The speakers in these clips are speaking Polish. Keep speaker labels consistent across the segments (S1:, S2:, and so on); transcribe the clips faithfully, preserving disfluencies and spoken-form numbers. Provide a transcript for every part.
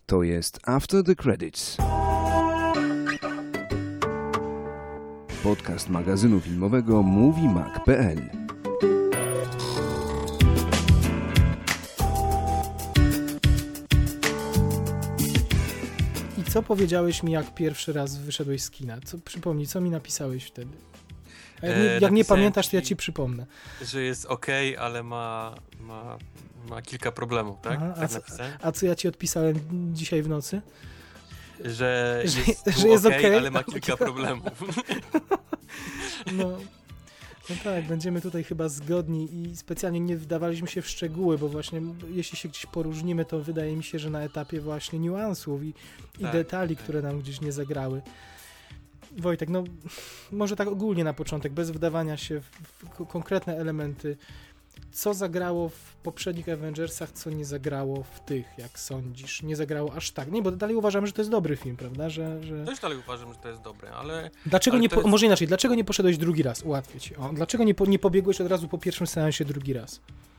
S1: To jest After the Credits. Podcast magazynu filmowego Movie Mag kropka pe el.
S2: I co powiedziałeś mi, jak pierwszy raz wyszedłeś z kina? Co, przypomnij, co mi napisałeś wtedy? A jak, nie, jak nie pamiętasz, to ja ci przypomnę.
S3: Że jest okej, okay, ale ma, ma, ma kilka problemów, tak?
S2: Aha,
S3: tak
S2: a, co, a co ja ci odpisałem dzisiaj w nocy?
S3: Że jest,
S2: że, że jest okej,
S3: okay, ale ma kilka problemów.
S2: No, no tak, będziemy tutaj chyba zgodni i specjalnie nie wdawaliśmy się w szczegóły, bo właśnie jeśli się gdzieś poróżnimy, to wydaje mi się, że na etapie właśnie niuansów i, i
S3: tak,
S2: detali,
S3: tak.
S2: które nam gdzieś nie zagrały. Wojtek, no może tak ogólnie na początek, bez wdawania się w, w konkretne elementy, co zagrało w poprzednich Avengersach, co nie zagrało w tych, jak sądzisz? Nie zagrało aż tak. Nie, bo dalej uważamy, że to jest dobry film, prawda? Że, że...
S3: Też dalej uważam, że to jest dobre, ale...
S2: Dlaczego
S3: ale
S2: nie, po,
S3: jest...
S2: może inaczej, dlaczego nie poszedłeś drugi raz? Ułatwię ci. O, dlaczego nie, po, nie pobiegłeś od razu po pierwszym seansie drugi raz?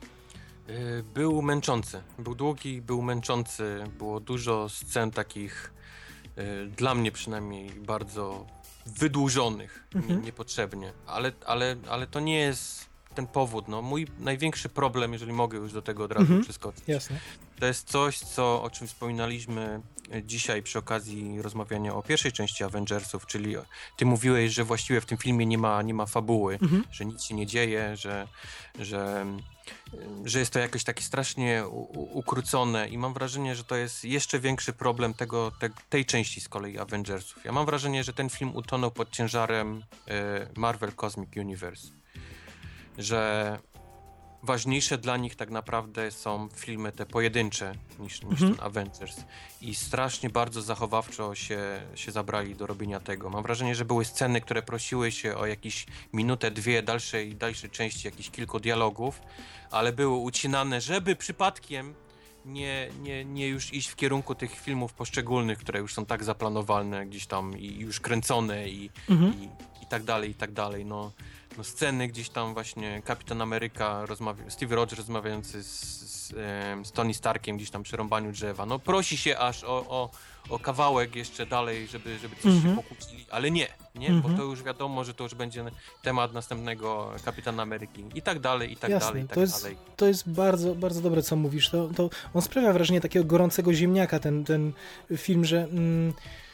S3: Był męczący. Był długi, był męczący. Było dużo scen takich, dla mnie przynajmniej, bardzo wydłużonych, mhm. niepotrzebnie. Ale, ale, ale to nie jest ten powód. No. Mój największy problem, jeżeli mogę już do tego od razu mhm. przeskoczyć,
S2: Jasne.
S3: to jest coś, co, o czym wspominaliśmy dzisiaj przy okazji rozmawiania o pierwszej części Avengersów, czyli ty mówiłeś, że właściwie w tym filmie nie ma, nie ma fabuły, mhm. że nic się nie dzieje, że, że, że jest to jakoś takie strasznie u, ukrócone i mam wrażenie, że to jest jeszcze większy problem tego, te, tej części z kolei Avengersów. Ja mam wrażenie, że ten film utonął pod ciężarem y, Marvel Cosmic Universe, że ważniejsze dla nich tak naprawdę są filmy te pojedyncze niż, niż mhm. ten Avengers i strasznie bardzo zachowawczo się, się zabrali do robienia tego. Mam wrażenie, że były sceny, które prosiły się o jakieś minutę, dwie dalszej, dalszej części, jakichś kilku dialogów, ale były ucinane, żeby przypadkiem nie, nie, nie już iść w kierunku tych filmów poszczególnych, które już są tak zaplanowane gdzieś tam i już kręcone i, mhm. i, i tak dalej, i tak dalej. No, no sceny gdzieś tam właśnie Kapitan Ameryka, rozmawia, Steve Rogers rozmawiający z, z, z Tony Starkiem gdzieś tam przy rąbaniu drzewa. No prosi się aż o, o, o kawałek jeszcze dalej, żeby, żeby coś mhm. się pokłócili, ale nie, nie,
S2: mhm.
S3: bo to już wiadomo, że to już będzie temat następnego Kapitana Ameryki i tak dalej, i tak
S2: Jasne,
S3: dalej, i tak
S2: to jest,
S3: dalej.
S2: To jest bardzo, bardzo dobre, co mówisz. To, to on sprawia wrażenie takiego gorącego ziemniaka, ten, ten film, że mm,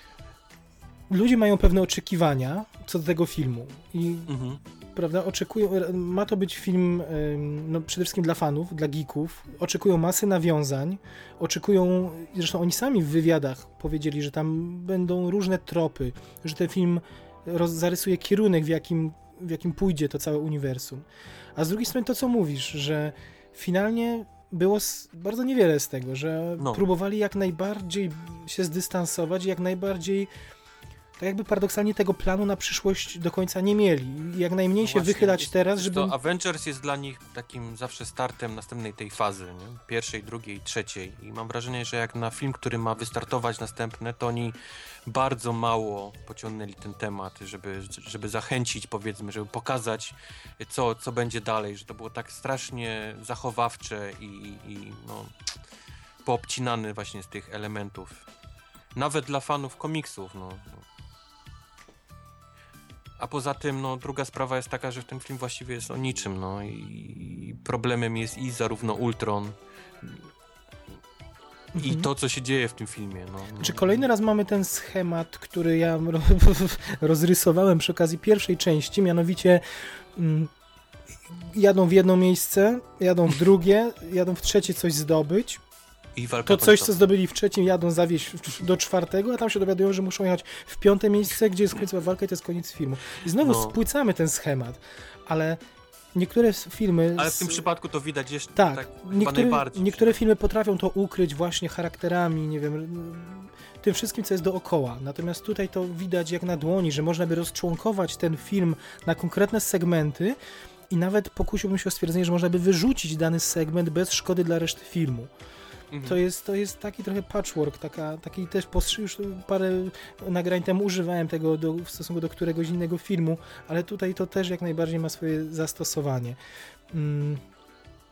S2: ludzie mają pewne oczekiwania co do tego filmu i mhm. prawda, oczekują, ma to być film no, przede wszystkim dla fanów, dla geeków, oczekują masy nawiązań, oczekują, zresztą oni sami w wywiadach powiedzieli, że tam będą różne tropy, że ten film roz, zarysuje kierunek, w jakim, w jakim pójdzie to całe uniwersum. A z drugiej strony to, co mówisz, że finalnie było bardzo niewiele z tego, że no. próbowali jak najbardziej się zdystansować, jak najbardziej tak jakby paradoksalnie tego planu na przyszłość do końca nie mieli. Jak najmniej no się właśnie, wychylać jest, teraz, żeby...
S3: To Avengers jest dla nich takim zawsze startem następnej tej fazy, nie? Pierwszej, drugiej, trzeciej. I mam wrażenie, że jak na film, który ma wystartować następne, to oni bardzo mało pociągnęli ten temat, żeby, żeby zachęcić, powiedzmy, żeby pokazać, co, co będzie dalej, że to było tak strasznie zachowawcze i, i, i no, poobcinane właśnie z tych elementów. Nawet dla fanów komiksów, no. A poza tym, no, druga sprawa jest taka, że ten film właściwie jest o niczym, no i problemem jest i zarówno Ultron i mhm. to, co się dzieje w tym filmie. No, no.
S2: Czy kolejny raz mamy ten schemat, który ja rozrysowałem przy okazji pierwszej części, mianowicie mm, jadą w jedno miejsce, jadą w drugie, jadą w trzecie coś zdobyć.
S3: I walka
S2: to coś, co zdobyli w trzecim, jadą zawieźć do czwartego, a tam się dowiadują, że muszą jechać w piąte miejsce, gdzie jest końcowa walka i to jest koniec filmu. I znowu no. spłycamy ten schemat, ale niektóre filmy...
S3: Ale w tym z... przypadku to widać jeszcze
S2: tak,
S3: tak
S2: niektóre,
S3: najbardziej.
S2: Niektóre filmy potrafią to ukryć właśnie charakterami, nie wiem, tym wszystkim, co jest dookoła. Natomiast tutaj to widać jak na dłoni, że można by rozczłonkować ten film na konkretne segmenty i nawet pokusiłbym się o stwierdzenie, że można by wyrzucić dany segment bez szkody dla reszty filmu. To jest, to jest taki trochę patchwork, taka, taki też postrz- już parę nagrań temu używałem tego do, w stosunku do któregoś innego filmu, ale tutaj to też jak najbardziej ma swoje zastosowanie. Mm.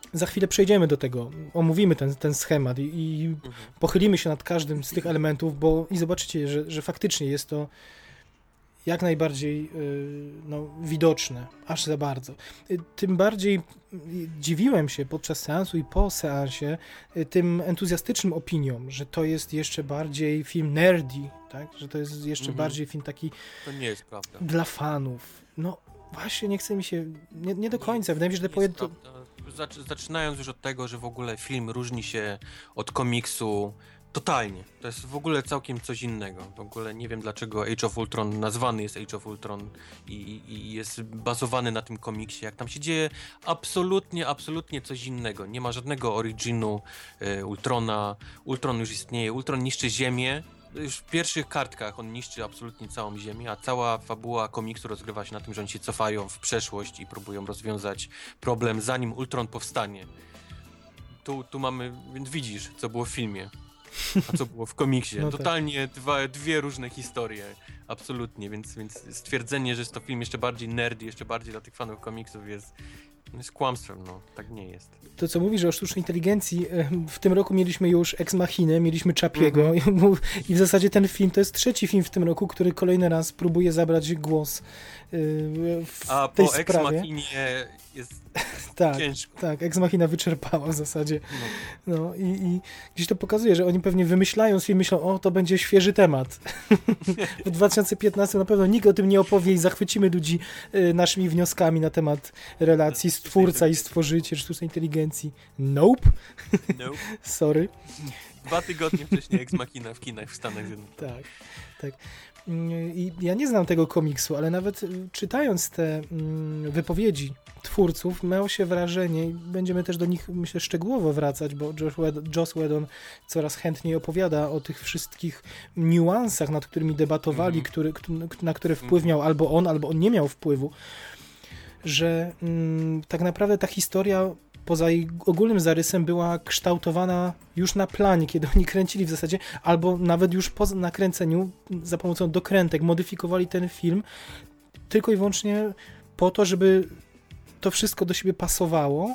S2: za chwilę przejdziemy do tego, omówimy ten, ten schemat i, i mhm. pochylimy się nad każdym z tych elementów, bo i zobaczycie, że, że faktycznie jest to jak najbardziej yy, no, widoczne, aż za bardzo. Yy, tym bardziej yy, dziwiłem się podczas seansu i po seansie yy, tym entuzjastycznym opiniom, że to jest jeszcze bardziej film nerdy, tak? Że to jest jeszcze mhm. bardziej film taki
S3: to nie jest prawda.
S2: Dla fanów. No właśnie nie chce mi się, nie, nie do końca. Wydaje mi się, że powie... to...
S3: Zaczynając już od tego, że w ogóle film różni się od komiksu totalnie. To jest w ogóle całkiem coś innego. W ogóle nie wiem, dlaczego Age of Ultron nazwany jest Age of Ultron i, i jest bazowany na tym komiksie. Jak tam się dzieje absolutnie, absolutnie coś innego. Nie ma żadnego originu e, Ultrona. Ultron już istnieje. Ultron niszczy Ziemię. Już w pierwszych kartkach on niszczy absolutnie całą Ziemię, a cała fabuła komiksu rozgrywa się na tym, że oni się cofają w przeszłość i próbują rozwiązać problem, zanim Ultron powstanie. Tu, tu mamy, więc widzisz, co było w filmie, a co było w komiksie. No totalnie tak. dwa, dwie różne historie, absolutnie, więc, więc stwierdzenie, że jest to film jeszcze bardziej nerdy, jeszcze bardziej dla tych fanów komiksów jest... jest kłamstwem, no. Tak nie jest.
S2: To, co mówisz o sztucznej inteligencji, w tym roku mieliśmy już Ex Machinę, mieliśmy Chapiego mm-hmm. i w zasadzie ten film to jest trzeci film w tym roku, który kolejny raz próbuje zabrać głos w
S3: A
S2: tej
S3: po
S2: sprawie.
S3: Ex Machinie jest
S2: tak,
S3: ciężko.
S2: Tak, Ex Machina wyczerpała w zasadzie. No, no i, i gdzieś to pokazuje, że oni pewnie wymyślają film, myślą, o, to będzie świeży temat. W dwa tysiące piętnastym na pewno nikt o tym nie opowie i zachwycimy ludzi y, naszymi wnioskami na temat relacji stwórca i stworzyciel sztucznej inteligencji. Nope.
S3: Nope.
S2: Sorry.
S3: Dwa tygodnie wcześniej Ex Machina w kinach w Stanach Zjednoczonych.
S2: Tak, tak. I ja nie znam tego komiksu, ale nawet czytając te wypowiedzi twórców, miało się wrażenie, i będziemy też do nich, myślę, szczegółowo wracać, bo Josh Whedon, Joss Whedon coraz chętniej opowiada o tych wszystkich niuansach, nad którymi debatowali, mm-hmm. który, na które wpływ miał albo on, albo on nie miał wpływu, że mm, tak naprawdę ta historia poza jej ogólnym zarysem była kształtowana już na planie, kiedy oni kręcili w zasadzie, albo nawet już po nakręceniu za pomocą dokrętek modyfikowali ten film tylko i wyłącznie po to, żeby to wszystko do siebie pasowało.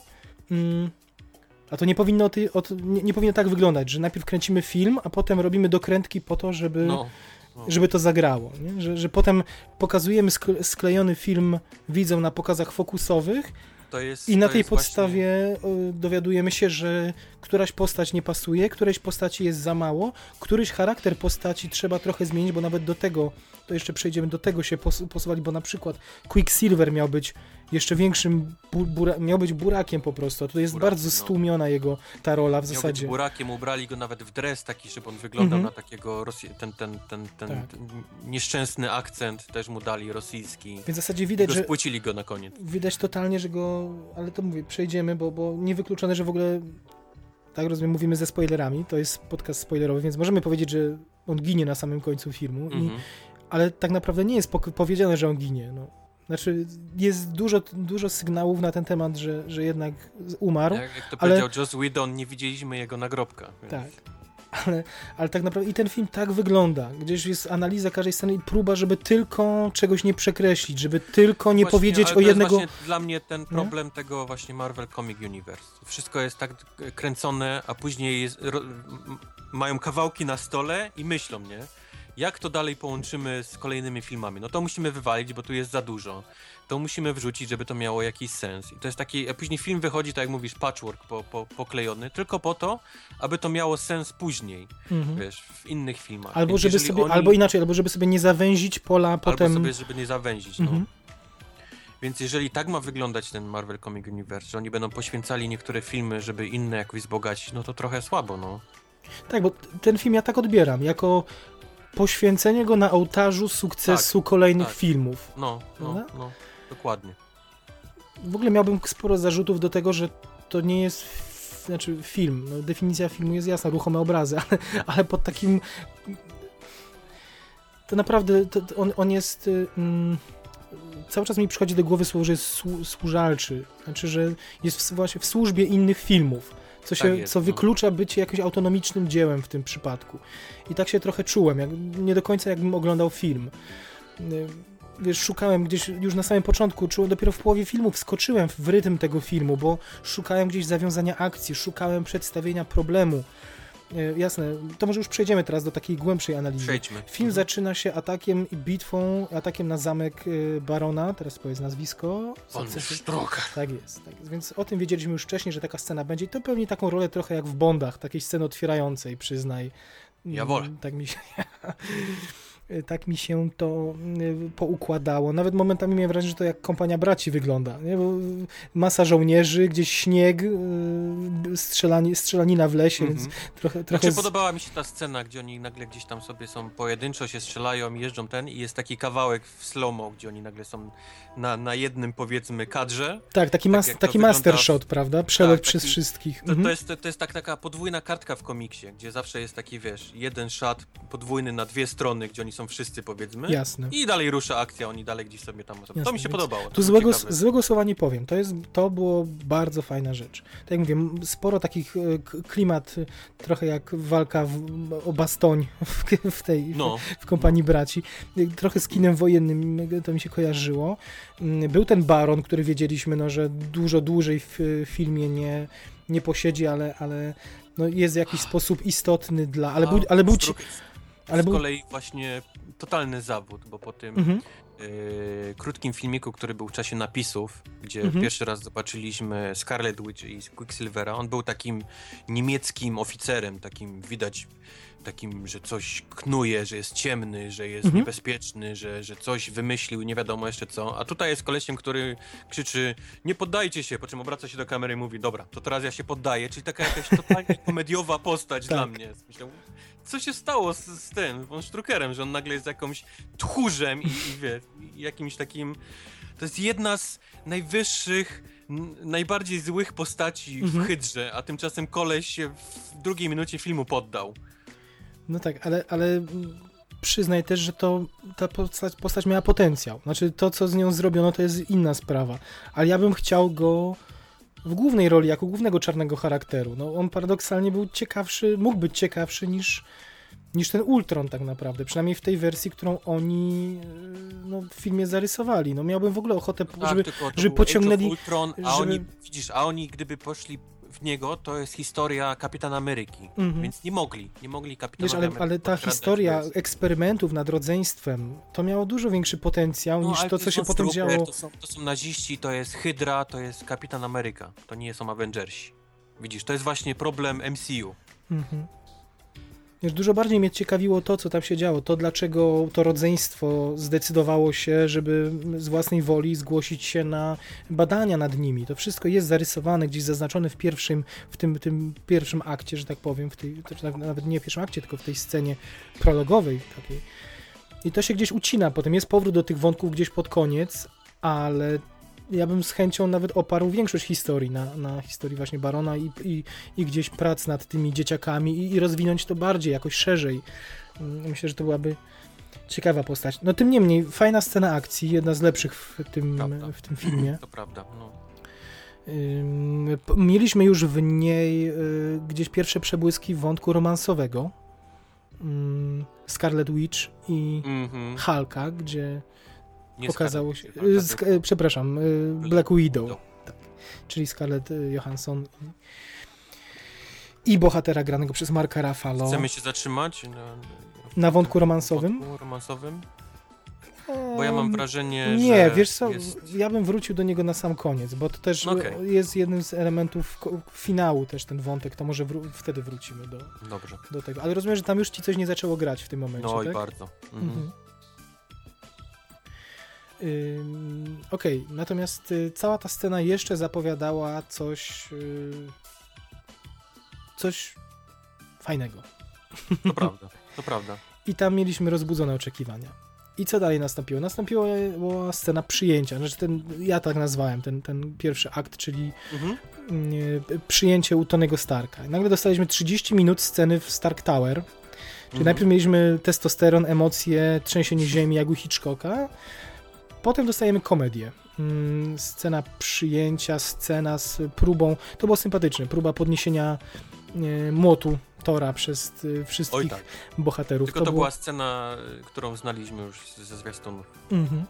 S2: A to nie powinno, ty, od, nie, nie powinno tak wyglądać, że najpierw kręcimy film, a potem robimy dokrętki po to, żeby, no, no. żeby to zagrało. Nie? Że, że potem pokazujemy sklejony film widzom na pokazach fokusowych,
S3: To jest,
S2: I na
S3: to
S2: tej
S3: jest
S2: podstawie
S3: właśnie...
S2: dowiadujemy się, że któraś postać nie pasuje, którejś postaci jest za mało, któryś charakter postaci trzeba trochę zmienić, bo nawet do tego, to jeszcze przejdziemy, do tego się pos- posuwali, bo na przykład Quicksilver miał być jeszcze większym, bu- bura- miał być burakiem po prostu, a tutaj jest
S3: Burakiem,
S2: bardzo
S3: no.
S2: stłumiona jego ta rola w
S3: miał
S2: zasadzie.
S3: Być burakiem, ubrali go nawet w dres taki, żeby on wyglądał
S2: Mhm.
S3: na takiego, Rosji- ten, ten, ten, ten,
S2: Tak.
S3: ten nieszczęsny akcent też mu dali rosyjski.
S2: Więc w zasadzie widać, że
S3: Rozpłycili go na koniec.
S2: widać totalnie, że go, ale to mówię, przejdziemy, bo, bo niewykluczone, że w ogóle, tak rozumiem, mówimy ze spoilerami, to jest podcast spoilerowy, więc możemy powiedzieć, że on ginie na samym końcu filmu,
S3: Mhm.
S2: i, ale tak naprawdę nie jest pok- powiedziane, że on ginie. No. Znaczy, jest dużo, dużo sygnałów na ten temat, że, że jednak umarł.
S3: Jak, jak to
S2: ale...
S3: powiedział Joss Whedon, nie widzieliśmy jego nagrobka. Więc...
S2: Tak. Ale, ale tak naprawdę i ten film tak wygląda. Gdzieś jest analiza każdej sceny i próba, żeby tylko czegoś nie przekreślić, żeby tylko nie
S3: właśnie,
S2: powiedzieć
S3: ale
S2: o
S3: to
S2: jednego...
S3: jest właśnie dla mnie ten problem nie? tego właśnie Marvel Comic Universe. Wszystko jest tak kręcone, a później jest, ro, mają kawałki na stole i myślą, nie? Jak to dalej połączymy z kolejnymi filmami? No to musimy wywalić, bo tu jest za dużo. To musimy wrzucić, żeby to miało jakiś sens. I to jest taki, a później film wychodzi, tak jak mówisz, patchwork po, po, poklejony, tylko po to, aby to miało sens później, mhm. wiesz, w innych filmach.
S2: Albo,
S3: Więc
S2: żeby sobie,
S3: oni...
S2: albo inaczej, albo żeby sobie nie zawęzić pola
S3: albo
S2: potem...
S3: Albo sobie, żeby nie zawęzić, no.
S2: Mhm.
S3: Więc jeżeli tak ma wyglądać ten Marvel Comic Universe, że oni będą poświęcali niektóre filmy, żeby inne jakoś wzbogacić, no to trochę słabo, no.
S2: Tak, bo ten film ja tak odbieram, jako poświęcenie go na ołtarzu sukcesu
S3: tak,
S2: kolejnych
S3: tak.
S2: filmów.
S3: No, no, no, no, dokładnie.
S2: W ogóle miałbym sporo zarzutów do tego, że to nie jest f- znaczy film. No, definicja filmu jest jasna, ruchome obrazy, ale, ale pod takim... To naprawdę, to, to on, on jest... Mm, cały czas mi przychodzi do głowy słowo, że jest słu- służalczy. Znaczy, że jest w, właśnie w służbie innych filmów. Co, się, tak jest, co wyklucza no. bycie jakimś autonomicznym dziełem w tym przypadku. I tak się trochę czułem, jak, nie do końca jakbym oglądał film. wiesz, szukałem gdzieś już na samym początku, czułem dopiero w połowie filmu, wskoczyłem w rytm tego filmu, bo szukałem gdzieś zawiązania akcji, szukałem przedstawienia problemu. Jasne, to może już przejdziemy teraz do takiej głębszej analizy.
S3: Przejdźmy.
S2: Film
S3: mhm.
S2: zaczyna się atakiem i bitwą, atakiem na zamek barona, teraz powiedz nazwisko.
S3: Von Strucker.
S2: Tak jest, tak jest, więc o tym wiedzieliśmy już wcześniej, że taka scena będzie i to pełni taką rolę trochę jak w Bondach, takiej sceny otwierającej, przyznaj.
S3: Ja wolę.
S2: Tak mi się... Tak mi się to poukładało. Nawet momentami miałem wrażenie, że to jak kompania braci wygląda. Nie? Bo masa żołnierzy, gdzieś śnieg, strzelani, strzelanina w lesie, mm-hmm. więc trochę... trochę
S3: znaczy,
S2: z...
S3: podobała mi się ta scena, gdzie oni nagle gdzieś tam sobie są pojedynczo, się strzelają, jeżdżą ten i jest taki kawałek w slow-mo, gdzie oni nagle są na, na jednym, powiedzmy, kadrze.
S2: Tak, taki, mas-
S3: tak
S2: taki master shot, prawda? Przelot tak, przez taki, wszystkich.
S3: To, to, jest, to, to jest tak, taka podwójna kartka w komiksie, gdzie zawsze jest taki, wiesz, jeden shot podwójny na dwie strony, gdzie oni są wszyscy, powiedzmy.
S2: Jasne.
S3: I dalej rusza akcja, oni dalej gdzieś sobie tam... Jasne, to mi się podobało.
S2: Tu złego, złego słowa nie powiem. To, jest, to było bardzo fajna rzecz. Tak jak mówię, sporo takich klimat, trochę jak walka w, o bastoń w, w tej, no. w, w kompanii braci. Trochę z kinem wojennym to mi się kojarzyło. Był ten baron, który wiedzieliśmy, no, że dużo dłużej w filmie nie, nie posiedzi, ale, ale no, jest w jakiś sposób istotny dla... Ale był, ale był ci...
S3: Ale z był... kolei właśnie totalny zawód, bo po tym mhm. y, krótkim filmiku, który był w czasie napisów, gdzie mhm. pierwszy raz zobaczyliśmy Scarlet Witch i Quicksilvera, on był takim niemieckim oficerem, takim widać, takim, że coś knuje, że jest ciemny, że jest mhm. niebezpieczny, że, że coś wymyślił, nie wiadomo jeszcze co. A tutaj jest kolesiem, który krzyczy, nie poddajcie się, po czym obraca się do kamery i mówi, dobra, to teraz ja się poddaję, czyli taka jakaś totalnie komediowa postać tak. dla mnie. Myślę, co się stało z, z tym, von Struckerem, że on nagle jest jakąś tchórzem i, i wie, i jakimś takim... To jest jedna z najwyższych, n- najbardziej złych postaci mhm. w Hydrze, a tymczasem koleś się w drugiej minucie filmu poddał.
S2: No tak, ale, ale przyznaj też, że to ta postać, postać miała potencjał. Znaczy to, co z nią zrobiono, to jest inna sprawa. Ale ja bym chciał go w głównej roli, jako głównego czarnego charakteru. No, on paradoksalnie był ciekawszy, mógł być ciekawszy niż, niż ten Ultron tak naprawdę. Przynajmniej w tej wersji, którą oni no, w filmie zarysowali. No miałbym w ogóle ochotę,
S3: no
S2: żeby,
S3: tak,
S2: żeby pociągnęli...
S3: Ultron, a
S2: żeby...
S3: oni, widzisz, a oni gdyby poszli w niego, to jest historia Kapitana Ameryki,
S2: mm-hmm.
S3: więc nie mogli, nie mogli Kapitana
S2: Wiesz, ale,
S3: Ameryki.
S2: ale ta historia eksperymentów nad rodzeństwem, to miało dużo większy potencjał no, niż to, co się potem
S3: Strucker,
S2: działo.
S3: To są, to są naziści, to jest Hydra, to jest Kapitan Ameryka, to nie są Avengersi. Widzisz, to jest właśnie problem M C U.
S2: Mhm. Wiesz, dużo bardziej mnie ciekawiło to, co tam się działo, to dlaczego to rodzeństwo zdecydowało się, żeby z własnej woli zgłosić się na badania nad nimi. To wszystko jest zarysowane, gdzieś zaznaczone w pierwszym, w tym, tym pierwszym akcie, że tak powiem, w tej, nawet nie w pierwszym akcie, tylko w tej scenie prologowej takiej. I to się gdzieś ucina, potem jest powrót do tych wątków gdzieś pod koniec, ale ja bym z chęcią nawet oparł większość historii na, na historii właśnie Barona i, i, i gdzieś prac nad tymi dzieciakami i, i rozwinąć to bardziej, jakoś szerzej. Myślę, że to byłaby ciekawa postać. No tym niemniej, fajna scena akcji, jedna z lepszych w tym, w tym filmie.
S3: To prawda, no.
S2: Mieliśmy już w niej y, gdzieś pierwsze przebłyski wątku romansowego. Y, Scarlet Witch i mm-hmm. Hulka, gdzie Nie okazało się... Sk- e, przepraszam, e, Black Widow. Widow. Tak. Czyli Scarlett Johansson i, i bohatera granego przez Marka Ruffalo.
S3: Chcemy się zatrzymać na,
S2: na wątku romansowym?
S3: Wątku romansowym? Bo ja mam wrażenie,
S2: Nie,
S3: że
S2: wiesz co,
S3: jest...
S2: ja bym wrócił do niego na sam koniec, bo to też okay. jest jednym z elementów finału też ten wątek, to może wró- wtedy wrócimy do,
S3: Dobrze.
S2: do tego. Ale rozumiem, że tam już ci coś nie zaczęło grać w tym momencie,
S3: No
S2: tak?
S3: i bardzo. Mhm. Mhm.
S2: Okej, okay. Natomiast y, cała ta scena jeszcze zapowiadała coś y, coś fajnego.
S3: To prawda, to prawda.
S2: I tam mieliśmy rozbudzone oczekiwania. I co dalej nastąpiło? Nastąpiła scena przyjęcia, znaczy ten, ja tak nazwałem ten, ten pierwszy akt, czyli mhm. y, przyjęcie u Tonego Starka. I nagle dostaliśmy trzydzieści minut sceny w Stark Tower, czyli mhm. najpierw mieliśmy testosteron, emocje, trzęsienie ziemi jak u Hitchcocka. Potem dostajemy komedię. Scena przyjęcia, scena z próbą, to było sympatyczne, próba podniesienia e, młotu Tora przez e, wszystkich
S3: Oj, tak.
S2: bohaterów.
S3: Tylko to, to było... była scena, którą znaliśmy już ze zwiastunów. Mhm.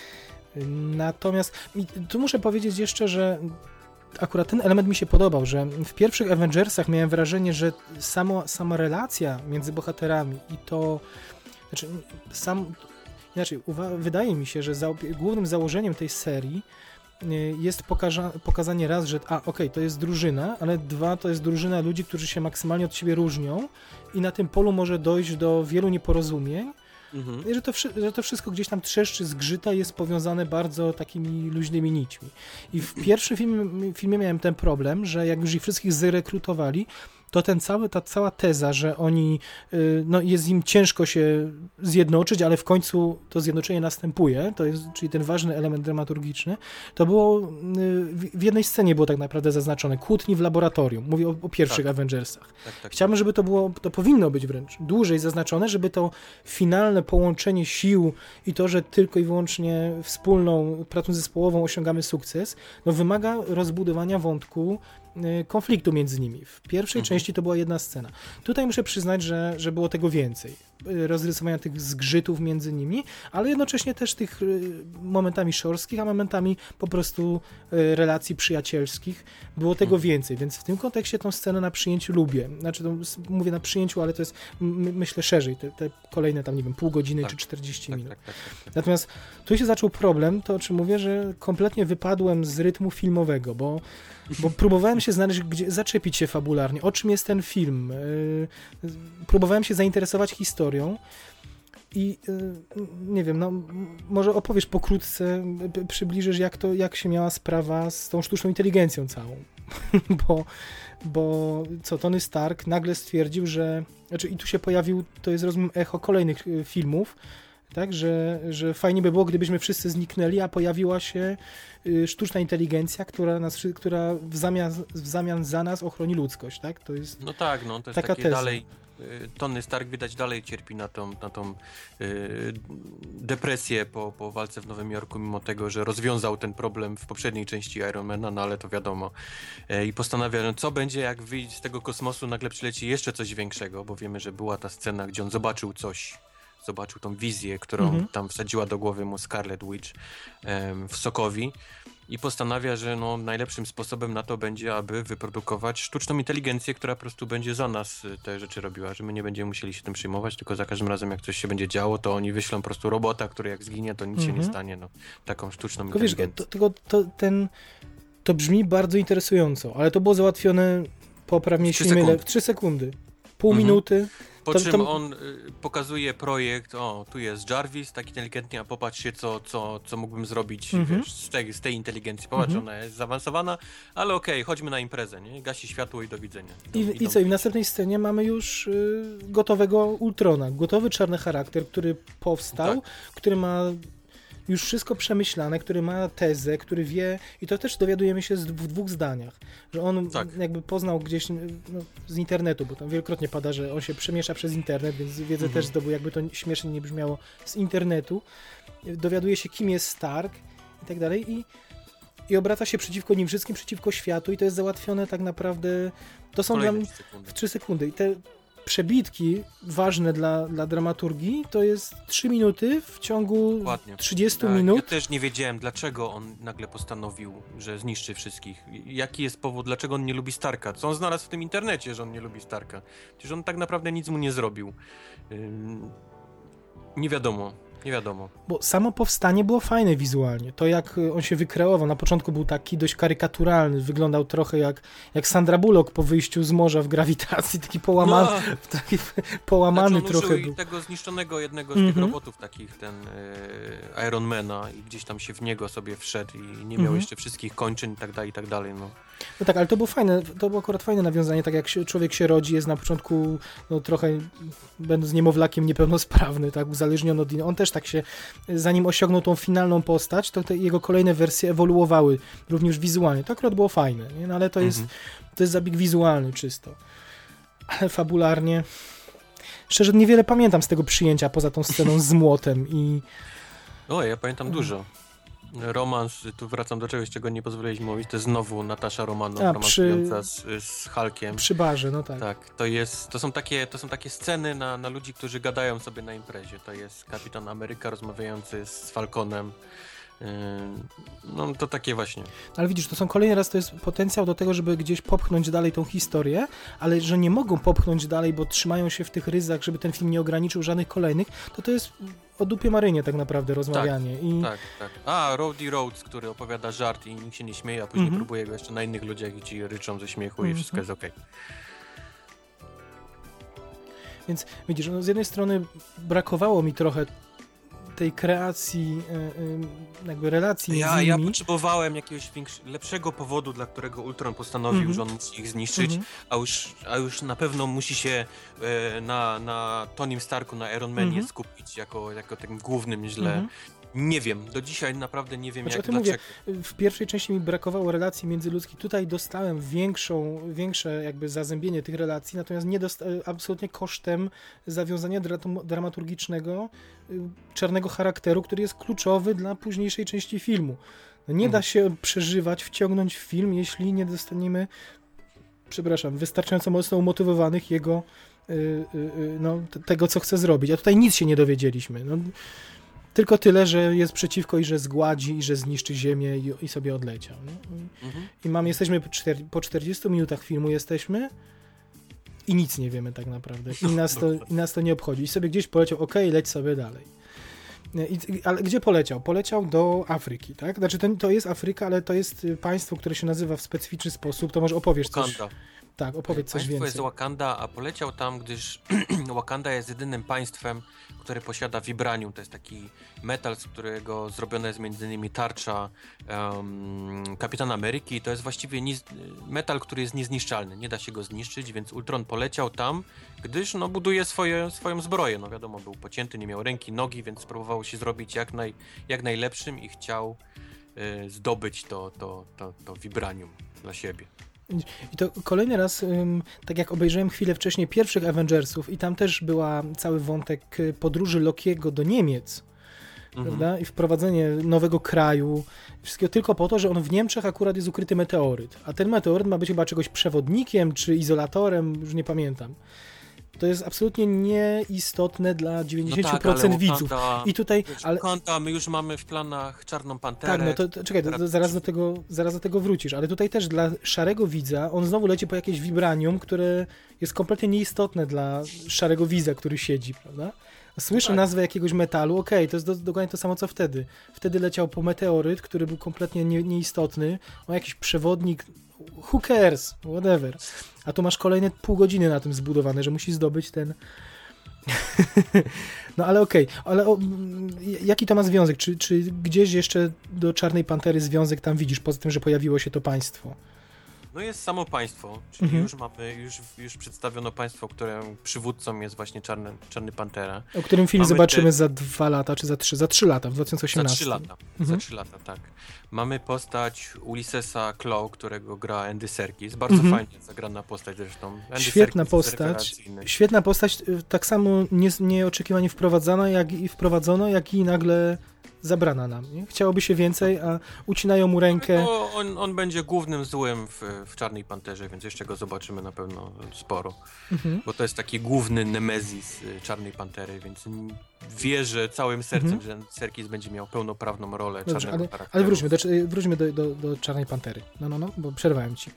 S2: Natomiast tu muszę powiedzieć jeszcze, że akurat ten element mi się podobał, że w pierwszych Avengersach miałem wrażenie, że samo, sama relacja między bohaterami i to, znaczy sam, inaczej, uwa- wydaje mi się, że za, głównym założeniem tej serii jest pokaza- pokazanie raz, że a, okej, okay, to jest drużyna, ale dwa, to jest drużyna ludzi, którzy się maksymalnie od siebie różnią i na tym polu może dojść do wielu nieporozumień, mhm. I że to, że to wszystko gdzieś tam trzeszczy, zgrzyta, jest powiązane bardzo takimi luźnymi nićmi. I w pierwszym filmie, filmie miałem ten problem, że jak już ich wszystkich zrekrutowali, to ten cały, ta cała teza, że oni, no jest im ciężko się zjednoczyć, ale w końcu to zjednoczenie następuje, to jest, czyli ten ważny element dramaturgiczny, to było, w jednej scenie było tak naprawdę zaznaczone, kłótni w laboratorium, mówię o, o pierwszych tak. Avengersach. Tak, tak, Chciałbym, żeby to było, to powinno być wręcz dłużej zaznaczone, żeby to finalne połączenie sił i to, że tylko i wyłącznie wspólną pracą zespołową osiągamy sukces, no wymaga rozbudowania wątku konfliktu między nimi. W pierwszej mhm. części to była jedna scena. Tutaj muszę przyznać, że, że było tego więcej. Rozrysowania tych zgrzytów między nimi, ale jednocześnie też tych momentami szorskich, a momentami po prostu relacji przyjacielskich. Było tego mhm. więcej, więc w tym kontekście tą scenę na przyjęciu lubię. Znaczy, to mówię na przyjęciu, ale to jest my, myślę szerzej. Te, te kolejne tam, nie wiem, pół godziny tak. czy czterdzieści minut. Tak, tak, tak, tak. Natomiast tu się zaczął problem, to o czym mówię, że kompletnie wypadłem z rytmu filmowego, bo Bo próbowałem się znaleźć, gdzie zaczepić się fabularnie, o czym jest ten film. Yy, próbowałem się zainteresować historią i yy, nie wiem, no może opowiesz pokrótce, p- przybliżysz jak to, jak się miała sprawa z tą sztuczną inteligencją całą. bo, bo co, Tony Stark nagle stwierdził, że, znaczy i tu się pojawił, to jest rozumiem echo kolejnych y, filmów, tak, że, że fajnie by było, gdybyśmy wszyscy zniknęli, a pojawiła się y, sztuczna inteligencja, która, nas, która w, zamian, w zamian za nas ochroni ludzkość, tak? To jest
S3: no tak, no to jest
S2: taka
S3: takie
S2: teza.
S3: dalej, y, Tony Stark widać dalej cierpi na tą, na tą y, depresję po, po walce w Nowym Jorku, mimo tego, że rozwiązał ten problem w poprzedniej części Ironmana, no ale to wiadomo. Y, I postanawia, no, co będzie, jak wyjść z tego kosmosu, nagle przyleci jeszcze coś większego, bo wiemy, że była ta scena, gdzie on zobaczył coś, zobaczył tą wizję, którą mhm. tam wsadziła do głowy mu Scarlet Witch em, w Sokowi i postanawia, że no, najlepszym sposobem na to będzie, aby wyprodukować sztuczną inteligencję, która po prostu będzie za nas te rzeczy robiła, że my nie będziemy musieli się tym przejmować, tylko za każdym razem jak coś się będzie działo, to oni wyślą po prostu robota, który jak zginie, to nic mhm. się nie stanie. No, taką sztuczną tylko inteligencję.
S2: Wiesz, to, to, to, ten, to brzmi bardzo interesująco, ale to było załatwione, popraw mnie jeśli mylę, w trzy sekundy. Pół mhm. minuty.
S3: Po
S2: to,
S3: czym
S2: to...
S3: on y, pokazuje projekt, o, tu jest Jarvis, tak inteligentnie, a popatrzcie, co, co, co mógłbym zrobić mm-hmm. wiesz, z, tej, z tej inteligencji. Popatrz, mm-hmm. ona jest zaawansowana, ale okej, okay, chodźmy na imprezę, nie? Gasi światło i do widzenia.
S2: I, I, i co, i w następnej scenie mamy już y, gotowego Ultrona, gotowy czarny charakter, który powstał, tak. który ma już wszystko przemyślane, który ma tezę, który wie, i to też dowiadujemy się z, w dwóch zdaniach, że on tak. jakby poznał gdzieś no, z internetu, bo tam wielokrotnie pada, że on się przemiesza przez internet, więc wiedzę mhm. też zdobył, jakby to śmiesznie nie brzmiało, z internetu. Dowiaduje się, kim jest Stark i tak dalej i, i obraca się przeciwko nim wszystkim, przeciwko światu i to jest załatwione tak naprawdę, to są dla mnie w trzy sekundy i te przebitki ważne dla, dla dramaturgii to jest trzy minuty w ciągu Dokładnie. trzydziestu tak, minut.
S3: Ja też nie wiedziałem, dlaczego on nagle postanowił, że zniszczy wszystkich. Jaki jest powód, dlaczego on nie lubi Starka? Co on znalazł w tym internecie, że on nie lubi Starka? Przecież on tak naprawdę nic mu nie zrobił. Ym... Nie wiadomo. Nie wiadomo.
S2: Bo samo powstanie było fajne wizualnie. To jak on się wykreował, na początku był taki dość karykaturalny, wyglądał trochę jak, jak Sandra Bullock po wyjściu z morza w Grawitacji, taki połamany, no. taki połamany znaczy on trochę był.
S3: Tego zniszczonego jednego z mm-hmm. tych robotów takich, ten y, Ironmana i gdzieś tam się w niego sobie wszedł i nie miał mm-hmm. jeszcze wszystkich kończyn i tak dalej, i tak dalej. No.
S2: No tak, ale to było fajne, to było akurat fajne nawiązanie, tak jak się, człowiek się rodzi, jest na początku no, trochę, będąc niemowlakiem, niepełnosprawny, tak, uzależniony od innych. On też tak się, zanim osiągnął tą finalną postać, to te jego kolejne wersje ewoluowały również wizualnie. To akurat było fajne, nie? No, ale to, mhm. jest, to jest zabieg wizualny czysto. Ale fabularnie, szczerze niewiele pamiętam z tego przyjęcia, poza tą sceną z młotem i...
S3: O, ja pamiętam dużo. romans, tu wracam do czegoś, czego nie pozwoliliśmy mówić, to jest znowu Natasza Romanow,
S2: A,
S3: romansująca
S2: przy...
S3: z, z Hulkiem.
S2: Przy barze, no tak.
S3: Tak, to jest, to są takie, to są takie sceny na, na ludzi, którzy gadają sobie na imprezie. To jest Kapitan Ameryka rozmawiający z Falconem. No to takie właśnie.
S2: Ale widzisz, to są kolejny raz, to jest potencjał do tego, żeby gdzieś popchnąć dalej tą historię, ale że nie mogą popchnąć dalej, bo trzymają się w tych ryzach, żeby ten film nie ograniczył żadnych kolejnych, to to jest o dupie Marynie tak naprawdę rozmawianie.
S3: Tak,
S2: I...
S3: tak, tak. A, Roddy Rhodes, który opowiada żart i nikt się nie śmieje, a później mm-hmm. próbuje go jeszcze na innych ludziach i ci ryczą ze śmiechu mm-hmm. i wszystko jest okej. Okay.
S2: Więc widzisz, no z jednej strony brakowało mi trochę tej kreacji, jakby relacji
S3: ja,
S2: między nimi.
S3: Ja potrzebowałem jakiegoś lepszego powodu, dla którego Ultron postanowił, mm-hmm. że on musi ich zniszczyć, mm-hmm. a, już, a już na pewno musi się e, na, na Tonym Starku, na Iron Manie mm-hmm. skupić jako, jako tym głównym źle. Mm-hmm. Nie wiem, do dzisiaj naprawdę nie wiem,
S2: znaczy,
S3: jak,
S2: o tym
S3: dlaczego.
S2: Mówię, w pierwszej części mi brakowało relacji międzyludzkich, tutaj dostałem większą, większe jakby zazębienie tych relacji, natomiast nie dosta- absolutnie kosztem zawiązania dra- dramaturgicznego czarnego charakteru, który jest kluczowy dla późniejszej części filmu. No nie hmm. da się przeżywać, wciągnąć w film, jeśli nie dostaniemy, przepraszam, wystarczająco mocno umotywowanych jego, yy, yy, no, t- tego, co chce zrobić. A tutaj nic się nie dowiedzieliśmy. No, tylko tyle, że jest przeciwko i że zgładzi i że zniszczy ziemię i, i sobie odleciał. Nie? I, mhm. i mam, jesteśmy po, czter- po czterdziestu minutach filmu jesteśmy i nic nie wiemy tak naprawdę. I nas to, i nas to nie obchodzi. I sobie gdzieś poleciał, okej, okay, leć sobie dalej. I, i, ale gdzie poleciał? Poleciał do Afryki, tak? Znaczy to, to jest Afryka, ale to jest państwo, które się nazywa w specyficzny sposób. To może opowiesz coś.
S3: Wakanda.
S2: Tak, opowiedz coś
S3: Państwo
S2: więcej.
S3: jest Wakanda, a poleciał tam, gdyż Wakanda jest jedynym państwem, które posiada vibranium. To jest taki metal, z którego zrobiona jest między innymi tarcza um, Kapitana Ameryki. To jest właściwie niz- metal, który jest niezniszczalny. Nie da się go zniszczyć, więc Ultron poleciał tam, gdyż no, buduje swoje, swoją zbroję. No wiadomo, był pocięty, nie miał ręki, nogi, więc próbował się zrobić jak, naj, jak najlepszym i chciał y, zdobyć to, to, to, to vibranium dla siebie.
S2: I to kolejny raz, tak jak obejrzałem chwilę wcześniej pierwszych Avengersów i tam też była cały wątek podróży Lokiego do Niemiec, mhm. prawda? I wprowadzenie nowego kraju, wszystkiego tylko po to, że on w Niemczech akurat jest ukryty meteoryt, a ten meteoryt ma być chyba czegoś przewodnikiem czy izolatorem, już nie pamiętam. To jest absolutnie nieistotne dla dziewięćdziesiąt procent no tak, widzów.
S3: Wakanda,
S2: I tutaj, ale
S3: Wakanda, my już mamy w planach Czarną Panterę.
S2: Tak, no to, to czekaj, to, to zaraz, do tego, zaraz do tego wrócisz, ale tutaj też dla szarego widza on znowu leci po jakieś vibranium, które jest kompletnie nieistotne dla szarego widza, który siedzi, prawda? Słyszę tak. nazwę jakiegoś metalu, okej, okay, to jest do, dokładnie to samo co wtedy. Wtedy leciał po meteoryt, który był kompletnie nie, nieistotny, o jakiś przewodnik, who cares, whatever. A tu masz kolejne pół godziny na tym zbudowane, że musi zdobyć ten... no ale okej, okay. ale o, jaki to ma związek? Czy, czy gdzieś jeszcze do Czarnej Pantery związek tam widzisz, poza tym, że pojawiło się to państwo?
S3: No jest samo państwo, czyli mhm. już mamy, już, już przedstawiono państwo, którym przywódcą jest właśnie Czarny, Czarny Pantera.
S2: O którym film mamy zobaczymy te... za dwa lata, czy za trzy? Za trzy lata, w dwa tysiące osiemnastym.
S3: Za trzy lata, mhm. za trzy lata, tak. Mamy postać Ulyssesa Klaue, którego gra Andy Serkis. Bardzo mhm. fajnie zagrana postać zresztą. Andy
S2: świetna
S3: Serkis
S2: postać, świetna postać, tak samo nie, nieoczekiwanie wprowadzana, jak i wprowadzono, jak i nagle zabrana nam, nie? Chciałoby się więcej, a ucinają mu rękę.
S3: No, on, on będzie głównym złym w, w Czarnej Panterze, więc jeszcze go zobaczymy na pewno sporo. Mhm. Bo to jest taki główny nemezis Czarnej Pantery, więc wierzę całym sercem, mhm. że Serkis będzie miał pełnoprawną rolę
S2: Dobrze,
S3: czarnego
S2: ale,
S3: charakteru.
S2: ale wróćmy, do, wróćmy do, do, do Czarnej Pantery. No, no, no, bo przerwałem ci.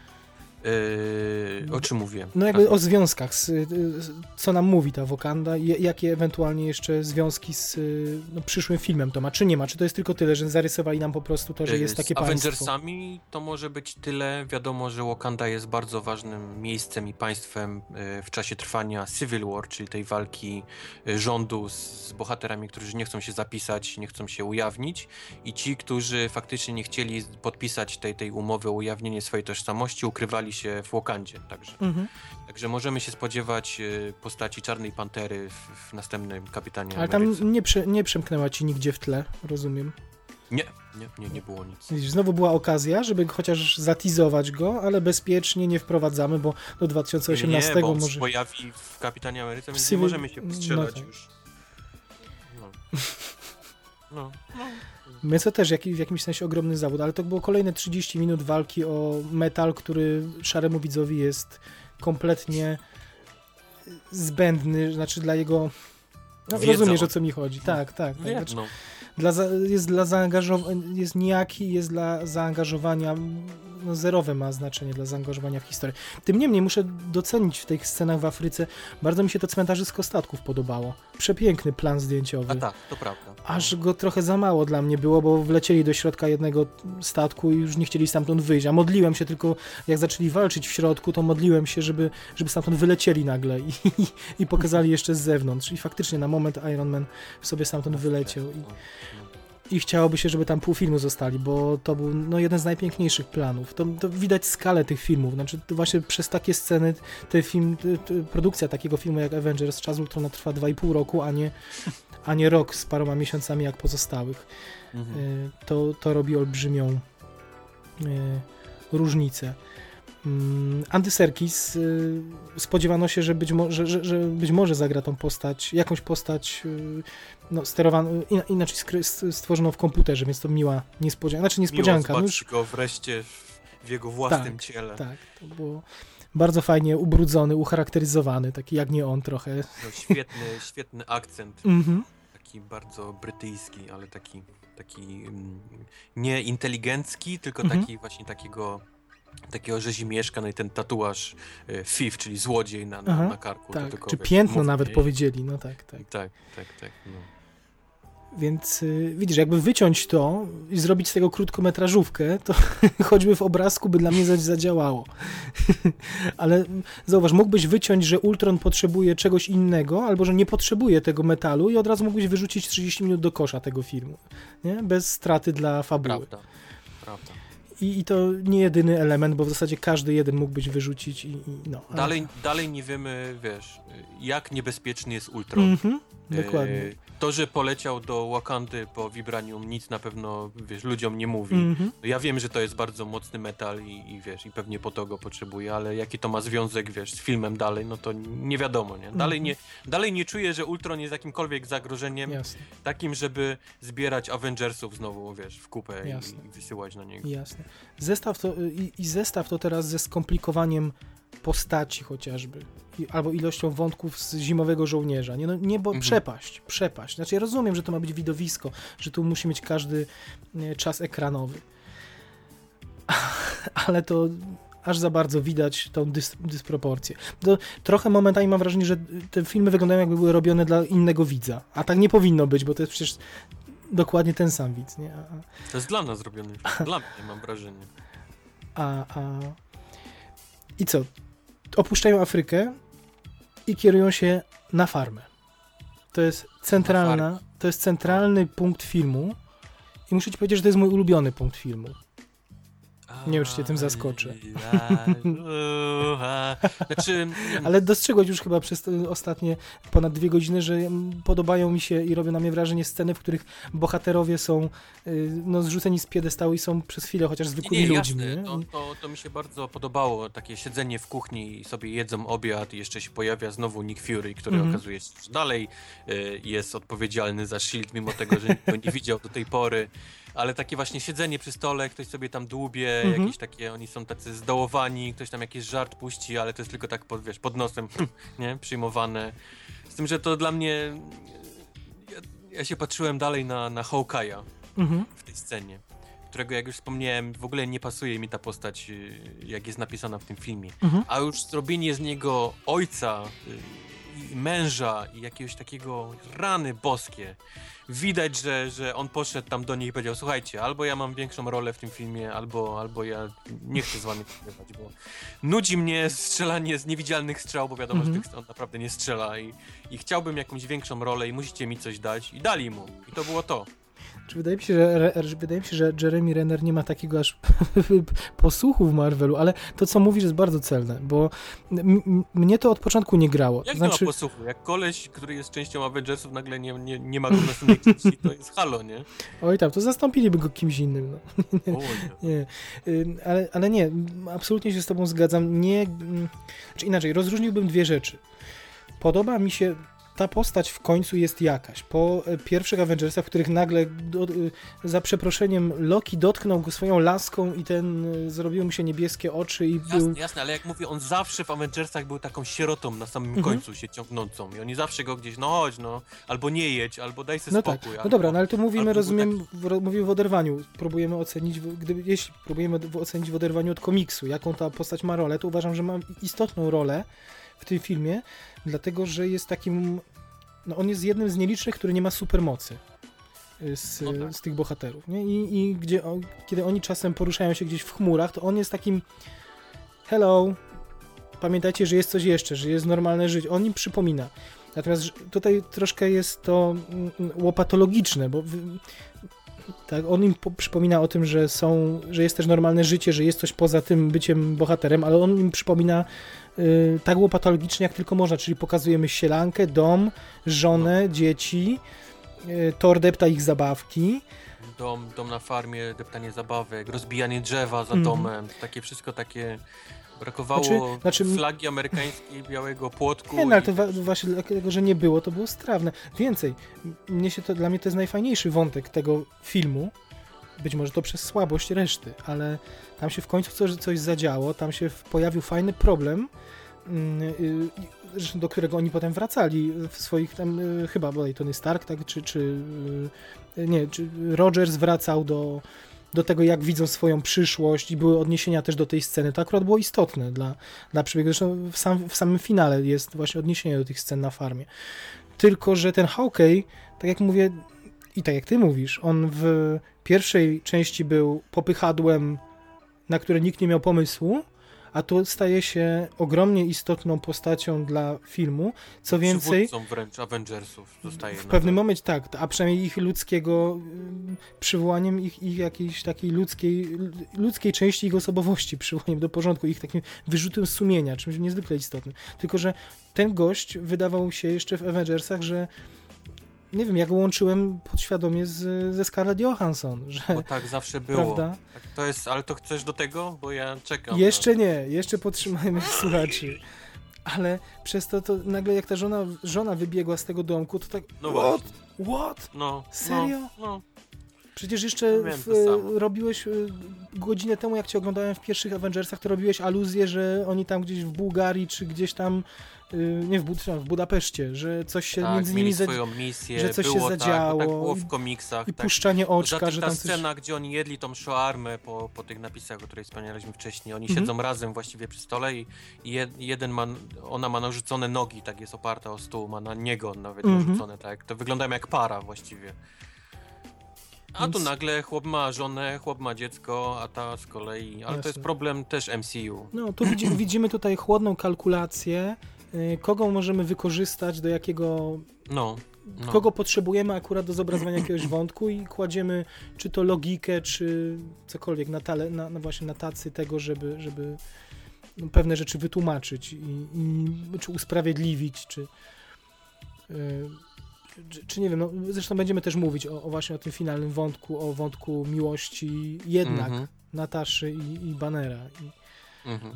S3: Yy, o czym mówiłem?
S2: No jakby o związkach, z, co nam mówi ta Wakanda, jakie ewentualnie jeszcze związki z no, przyszłym filmem to ma, czy nie ma, czy to jest tylko tyle, że zarysowali nam po prostu to, że jest takie
S3: z
S2: państwo. Z
S3: Avengersami to może być tyle, wiadomo, że Wakanda jest bardzo ważnym miejscem i państwem w czasie trwania Civil War, czyli tej walki rządu z bohaterami, którzy nie chcą się zapisać, nie chcą się ujawnić i ci, którzy faktycznie nie chcieli podpisać tej, tej umowy o ujawnienie swojej tożsamości, ukrywali się w Wakandzie, także. Mhm. Także możemy się spodziewać postaci Czarnej Pantery w, w następnym Kapitanie
S2: Ale
S3: Ameryce.
S2: tam nie, prze, nie przemknęła ci nigdzie w tle, rozumiem.
S3: Nie, nie, nie, nie było nic.
S2: Widzisz, znowu była okazja, żeby chociaż zatizować go, ale bezpiecznie nie wprowadzamy, bo do dwa tysiące osiemnastego
S3: nie, bo
S2: może...
S3: się pojawi w Kapitanie Ameryce, więc
S2: Cywil...
S3: nie możemy się wstrzelać
S2: no tak.
S3: już. No. No, no.
S2: My to też jak, w jakimś sensie ogromny zawód, ale to było kolejne trzydzieści minut walki o metal, który szaremu widzowi jest kompletnie zbędny, znaczy dla jego... No, rozumiesz, o co mi chodzi. Tak, tak. tak. Znaczy, dla za, jest dla zaangażowania, jest nijaki, jest dla zaangażowania, no zerowe ma znaczenie dla zaangażowania w historię. Tym niemniej muszę docenić w tych scenach w Afryce, bardzo mi się to cmentarzysko statków podobało. Przepiękny plan zdjęciowy.
S3: A tak, to prawda.
S2: Aż go trochę za mało dla mnie było, bo wlecieli do środka jednego statku i już nie chcieli stamtąd wyjść, a modliłem się tylko, jak zaczęli walczyć w środku, to modliłem się, żeby, żeby stamtąd wylecieli nagle i, i, i pokazali jeszcze z zewnątrz. I faktycznie na moment Iron Man sobie stamtąd wyleciał. I, I chciałoby się, żeby tam pół filmu zostali, bo to był no, jeden z najpiękniejszych planów. To, to widać skalę tych filmów. Znaczy, to właśnie przez takie sceny te film, te, te, produkcja takiego filmu jak Avengers Czas Ultrona trwa dwa i pół roku, a nie, a nie rok z paroma miesiącami jak pozostałych. Mhm. Y, to, to robi olbrzymią y, różnicę. Andy Serkis y, spodziewano się, że być, mo- że, że, że być może zagra tą postać, jakąś postać y, no, sterowaną, in, inaczej skry- stworzoną w komputerze, więc to miła niespodzianka. Znaczy niespodzianka.
S3: Miło
S2: no już...
S3: go wreszcie w jego własnym
S2: tak,
S3: ciele.
S2: Tak, to było bardzo fajnie ubrudzony, ucharakteryzowany, taki jak nie on trochę.
S3: No, świetny, świetny akcent.
S2: Mhm.
S3: Taki bardzo brytyjski, ale taki, taki mm, nie inteligencki, tylko
S2: mhm.
S3: taki właśnie takiego takiego rzezimieszka, no i ten tatuaż y, thief, czyli złodziej na, na, na karku.
S2: Tak,
S3: tylko,
S2: czy
S3: wiesz,
S2: piętno
S3: mówi,
S2: nawet powiedzieli, no tak, tak.
S3: Tak, tak, tak. No.
S2: Więc y, widzisz, jakby wyciąć to i zrobić z tego krótkometrażówkę, to choćby w obrazku by dla mnie zadziałało. Ale zauważ, mógłbyś wyciąć, że Ultron potrzebuje czegoś innego, albo że nie potrzebuje tego metalu i od razu mógłbyś wyrzucić trzydzieści minut do kosza tego filmu, nie? Bez straty dla fabuły.
S3: Prawda, prawda.
S2: I, I to nie jedyny element, bo w zasadzie każdy jeden mógłbyś wyrzucić i, i no. Ale...
S3: Dalej, dalej nie wiemy, wiesz, jak niebezpieczny jest Ultron.
S2: Mm-hmm, dokładnie.
S3: E, to, że poleciał do Wakandy po Vibranium, nic na pewno, wiesz, ludziom nie mówi.
S2: Mm-hmm.
S3: Ja wiem, że to jest bardzo mocny metal i, i wiesz, i pewnie po to go potrzebuje, ale jaki to ma związek, wiesz, z filmem dalej, no to nie wiadomo, nie? Dalej, mm-hmm. nie, dalej nie czuję, że Ultron jest jakimkolwiek zagrożeniem, Jasne. takim, żeby zbierać Avengersów znowu, wiesz, w kupę i, i wysyłać na niego.
S2: Jasne. Zestaw to, i, i zestaw to teraz ze skomplikowaniem postaci chociażby, I, albo ilością wątków z Zimowego Żołnierza. Nie, no, nie bo mhm. przepaść, przepaść. Znaczy ja rozumiem, że to ma być widowisko, że tu musi mieć każdy nie, czas ekranowy. Ale to aż za bardzo widać tą dys, dysproporcję. To, trochę momentami mam wrażenie, że te filmy wyglądają jakby były robione dla innego widza. A tak nie powinno być, bo to jest przecież dokładnie ten sam widz. Nie? A, a...
S3: To jest dla nas zrobione. Dla mnie mam wrażenie.
S2: A, a... I co? Opuszczają Afrykę i kierują się na farmę. To jest centralna, to jest centralny punkt filmu i muszę ci powiedzieć, że to jest mój ulubiony punkt filmu. Nie wiem, czy cię tym zaskoczę.
S3: Znaczy...
S2: Ale dostrzegłeś już chyba przez ostatnie ponad dwie godziny, że podobają mi się i robią na mnie wrażenie sceny, w których bohaterowie są no, zrzuceni z piedestału i są przez chwilę chociaż zwykłymi
S3: nie, nie,
S2: ludźmi.
S3: Jasne.
S2: Nie?
S3: To, to, to mi się bardzo podobało, takie siedzenie w kuchni i sobie jedzą obiad i jeszcze się pojawia znowu Nick Fury, który mm-hmm. okazuje się, że dalej y, jest odpowiedzialny za S H I E L D, mimo tego, że nikt go nie widział do tej pory. Ale takie właśnie siedzenie przy stole, ktoś sobie tam dłubie, mm-hmm. jakieś takie, oni są tacy zdołowani, ktoś tam jakiś żart puści, ale to jest tylko tak pod, wiesz, pod nosem, nie, przyjmowane. Z tym, że to dla mnie, ja, ja się patrzyłem dalej na, na Hawkeye'a mm-hmm. w tej scenie, którego, jak już wspomniałem, w ogóle nie pasuje mi ta postać, jak jest napisana w tym filmie. Mm-hmm. A już zrobienie z niego ojca, i męża i jakiegoś takiego rany boskie. Widać, że, że on poszedł tam do nich i powiedział: słuchajcie, albo ja mam większą rolę w tym filmie, albo, albo ja nie chcę z wami nagrywać, bo nudzi mnie strzelanie z niewidzialnych strzał, bo wiadomo, mm-hmm. że on naprawdę nie strzela i, i chciałbym jakąś większą rolę i musicie mi coś dać i dali mu. I to było to.
S2: Czy wydaje mi się, że, że, wydaje mi się, że Jeremy Renner nie ma takiego aż posłuchu w Marvelu, ale to, co mówisz, jest bardzo celne, bo m- m- mnie to od początku nie grało.
S3: Jak
S2: znaczy...
S3: nie ma posłuchu? Jak koleś, który jest częścią Avengersów, nagle nie, nie, nie ma go na następnej części, to jest halo, nie?
S2: Oj tam, to zastąpiliby go kimś innym. No. nie, nie. Ale, ale nie, absolutnie się z tobą zgadzam. Nie, czy inaczej, rozróżniłbym dwie rzeczy. Podoba mi się ta postać w końcu jest jakaś. Po pierwszych Avengersach, w których nagle do, za przeproszeniem Loki dotknął go swoją laską i ten zrobiły mu się niebieskie oczy i
S3: jasne,
S2: był...
S3: Jasne, ale jak mówię, on zawsze w Avengersach był taką sierotą na samym mhm. końcu się ciągnącą i oni zawsze go gdzieś, no chodź, no, albo nie jedź, albo daj sobie
S2: no
S3: spokój.
S2: Tak. No
S3: albo,
S2: dobra, no ale tu mówimy, rozumiem,
S3: tak...
S2: w, mówimy w oderwaniu. Próbujemy ocenić, gdyby, jeśli próbujemy ocenić w oderwaniu od komiksu, jaką ta postać ma rolę, to uważam, że ma istotną rolę w tym filmie, dlatego, że jest takim... No on jest jednym z nielicznych, który nie ma supermocy z, no tak. z tych bohaterów, nie? I, i gdzie on, kiedy oni czasem poruszają się gdzieś w chmurach, to on jest takim hello, pamiętajcie, że jest coś jeszcze, że jest normalne życie. On im przypomina. Natomiast tutaj troszkę jest to łopatologiczne, bo tak, on im po- przypomina o tym, że są, że jest też normalne życie, że jest coś poza tym byciem bohaterem, ale on im przypomina y, tak łopatologicznie, jak tylko można, czyli pokazujemy sielankę, dom, żonę, no. dzieci, y, Thor depta ich zabawki.
S3: Dom, dom na farmie, deptanie zabawek, rozbijanie drzewa za
S2: mm.
S3: domem, takie wszystko takie... Brakowało
S2: znaczy, znaczy,
S3: flagi amerykańskiej, białego płotku.
S2: Nie, no ale
S3: i...
S2: to wa- właśnie dlatego, że nie było, to było strawne. Więcej, mnie się to, dla mnie to jest najfajniejszy wątek tego filmu. Być może to przez słabość reszty, ale tam się w końcu coś, coś zadziało, tam się pojawił fajny problem, yy, do którego oni potem wracali w swoich tam, yy, chyba bodaj Tony Stark, tak, czy, czy yy, nie, czy Rogers wracał do do tego, jak widzą swoją przyszłość i były odniesienia też do tej sceny. To akurat było istotne dla, dla przebiegu. Zresztą w, sam, w samym finale jest właśnie odniesienie do tych scen na farmie. Tylko, że ten Hawkeye, tak jak mówię i tak jak ty mówisz, on w pierwszej części był popychadłem, na które nikt nie miał pomysłu, a tu staje się ogromnie istotną postacią dla filmu. Co więcej...
S3: Przywódcą wręcz Avengersów zostaje.
S2: W pewnym momencie tak, a przynajmniej ich ludzkiego, przywołaniem ich, ich jakiejś takiej ludzkiej, ludzkiej części ich osobowości, przywołaniem do porządku, ich takim wyrzutem sumienia, czymś niezwykle istotnym. Tylko, że ten gość wydawał się jeszcze w Avengersach, że nie wiem, ja go łączyłem podświadomie z, ze Scarlett Johansson, że...
S3: Bo tak zawsze było.
S2: Prawda?
S3: Tak, to jest, ale to chcesz do tego? Bo ja czekam.
S2: Jeszcze
S3: na...
S2: nie, jeszcze podtrzymajmy słuchaczy. Ale przez to, to nagle jak ta żona, żona wybiegła z tego domku, to tak...
S3: No
S2: what?
S3: właśnie.
S2: What?
S3: No.
S2: Serio?
S3: No. no.
S2: Przecież jeszcze w, robiłeś godzinę temu, jak cię oglądałem w pierwszych Avengersach, to robiłeś aluzję, że oni tam gdzieś w Bułgarii, czy gdzieś tam, nie w, Bud- w Budapeszcie, że coś się
S3: tak,
S2: między nimi
S3: swoją misję,
S2: że coś
S3: było,
S2: się zadziało.
S3: Tak, tak było w komiksach.
S2: I
S3: tak.
S2: puszczanie oczka,
S3: Zatem
S2: że
S3: ta
S2: tam coś...
S3: scena, gdzie oni jedli tą shawarmę po, po tych napisach, o której wspomnieliśmy wcześniej, oni
S2: Mhm.
S3: siedzą razem właściwie przy stole i, i jed, jeden ma, ona ma narzucone nogi, tak jest oparta o stół, ma na niego nawet
S2: Mhm.
S3: narzucone, tak, to wyglądają jak para właściwie. A
S2: Więc...
S3: tu nagle chłop ma żonę, chłop ma dziecko, a ta z kolei... Ale
S2: Jasne.
S3: to jest problem też M C U.
S2: No, tu widzimy, widzimy tutaj chłodną kalkulację, y, kogo możemy wykorzystać, do jakiego...
S3: No, no.
S2: Kogo potrzebujemy akurat do zobrazowania jakiegoś wątku i kładziemy czy to logikę, czy cokolwiek na, tale, na, na właśnie na tacy tego, żeby, żeby no, pewne rzeczy wytłumaczyć i, i czy usprawiedliwić, czy... Y, Czy, czy nie wiem, no, zresztą będziemy też mówić o, o właśnie o tym finalnym wątku, o wątku miłości jednak
S3: Mhm.
S2: Nataszy i, i Bannera. I...
S3: Mhm.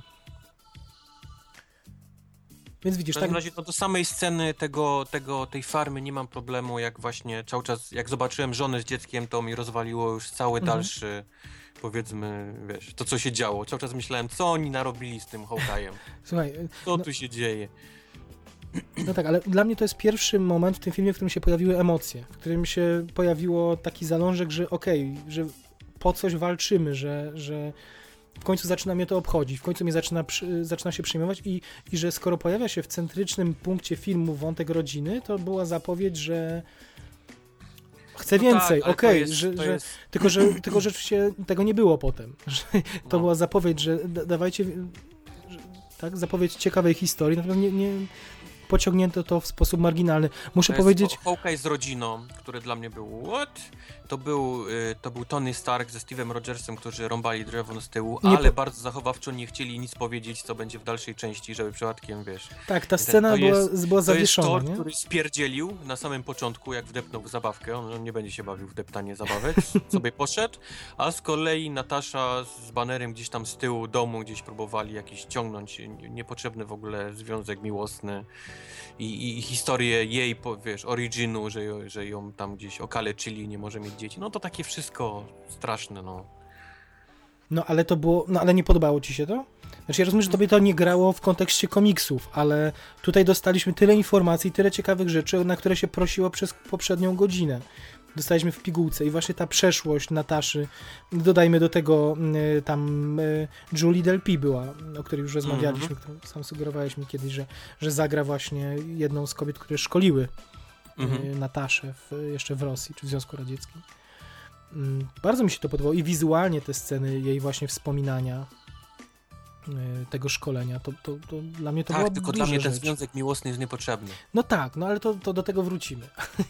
S2: Więc widzisz,
S3: W każdym
S2: tak...
S3: razie no, do samej sceny tego, tego, tej farmy nie mam problemu, jak właśnie cały czas, jak zobaczyłem żonę z dzieckiem, to mi rozwaliło już cały
S2: Mhm.
S3: dalszy, powiedzmy, wiesz, to co się działo. Cały czas myślałem, co oni narobili z tym Hawkeye'em,
S2: Słuchaj,
S3: co
S2: no,
S3: tu się dzieje.
S2: no tak, ale dla mnie to jest pierwszy moment w tym filmie, w którym się pojawiły emocje, w którym się pojawiło taki zalążek, że okej, okay, że po coś walczymy, że, że w końcu zaczyna mnie to obchodzić, w końcu mnie zaczyna, przy, zaczyna się przejmować i, i że skoro pojawia się w centrycznym punkcie filmu wątek rodziny, to była zapowiedź, że chcę
S3: No
S2: więcej,
S3: tak,
S2: okej,
S3: okay,
S2: że, że,
S3: jest...
S2: tylko, że tylko że się tego nie było potem, że to
S3: No.
S2: była zapowiedź, że da, dawajcie, że, tak, zapowiedź ciekawej historii, natomiast nie, nie pociągnięto to w sposób marginalny. Muszę
S3: To jest
S2: powiedzieć...
S3: Hawkeye z rodziną, który dla mnie był what? To był, y, to był Tony Stark ze Steve'em Rogersem, którzy rąbali drewno z tyłu,
S2: Nie
S3: ale
S2: po...
S3: bardzo zachowawczo nie chcieli nic powiedzieć, co będzie w dalszej części, żeby przypadkiem, wiesz...
S2: Tak, ta scena była,
S3: jest,
S2: była zawieszona,
S3: to jest
S2: nie?
S3: Thor, który spierdzielił na samym początku, jak wdepnął w zabawkę, on, on nie będzie się bawił w deptanie zabawek, sobie poszedł, a z kolei Natasza z Bannerem gdzieś tam z tyłu domu gdzieś próbowali jakiś ciągnąć niepotrzebny w ogóle związek miłosny. i, i historię jej, wiesz, originu, że, ją- że ją tam gdzieś okaleczyli, nie może mieć dzieci. No to takie wszystko straszne, no.
S2: No ale to było, no ale nie podobało ci się to? Znaczy ja rozumiem, że tobie to nie grało w kontekście komiksów, ale tutaj dostaliśmy tyle informacji, tyle ciekawych rzeczy, na które się prosiło przez poprzednią godzinę. Dostaliśmy w pigułce i właśnie ta przeszłość Nataszy, dodajmy do tego y, tam y, Julie Delpy była, o której już rozmawialiśmy, którą sam sugerowałeś mi kiedyś, że, że zagra właśnie jedną z kobiet, które szkoliły y,
S3: Mhm.
S2: Nataszę w, jeszcze w Rosji, czy w Związku Radzieckim. Mm, Bardzo mi się to podobało i wizualnie te sceny jej właśnie wspominania y, tego szkolenia, to, to, to dla mnie to była
S3: Tak, tylko dla
S2: duża
S3: mnie ten
S2: rzecz.
S3: związek miłosny jest niepotrzebny.
S2: No tak, no ale to, to do tego wrócimy.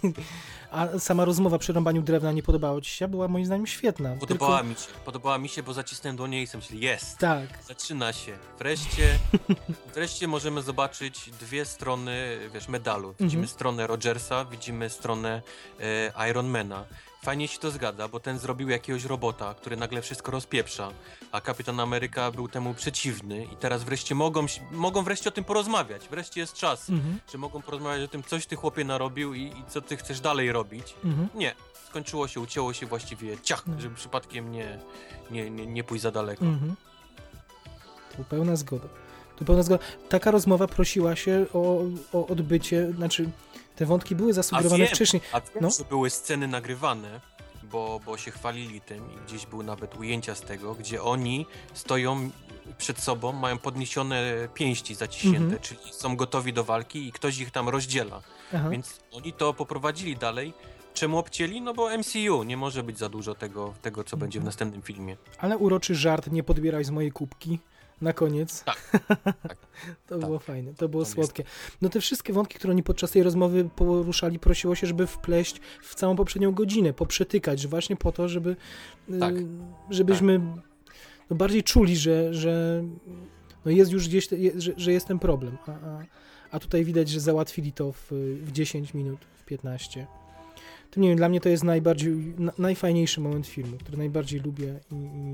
S2: A sama rozmowa przy rąbaniu drewna nie podobała ci się? Była moim zdaniem świetna.
S3: Podobała
S2: tylko...
S3: mi się, podobała mi się, bo zacisnąłem do niej i sobie myślę, jest,
S2: Tak.
S3: zaczyna się. Wreszcie, wreszcie możemy zobaczyć dwie strony, wiesz, medalu. Widzimy
S2: Mhm.
S3: stronę Rogersa, widzimy stronę e, Ironmana. Fajnie się to zgadza, bo ten zrobił jakiegoś robota, który nagle wszystko rozpieprza, a Kapitan Ameryka był temu przeciwny i teraz wreszcie mogą, się- mogą wreszcie o tym porozmawiać. Wreszcie jest czas,
S2: Mhm.
S3: że mogą porozmawiać o tym, coś ty chłopie narobił i, i co ty chcesz dalej robić.
S2: Mhm.
S3: Nie, skończyło się, ucięło się właściwie ciach,
S2: No.
S3: żeby przypadkiem nie, nie, nie, nie pójść za daleko.
S2: Mhm. Tu pełna zgoda. Tu pełna zgoda. Taka rozmowa prosiła się o, o odbycie, znaczy te wątki były zasugerowane
S3: wiem,
S2: wcześniej.
S3: A wiem,
S2: No.
S3: że były sceny nagrywane, bo, bo się chwalili tym i gdzieś były nawet ujęcia z tego, gdzie oni stoją przed sobą, mają podniesione pięści zaciśnięte,
S2: Mhm.
S3: czyli są gotowi do walki i ktoś ich tam rozdziela.
S2: Aha.
S3: Więc oni to poprowadzili dalej. Czemu obcięli? No bo M C U, nie może być za dużo tego, tego co będzie w
S2: Mhm.
S3: następnym filmie.
S2: Ale uroczy żart, nie podbieraj z mojej kubki. Na koniec.
S3: Tak, tak.
S2: To
S3: Tak.
S2: było fajne, to było
S3: To jest-
S2: słodkie. No te wszystkie wątki, które oni podczas tej rozmowy poruszali, prosiło się, żeby wpleść w całą poprzednią godzinę, poprzetykać, że właśnie po to, żeby
S3: Tak.
S2: y, żebyśmy no, bardziej czuli, że, że no jest już gdzieś, te, je, że, że jest ten problem. A, a, a tutaj widać, że załatwili to w, w dziesięć minut, w piętnaście. To nie wiem, dla mnie to jest najbardziej, na, najfajniejszy moment filmu, który najbardziej lubię i, i,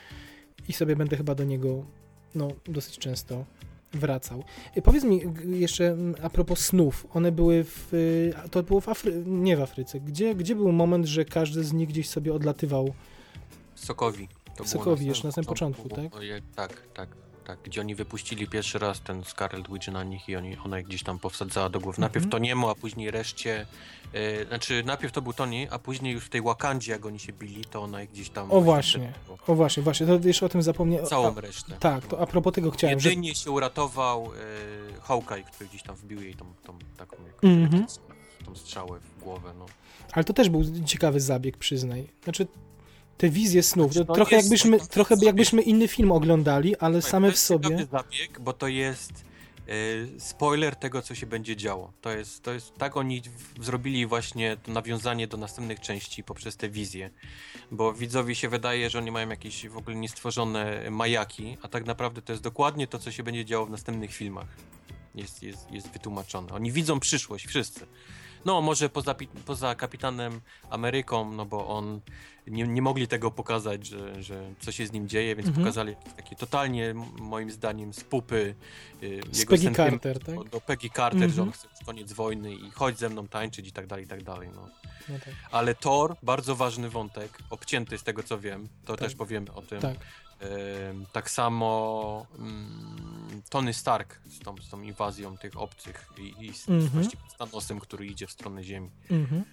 S2: i sobie będę chyba do niego no, dosyć często wracał. Y, Powiedz mi g- jeszcze mm, a propos snów, one były w, y, a to było w Afry... nie w Afryce, gdzie, gdzie był moment, że każdy z nich gdzieś sobie odlatywał?
S3: Sokowi. To było
S2: Sokowi
S3: na
S2: jeszcze na samym
S3: samym
S2: początku, tak?
S3: Oje, tak, tak, tak. Gdzie oni wypuścili pierwszy raz ten Scarlet Witch na nich i oni, ona ich gdzieś tam powsadzała do głowy. Najpierw
S2: Mhm.
S3: Toniemu, a później reszcie. E, znaczy, najpierw to był Tony, a później już w tej Wakandzie, jak oni się bili, to ona ich gdzieś tam...
S2: O właśnie, o właśnie, właśnie, to jeszcze o tym zapomniałem.
S3: Całą
S2: A,
S3: resztę.
S2: tak, to a propos tego chciałem, że...
S3: Jedynie się uratował e, Hawkeye, który gdzieś tam wbił jej tą, tą taką jakąś,
S2: Mhm.
S3: tą strzałę w głowę, no.
S2: Ale to też był ciekawy zabieg, przyznaj. Znaczy, te wizje snów,
S3: Znaczy,
S2: to
S3: to
S2: trochę
S3: jest
S2: jakbyśmy,
S3: taki
S2: trochę
S3: zabieg.
S2: jakbyśmy inny film oglądali, ale
S3: Tak,
S2: same
S3: to
S2: w
S3: jest
S2: sobie...
S3: ciekawy zabieg, bo to jest e, spoiler tego, co się będzie działo. To jest, to jest tak oni w, zrobili właśnie to nawiązanie do następnych części poprzez te wizje. Bo widzowi się wydaje, że oni mają jakieś w ogóle niestworzone majaki, a tak naprawdę to jest dokładnie to, co się będzie działo w następnych filmach. Jest, jest, jest wytłumaczone. Oni widzą przyszłość, wszyscy. No, może poza, pi- poza Kapitanem Ameryką, no bo on nie, nie mogli tego pokazać, że, że co się z nim dzieje, więc
S2: Mhm.
S3: pokazali takie totalnie, m- moim zdaniem, spupy y,
S2: Z
S3: jego
S2: Peggy
S3: sentyment
S2: Carter, tak?
S3: do, do Peggy Carter, że
S2: Mhm.
S3: on chce już koniec wojny i chodź ze mną tańczyć i tak dalej, i tak dalej, no.
S2: No tak.
S3: Ale Thor, bardzo ważny wątek, obcięty z tego, co wiem, to
S2: Tak.
S3: też powiemy o tym.
S2: Tak.
S3: Em, tak samo mm, Tony Stark z tą, z tą inwazją tych obcych i, i z,
S2: Mhm.
S3: właściwie z Thanosem, który idzie w stronę Ziemi.
S2: Mhm.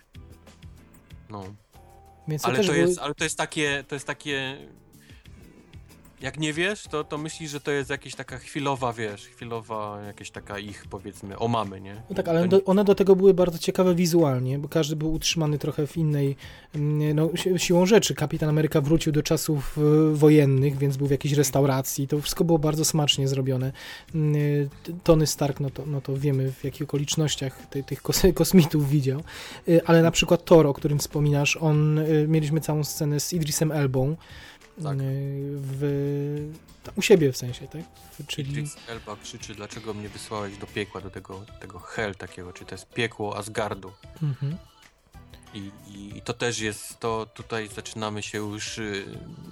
S3: No.
S2: Więc
S3: Ale
S2: też
S3: to,
S2: były-
S3: jest, ale to jest takie, to jest takie... Jak nie wiesz, to, to myślisz, że to jest jakaś taka chwilowa, wiesz, chwilowa jakaś taka ich, powiedzmy, omamy, nie?
S2: No tak,
S3: To
S2: ale
S3: nie-
S2: do, one do tego były bardzo ciekawe wizualnie, bo każdy był utrzymany trochę w innej, mm, no si- siłą rzeczy. Kapitan Ameryka wrócił do czasów e, wojennych, więc był w jakiejś restauracji. To wszystko było bardzo smacznie zrobione. Mm, t- Tony Stark, no to, no to wiemy w jakich okolicznościach te, tych kos- kosmitów widział. E, Ale na przykład Thor, o którym wspominasz, on, e, mieliśmy całą scenę z Idrisem Elbą.
S3: Tak.
S2: e, W, u siebie w sensie, tak? Czyli...
S3: Idris Elba krzyczy, dlaczego mnie wysłałeś do piekła, do tego, tego hell takiego, czy to jest piekło Asgardu.
S2: Mhm.
S3: I, I to też jest, to tutaj zaczynamy się już y,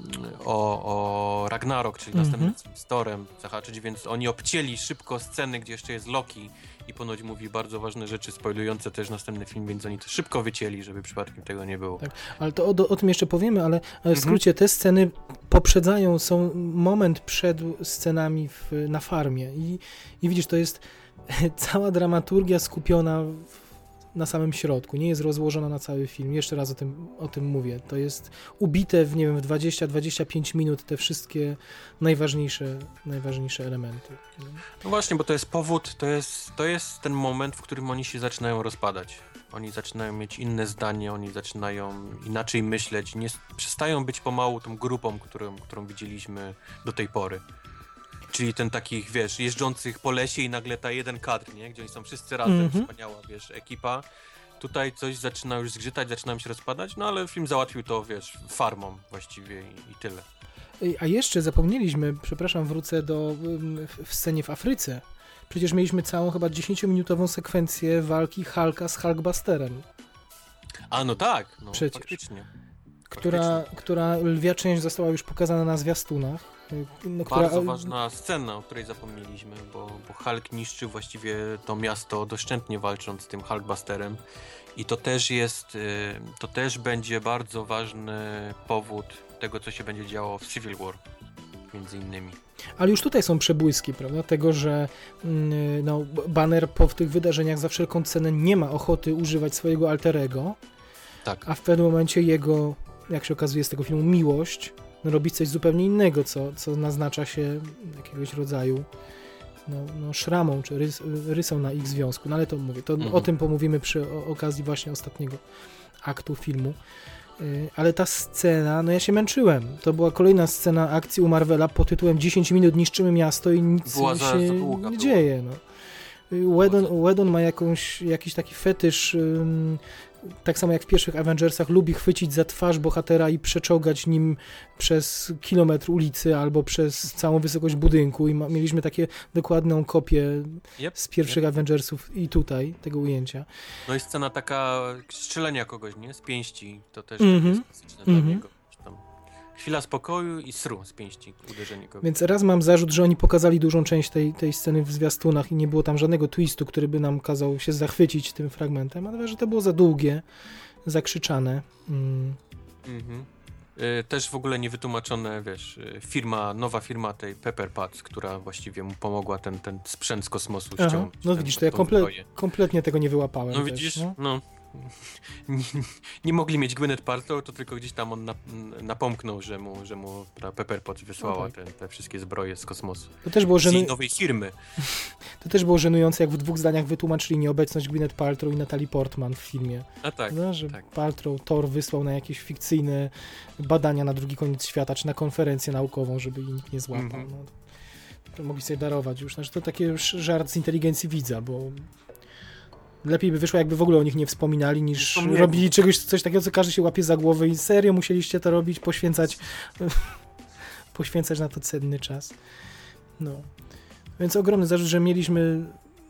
S3: o, o Ragnarok, czyli mm-hmm. następnym z Thorem zahaczyć, więc oni obcięli szybko sceny, gdzie jeszcze jest Loki i ponoć mówi bardzo ważne rzeczy, spoilujące też następny film, więc oni to szybko wycięli, żeby przypadkiem tego nie było.
S2: Tak, ale to o, o tym jeszcze powiemy, ale, ale w skrócie mm-hmm. te sceny poprzedzają, są moment przed scenami w, na farmie i, i widzisz, to jest cała dramaturgia skupiona w na samym środku, nie jest rozłożona na cały film. Jeszcze raz o tym, o tym mówię. To jest ubite w, nie wiem, w dwadzieścia do dwudziestu pięciu minut te wszystkie najważniejsze, najważniejsze elementy.
S3: No właśnie, bo to jest powód, to jest, to jest ten moment, w którym oni się zaczynają rozpadać. Oni zaczynają mieć inne zdanie, oni zaczynają inaczej myśleć, nie, przestają być pomału tą grupą, którą, którą widzieliśmy do tej pory. Czyli ten takich, wiesz, jeżdżących po lesie i nagle ta jeden kadr, nie? Gdzie oni są wszyscy razem, mm-hmm. wspaniała, wiesz, ekipa. Tutaj coś zaczyna już zgrzytać, zaczynają się rozpadać, no ale film załatwił to, wiesz, farmą właściwie i, i tyle.
S2: A jeszcze zapomnieliśmy, przepraszam, wrócę do w scenie w Afryce. Przecież mieliśmy całą chyba dziesięciominutową sekwencję walki Hulka z Hulkbusterem.
S3: A no tak, no
S2: przecież.
S3: faktycznie.
S2: Która,
S3: faktycznie.
S2: która lwia część została już pokazana na zwiastunach.
S3: No, która... Bardzo ważna scena, o której zapomnieliśmy, bo, bo Hulk niszczy właściwie to miasto doszczętnie walcząc z tym Hulkbusterem i to też jest, to też będzie bardzo ważny powód tego, co się będzie działo w Civil War, między innymi.
S2: Ale już tutaj są przebłyski, prawda, tego, że no, Banner po tych wydarzeniach za wszelką cenę nie ma ochoty używać swojego alterego,
S3: tak.
S2: A w pewnym momencie jego, jak się okazuje z tego filmu, miłość robić coś zupełnie innego, co, co naznacza się jakiegoś rodzaju no, no, szramą, czy rys, rysą na ich związku. No ale to mówię, to mm-hmm. o tym pomówimy przy o, okazji właśnie ostatniego aktu filmu. Yy, ale ta scena, no ja się męczyłem. To była kolejna scena akcji u Marvela pod tytułem dziesięć minut niszczymy miasto i nic
S3: była
S2: się
S3: za, za długa,
S2: nie
S3: była.
S2: dzieje. No. Whedon, Whedon ma jakąś, jakiś taki fetysz, ym, tak samo jak w pierwszych Avengersach, lubi chwycić za twarz bohatera i przeczołgać nim przez kilometr ulicy albo przez całą wysokość budynku i ma, mieliśmy takie dokładną kopię yep, z pierwszych yep. Avengersów i tutaj, tego ujęcia.
S3: No i scena taka strzelenia kogoś, nie? Z pięści, to też
S2: mm-hmm.
S3: jest klasyczne mm-hmm. dla niego. Tam chwila spokoju i sru z pięści, uderzenie kogoś.
S2: Więc raz mam zarzut, że oni pokazali dużą część tej, tej sceny w zwiastunach i nie było tam żadnego twistu, który by nam kazał się zachwycić tym fragmentem, ale że to było za długie, zakrzyczane. Mm.
S3: Mhm. Y, też w ogóle niewytłumaczone, wiesz, firma, nowa firma tej Pepper Potts, która właściwie mu pomogła ten, ten sprzęt z kosmosu
S2: Aha.
S3: ściągnąć.
S2: No
S3: ten,
S2: widzisz, to ja komple- kompletnie tego nie wyłapałem.
S3: No
S2: też,
S3: widzisz,
S2: no.
S3: no. Nie, nie mogli mieć Gwyneth Paltrow, to tylko gdzieś tam on nap, napomknął, że mu, że mu ta Pepper Potts wysłała
S2: no tak.
S3: te, te wszystkie zbroje z kosmosu.
S2: To też było
S3: z
S2: żenu...
S3: jej nowej firmy.
S2: To też było żenujące, jak w dwóch zdaniach wytłumaczyli nieobecność Gwyneth Paltrow i Natalie Portman w filmie.
S3: A tak,
S2: no, że
S3: tak.
S2: Paltrow, Thor wysłał na jakieś fikcyjne badania na drugi koniec świata, czy na konferencję naukową, żeby jej nikt nie złapał. Mm-hmm. No, to, to mogli sobie darować już. Znaczy, to taki żart z inteligencji widza, bo lepiej by wyszło, jakby w ogóle o nich nie wspominali, niż nie robili czegoś, coś takiego, co każdy się łapie za głowę i serio musieliście to robić, poświęcać poświęcać na to cenny czas. No. Więc ogromny zarzut, że mieliśmy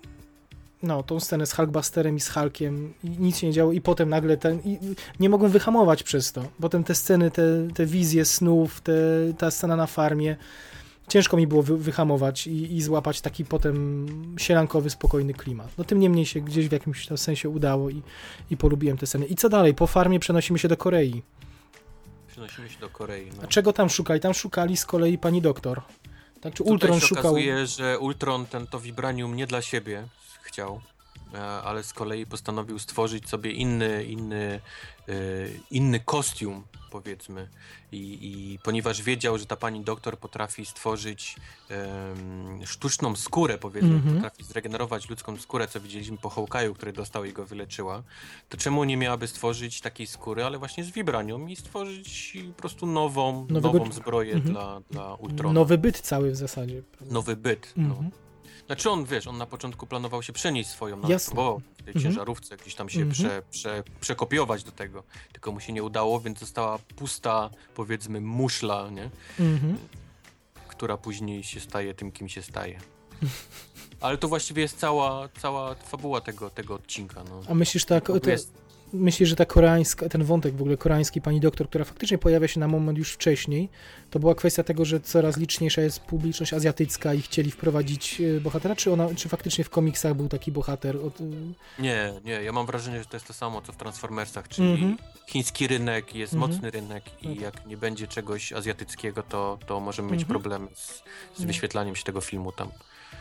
S2: no, tą scenę z Hulkbusterem i z Hulkiem i nic się nie działo i potem nagle ten, i nie mogłem wyhamować przez to. Potem te sceny, te, te wizje snów, te, ta scena na farmie, ciężko mi było wy, wyhamować i, i złapać taki potem sielankowy, spokojny klimat. No tym niemniej się gdzieś w jakimś tam sensie udało i, i polubiłem tę scenę. I co dalej? Po farmie przenosimy się do Korei.
S3: Przenosimy się do Korei. No.
S2: A czego tam szukali? Tam szukali z kolei pani doktor. Tak, czy Ultron
S3: Tutaj się
S2: szukał...
S3: okazuje, że Ultron ten to vibranium nie dla siebie chciał, ale z kolei postanowił stworzyć sobie inny, inny, inny kostium, powiedzmy. I, i ponieważ wiedział, że ta pani doktor potrafi stworzyć um, sztuczną skórę, powiedzmy, mm-hmm. potrafi zregenerować ludzką skórę, co widzieliśmy po Hawkeye'u, który dostał i go wyleczyła, to czemu nie miałaby stworzyć takiej skóry, ale właśnie z vibranium i stworzyć po prostu nową, Nowego... nową zbroję mm-hmm. dla, dla Ultrona.
S2: Nowy byt cały w zasadzie. Prawda?
S3: Nowy byt, mm-hmm. no. Znaczy on, wiesz, on na początku planował się przenieść swoją, nawet próbował w tej ciężarówce gdzieś tam się mm-hmm. prze, prze, przekopiować do tego, tylko mu się nie udało, więc została pusta, powiedzmy, muszla, nie? Mm-hmm. Która później się staje tym, kim się staje. Ale to właściwie jest cała, cała fabuła tego, tego odcinka. No.
S2: A myślisz tak, to,
S3: jest...
S2: myślisz, że ta koreańska, ten wątek w ogóle koreański pani doktor, która faktycznie pojawia się na moment już wcześniej, to była kwestia tego, że coraz liczniejsza jest publiczność azjatycka i chcieli wprowadzić bohatera, czy ona, czy faktycznie w komiksach był taki bohater? Od...
S3: Nie, nie, ja mam wrażenie, że to jest to samo, co w Transformersach, czyli mm-hmm. chiński rynek jest mm-hmm. mocny rynek i okay. jak nie będzie czegoś azjatyckiego, to, to możemy mieć mm-hmm. problemy z, z wyświetlaniem się tego filmu tam.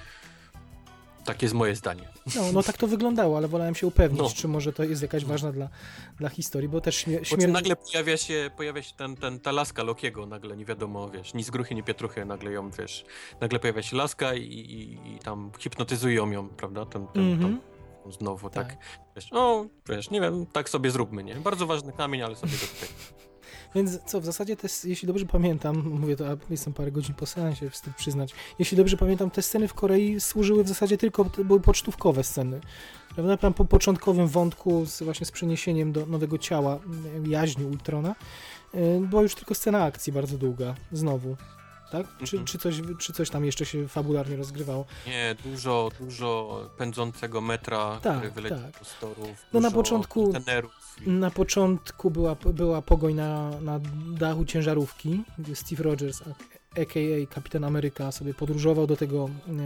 S3: Tak jest moje zdanie.
S2: No, no tak to wyglądało, ale wolałem się upewnić, no. czy może to jest jakaś ważna dla, dla historii, bo też śmier...
S3: śmier... Bo nagle pojawia się, pojawia się ten, ten, ta laska Lokiego, nagle nie wiadomo, wiesz, ni z gruchy, ni pietruchy, nagle ją, wiesz, nagle pojawia się laska i, i, i tam hipnotyzują ją, prawda, ten, ten, mm-hmm. tam znowu, tak, tak wiesz, no, wiesz, nie wiem, tak sobie zróbmy, nie? Bardzo ważny kamień, ale sobie go tutaj...
S2: Więc co, w zasadzie te, jeśli dobrze pamiętam, mówię to, a jestem parę godzin po seansie, wstyd przyznać, jeśli dobrze pamiętam, te sceny w Korei służyły w zasadzie tylko, były pocztówkowe sceny. Prawda? Tam po początkowym wątku, z, właśnie z przeniesieniem do nowego ciała jaźni Ultrona, yy, była już tylko scena akcji bardzo długa, znowu. Tak? Czy, mm-hmm. czy, coś, czy coś tam jeszcze się fabularnie rozgrywało?
S3: Nie, dużo, dużo pędzącego metra,
S2: tak,
S3: który wyleciał
S2: tak.
S3: z torów,
S2: no na początku,
S3: i...
S2: na początku była, była pogoń na, na dachu ciężarówki, gdzie Steve Rogers, a k a. Kapitan Ameryka, sobie podróżował do tego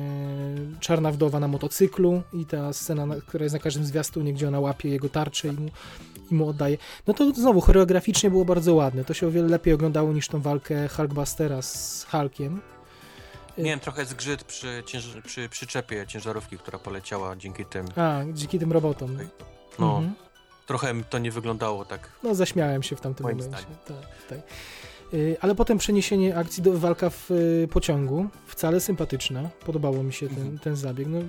S2: e, Czarna Wdowa na motocyklu i ta scena, na, która jest na każdym zwiastunie, gdzie ona łapie jego tarczę i mu, i mu oddaje. No to znowu choreograficznie było bardzo ładne. To się o wiele lepiej oglądało niż tą walkę Hulkbustera z Hulkiem.
S3: Miałem trochę zgrzyt przy, cięż- przy przyczepie ciężarówki, która poleciała dzięki tym.
S2: A, dzięki tym robotom.
S3: No, mhm. trochę to nie wyglądało tak.
S2: No, zaśmiałem się w tamtym momencie. Tak, tak. Ale potem przeniesienie akcji do walka w pociągu, wcale sympatyczna, podobało mi się ten, mhm. ten zabieg. No,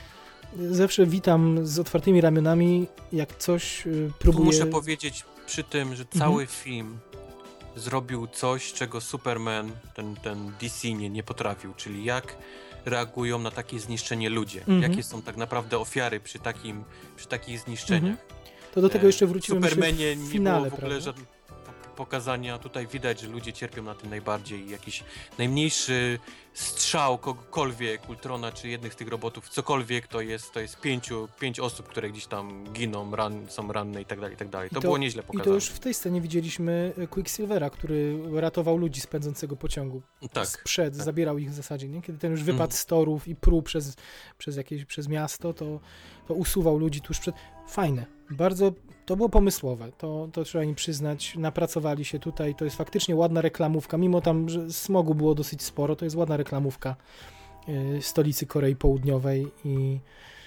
S2: zawsze witam z otwartymi ramionami, jak coś próbuję...
S3: Tu muszę powiedzieć przy tym, że cały mhm. film zrobił coś, czego Superman, ten, ten D C nie, nie potrafił, czyli jak reagują na takie zniszczenie ludzie, mhm. jakie są tak naprawdę ofiary przy, takim, przy takich zniszczeniach. Mhm.
S2: To do tego jeszcze wróciłem w
S3: Supermanie
S2: w finale,
S3: nie było w ogóle
S2: prawda?
S3: żadnych pokazania. Tutaj widać, że ludzie cierpią na tym najbardziej i jakiś najmniejszy strzał kogokolwiek, Ultrona czy jednych z tych robotów, cokolwiek, to jest, to jest pięciu, pięć osób, które gdzieś tam giną, ran, są ranne i tak dalej, i tak dalej. To, to było nieźle pokazane.
S2: I to już w tej scenie widzieliśmy Quicksilvera, który ratował ludzi z pędzącego pociągu.
S3: Tak.
S2: Sprzed,
S3: tak.
S2: zabierał ich w zasadzie, nie? Kiedy ten już wypadł
S3: mm.
S2: z torów i pruł przez, przez jakieś, przez miasto, to, to usuwał ludzi tuż przed... Fajne. Bardzo... To było pomysłowe, to, to trzeba im przyznać, napracowali się tutaj, to jest faktycznie ładna reklamówka, mimo tam, że smogu było dosyć sporo, to jest ładna reklamówka y, stolicy Korei Południowej i,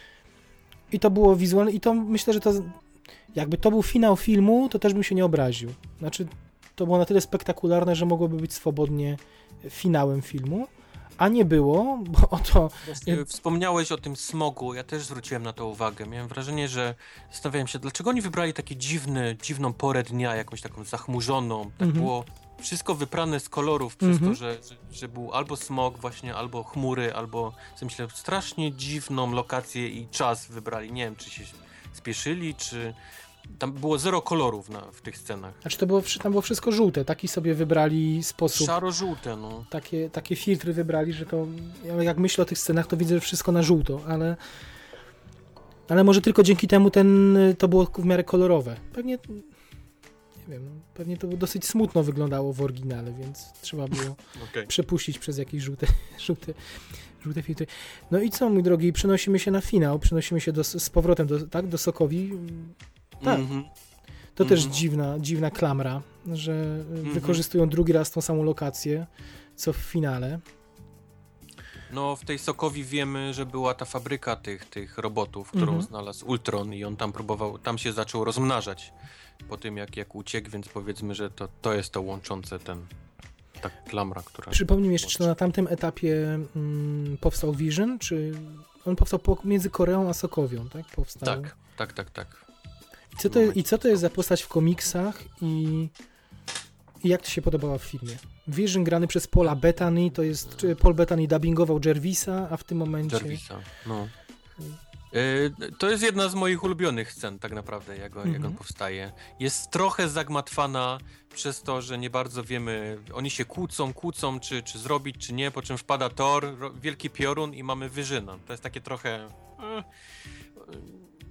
S2: i to było wizualne i to myślę, że to jakby to był finał filmu, to też bym się nie obraził. Znaczy, to było na tyle spektakularne, że mogłoby być swobodnie finałem filmu, a nie było, bo oto...
S3: Właśnie wspomniałeś o tym smogu, ja też zwróciłem na to uwagę. Miałem wrażenie, że zastanawiałem się, dlaczego oni wybrali taki dziwny, dziwną porę dnia, jakąś taką zachmurzoną. Tak mm-hmm. było wszystko wyprane z kolorów przez mm-hmm. to, że, że, że był albo smog właśnie, albo chmury, albo myślę, strasznie dziwną lokację i czas wybrali. Nie wiem, czy się spieszyli, czy... Tam było zero kolorów na, w tych scenach.
S2: Znaczy to było, tam było wszystko żółte, taki sobie wybrali sposób.
S3: Szaro-żółte, no.
S2: Takie, takie filtry wybrali, że to, jak myślę o tych scenach, to widzę wszystko na żółto, ale ale może tylko dzięki temu ten, to było w miarę kolorowe. Pewnie, nie wiem, pewnie to dosyć smutno wyglądało w oryginale, więc trzeba było okay. przepuścić przez jakieś żółte, żółte, żółte filtry. No i co, mój drogi, przenosimy się na finał, przenosimy się do, z powrotem do, tak, do Sokowi. Tak. Mm-hmm. To mm-hmm. też dziwna, dziwna klamra, że mm-hmm. wykorzystują drugi raz tą samą lokację, co w finale.
S3: No, w tej Sokowi wiemy, że była ta fabryka tych, tych robotów, którą mm-hmm. znalazł Ultron i on tam próbował, tam się zaczął rozmnażać po tym, jak, jak uciekł, więc powiedzmy, że to, to jest to łączące ten, ta klamra, która...
S2: Przypomnij mi jeszcze, czy na tamtym etapie mm, powstał Vision, czy on powstał między Koreą a Sokowią, tak? Powstał...
S3: Tak, tak, tak, tak.
S2: Co to, I co to jest za postać w komiksach i, i jak ci się podobała w filmie? Vision grany przez Paula Bettany, to jest, Paul Bettany dubbingował Jarvisa, a w tym momencie...
S3: Jarvisa, no. Yy, to jest jedna z moich ulubionych scen tak naprawdę, jak, mm-hmm. jak on powstaje. Jest trochę zagmatwana przez to, że nie bardzo wiemy, oni się kłócą, kłócą, czy, czy zrobić, czy nie, po czym wpada Thor, ro, wielki piorun i mamy Visiona. To jest takie trochę... Yy,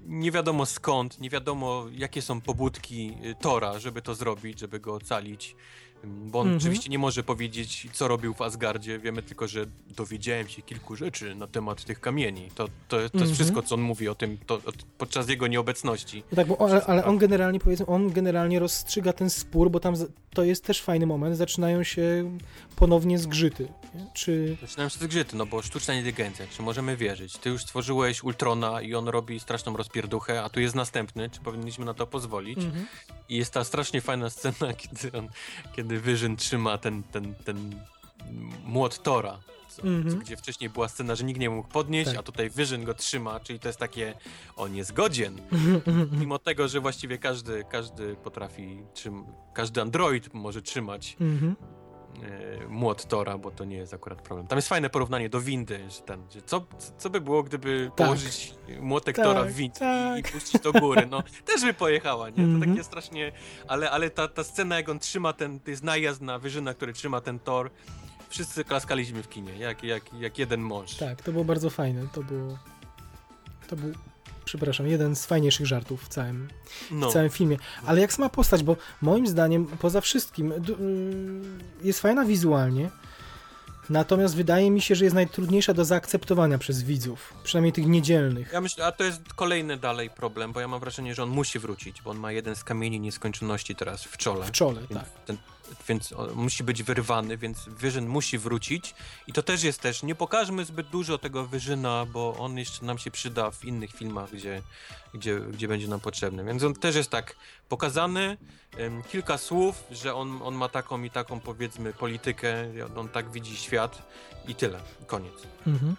S3: nie wiadomo skąd, nie wiadomo jakie są pobudki Tora, żeby to zrobić, żeby go ocalić. Bo on
S2: Mhm.
S3: oczywiście nie może powiedzieć, co robił w Asgardzie. Wiemy tylko, że dowiedziałem się kilku rzeczy na temat tych kamieni. To, to, to
S2: Mhm.
S3: jest wszystko, co on mówi o tym to, o, podczas jego nieobecności.
S2: No tak, bo on, ale, ale on generalnie, powiedzmy, on generalnie rozstrzyga ten spór, bo tam z- to jest też fajny moment, zaczynają się ponownie zgrzyty. Nie? Czy...
S3: Zaczynają się zgrzyty, no bo sztuczna inteligencja, czy możemy wierzyć? Ty już stworzyłeś Ultrona i on robi straszną rozpierduchę, a tu jest następny, czy powinniśmy na to pozwolić?
S2: Mhm.
S3: I jest ta strasznie fajna scena, kiedy on, kiedy Vision trzyma ten, ten, ten młot Tora, co,
S2: Mhm.
S3: co, gdzie wcześniej była scena, że nikt nie mógł podnieść,
S2: Tak.
S3: a tutaj Vision go trzyma, czyli to jest takie, on jest godzien. Mimo tego, że właściwie każdy, każdy potrafi, trzym, każdy android może trzymać
S2: Mhm.
S3: e, młot Tora, bo to nie jest akurat problem. Tam jest fajne porównanie do windy, że ten, że co, co by było, gdyby
S2: Tak.
S3: położyć młotek
S2: Tak,
S3: Tora w windzie
S2: tak.
S3: i, i puścić do góry, no też by pojechała, nie? To
S2: Mhm.
S3: takie strasznie, ale, ale ta, ta scena, jak on trzyma ten, to jest najazd na Visiona, który trzyma ten Thor, wszyscy klaskaliśmy w kinie, jak, jak, jak jeden mąż.
S2: Tak, to było bardzo fajne. To było. To był, przepraszam, jeden z fajniejszych żartów w całym,
S3: No.
S2: w całym filmie. Ale jak sama postać, bo moim zdaniem, poza wszystkim, d- y, jest fajna wizualnie, natomiast wydaje mi się, że jest najtrudniejsza do zaakceptowania przez widzów, przynajmniej tych niedzielnych.
S3: Ja myślę, a to jest kolejny dalej problem, bo ja mam wrażenie, że on musi wrócić, bo on ma jeden z kamieni nieskończoności teraz w czole.
S2: W czole,
S3: Więc,
S2: tak.
S3: ten, więc on musi być wyrwany, więc Vision musi wrócić i to też jest też, nie pokażmy zbyt dużo tego Visiona, bo on jeszcze nam się przyda w innych filmach, gdzie, gdzie, gdzie będzie nam potrzebny, więc on też jest tak pokazany, em, kilka słów, że on, on ma taką i taką, powiedzmy, politykę, on tak widzi świat i tyle, koniec.
S2: Mhm.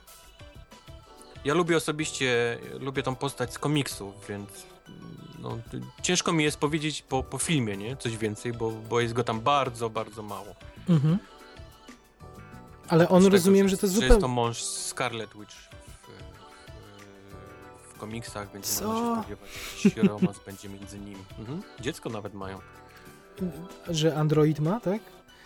S3: Ja lubię osobiście, lubię tą postać z komiksów, więc no, ciężko mi jest powiedzieć po, po filmie, nie? Coś więcej, bo, bo jest go tam bardzo, bardzo mało.
S2: Mhm. Ale on
S3: Z tego,
S2: rozumiem, że to jest
S3: Że
S2: zupełnie...
S3: jest to mąż Scarlet Witch w, w, w komiksach, więc
S2: Co?
S3: można się spodziewać, że jakiś romans będzie między nimi. Mhm. Dziecko nawet mają.
S2: Że android ma, tak?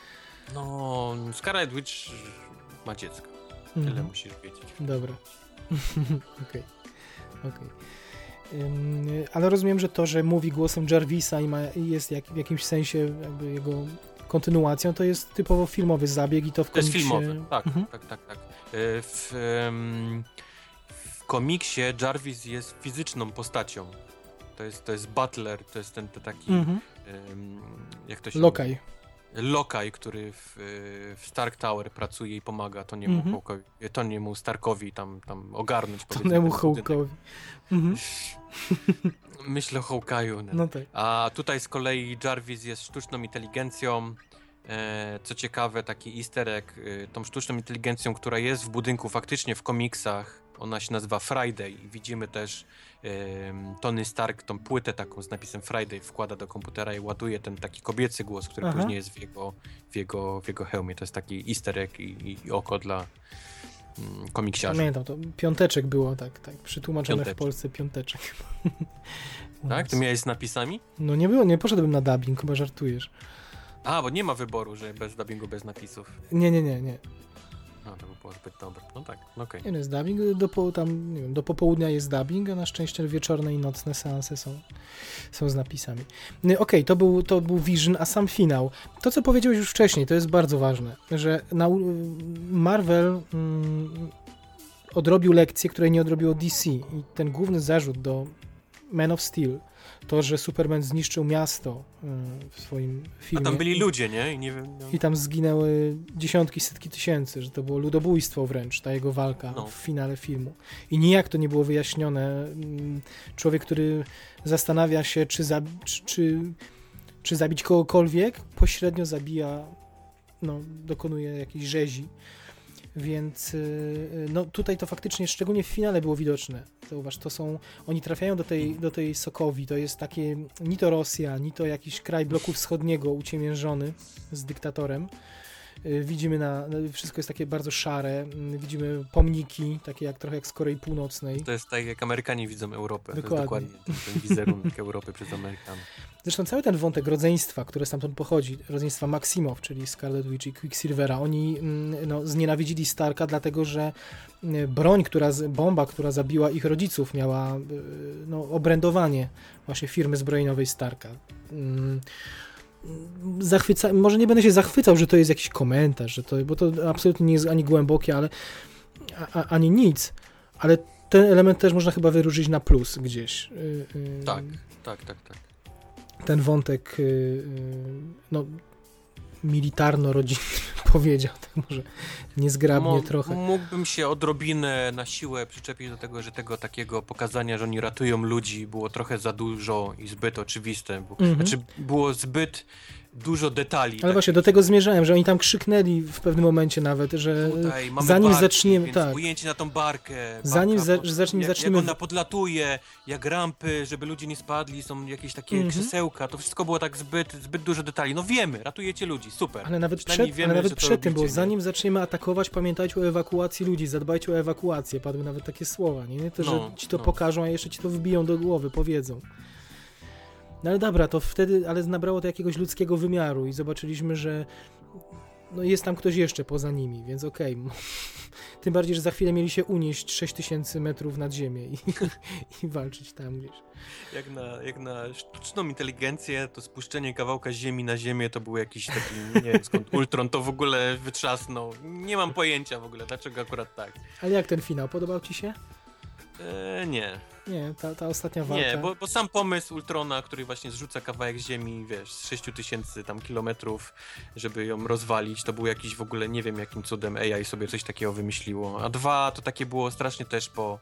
S3: No, Scarlet Witch ma dziecko. Tyle
S2: Mhm.
S3: musisz wiedzieć.
S2: Dobra. Okej. Okej. Ym, Ale rozumiem, że to, że mówi głosem Jarvisa i ma, i jest jak, w jakimś sensie jakby jego kontynuacją, to jest typowo filmowy zabieg i to w
S3: To jest
S2: komiksie...
S3: filmowe, tak,
S2: Mhm.
S3: tak, tak, tak. E, W, em, w komiksie Jarvis jest fizyczną postacią. To jest, to jest Butler, to jest ten, ten taki,
S2: Mhm.
S3: em, jak to się
S2: Lokaj.
S3: mówi? Lokaj, który w, w Stark Tower pracuje i pomaga Tony'emu
S2: Mhm.
S3: Hawke'owi, Tony'emu Starkowi tam, tam ogarnąć, powiedzmy,
S2: Tonemu
S3: ten budynek.
S2: Hawke'owi. Mhm.
S3: Myślę o Hawkeye'u. No.
S2: No tak.
S3: A tutaj z kolei Jarvis jest sztuczną inteligencją. E, co ciekawe, taki easter egg, e, tą sztuczną inteligencją, która jest w budynku faktycznie w komiksach, ona się nazywa Friday i widzimy też e, Tony Stark tą płytę taką z napisem Friday wkłada do komputera i ładuje ten taki kobiecy głos, który
S2: Aha.
S3: później jest w jego, w, jego, w jego hełmie. To jest taki easter egg i, i oko dla mm, komiksiarzy.
S2: Pamiętam, to piąteczek było, tak, tak, przetłumaczone
S3: Piąteczek.
S2: w Polsce piąteczek.
S3: Tak? Ty miałeś z napisami?
S2: No nie było, nie poszedłbym na dubbing, chyba żartujesz.
S3: A, bo nie ma wyboru, że bez dubbingu, bez napisów.
S2: Nie, nie, nie, nie.
S3: No, to by było zbyt dobre. No tak, no okej.
S2: Nie, no jest dubbing, do, po, tam, nie wiem, do popołudnia jest dubbing, a na szczęście wieczorne i nocne seanse są, są z napisami. No, Okej, okay, to, był, to był Vision, a sam finał. To, co powiedziałeś już wcześniej, to jest bardzo ważne, że na, Marvel mm, odrobił lekcję, której nie odrobiło D C i ten główny zarzut do Man of Steel, to, że Superman zniszczył miasto y, w swoim
S3: A
S2: filmie.
S3: tam byli ludzie, nie? I nie wiem. No.
S2: I tam zginęły dziesiątki, setki tysięcy, że to było ludobójstwo wręcz, ta jego walka
S3: No.
S2: w finale filmu. I nijak to nie było wyjaśnione. Mm, Człowiek, który zastanawia się, czy, za, czy, czy, czy zabić kogokolwiek, pośrednio zabija, no, dokonuje jakiejś rzezi. Więc yy, no tutaj to faktycznie, szczególnie w finale było widoczne. Zauważ, to są, oni trafiają do tej, do tej Sokowi, to jest takie, ni to Rosja, ni to jakiś kraj bloku wschodniego uciemiężony z dyktatorem. widzimy na, wszystko jest takie bardzo szare, widzimy pomniki, takie jak trochę jak z Korei Północnej.
S3: To jest tak, jak Amerykanie widzą Europę.
S2: Dokładnie.
S3: To jest dokładnie ten, ten wizerunek Europy przez Amerykanów.
S2: Zresztą cały ten wątek rodzeństwa, które stamtąd pochodzi, rodzeństwa Maximow, czyli Scarlet Witch i Quicksilvera, oni no, znienawidzili Starka, dlatego że broń, która, bomba, która zabiła ich rodziców, miała no, obrędowanie właśnie firmy zbrojeniowej Starka. Zachwyca, może nie będę się zachwycał, że to jest jakiś komentarz, że to, bo to absolutnie nie jest ani głębokie, ale a, ani nic, ale ten element też można chyba wyróżnić na plus gdzieś.
S3: Tak, tak, tak, tak.
S2: Ten wątek no, militarno-rodzinny powiedział, tak może niezgrabnie
S3: Mo-
S2: trochę.
S3: Mógłbym się odrobinę na siłę przyczepić do tego, że tego takiego pokazania, że oni ratują ludzi, było trochę za dużo i zbyt oczywiste. Bo, mm-hmm. Znaczy było zbyt dużo detali.
S2: Ale właśnie do tego zmierzałem, że oni tam krzyknęli w pewnym momencie nawet, że
S3: tutaj mamy
S2: zanim
S3: barki,
S2: zaczniemy, tak.
S3: ujęcie na tą barkę.
S2: Zanim
S3: barka,
S2: za, zaczniemy,
S3: jak,
S2: zaczniemy...
S3: jak ona podlatuje, jak rampy, żeby ludzie nie spadli, są jakieś takie mm-hmm. krzesełka, to wszystko było tak zbyt, zbyt dużo detali. No wiemy, ratujecie ludzi, super.
S2: Ale nawet
S3: Przynajmniej
S2: przed,
S3: wiemy,
S2: ale nawet
S3: że to
S2: przed tym, bo
S3: robicie,
S2: zanim zaczniemy atakować, pamiętajcie o ewakuacji ludzi, zadbajcie o ewakuację. Padły nawet takie słowa, nie? Nie to, że
S3: no,
S2: ci to
S3: no.
S2: pokażą, a jeszcze ci to wbiją do głowy, powiedzą. No ale dobra, to wtedy, ale nabrało to jakiegoś ludzkiego wymiaru i zobaczyliśmy, że no jest tam ktoś jeszcze poza nimi, więc okej. Okay. Tym bardziej, że za chwilę mieli się unieść sześć tysięcy metrów nad ziemię i, i walczyć tam gdzieś.
S3: Jak na, jak na sztuczną inteligencję, to spuszczenie kawałka ziemi na ziemię to był jakiś taki, nie wiem skąd, Ultron to w ogóle wytrzasnął. Nie mam pojęcia w ogóle, dlaczego akurat tak.
S2: Ale jak ten finał? Podobał ci się?
S3: Eee, nie.
S2: Nie, ta, ta ostatnia walka.
S3: Nie, bo, bo sam pomysł Ultrona, który właśnie zrzuca kawałek ziemi, wiesz, z sześć tysięcy tam kilometrów, żeby ją rozwalić, to był jakiś w ogóle, nie wiem jakim cudem A I sobie coś takiego wymyśliło. A dwa, to takie było strasznie też po...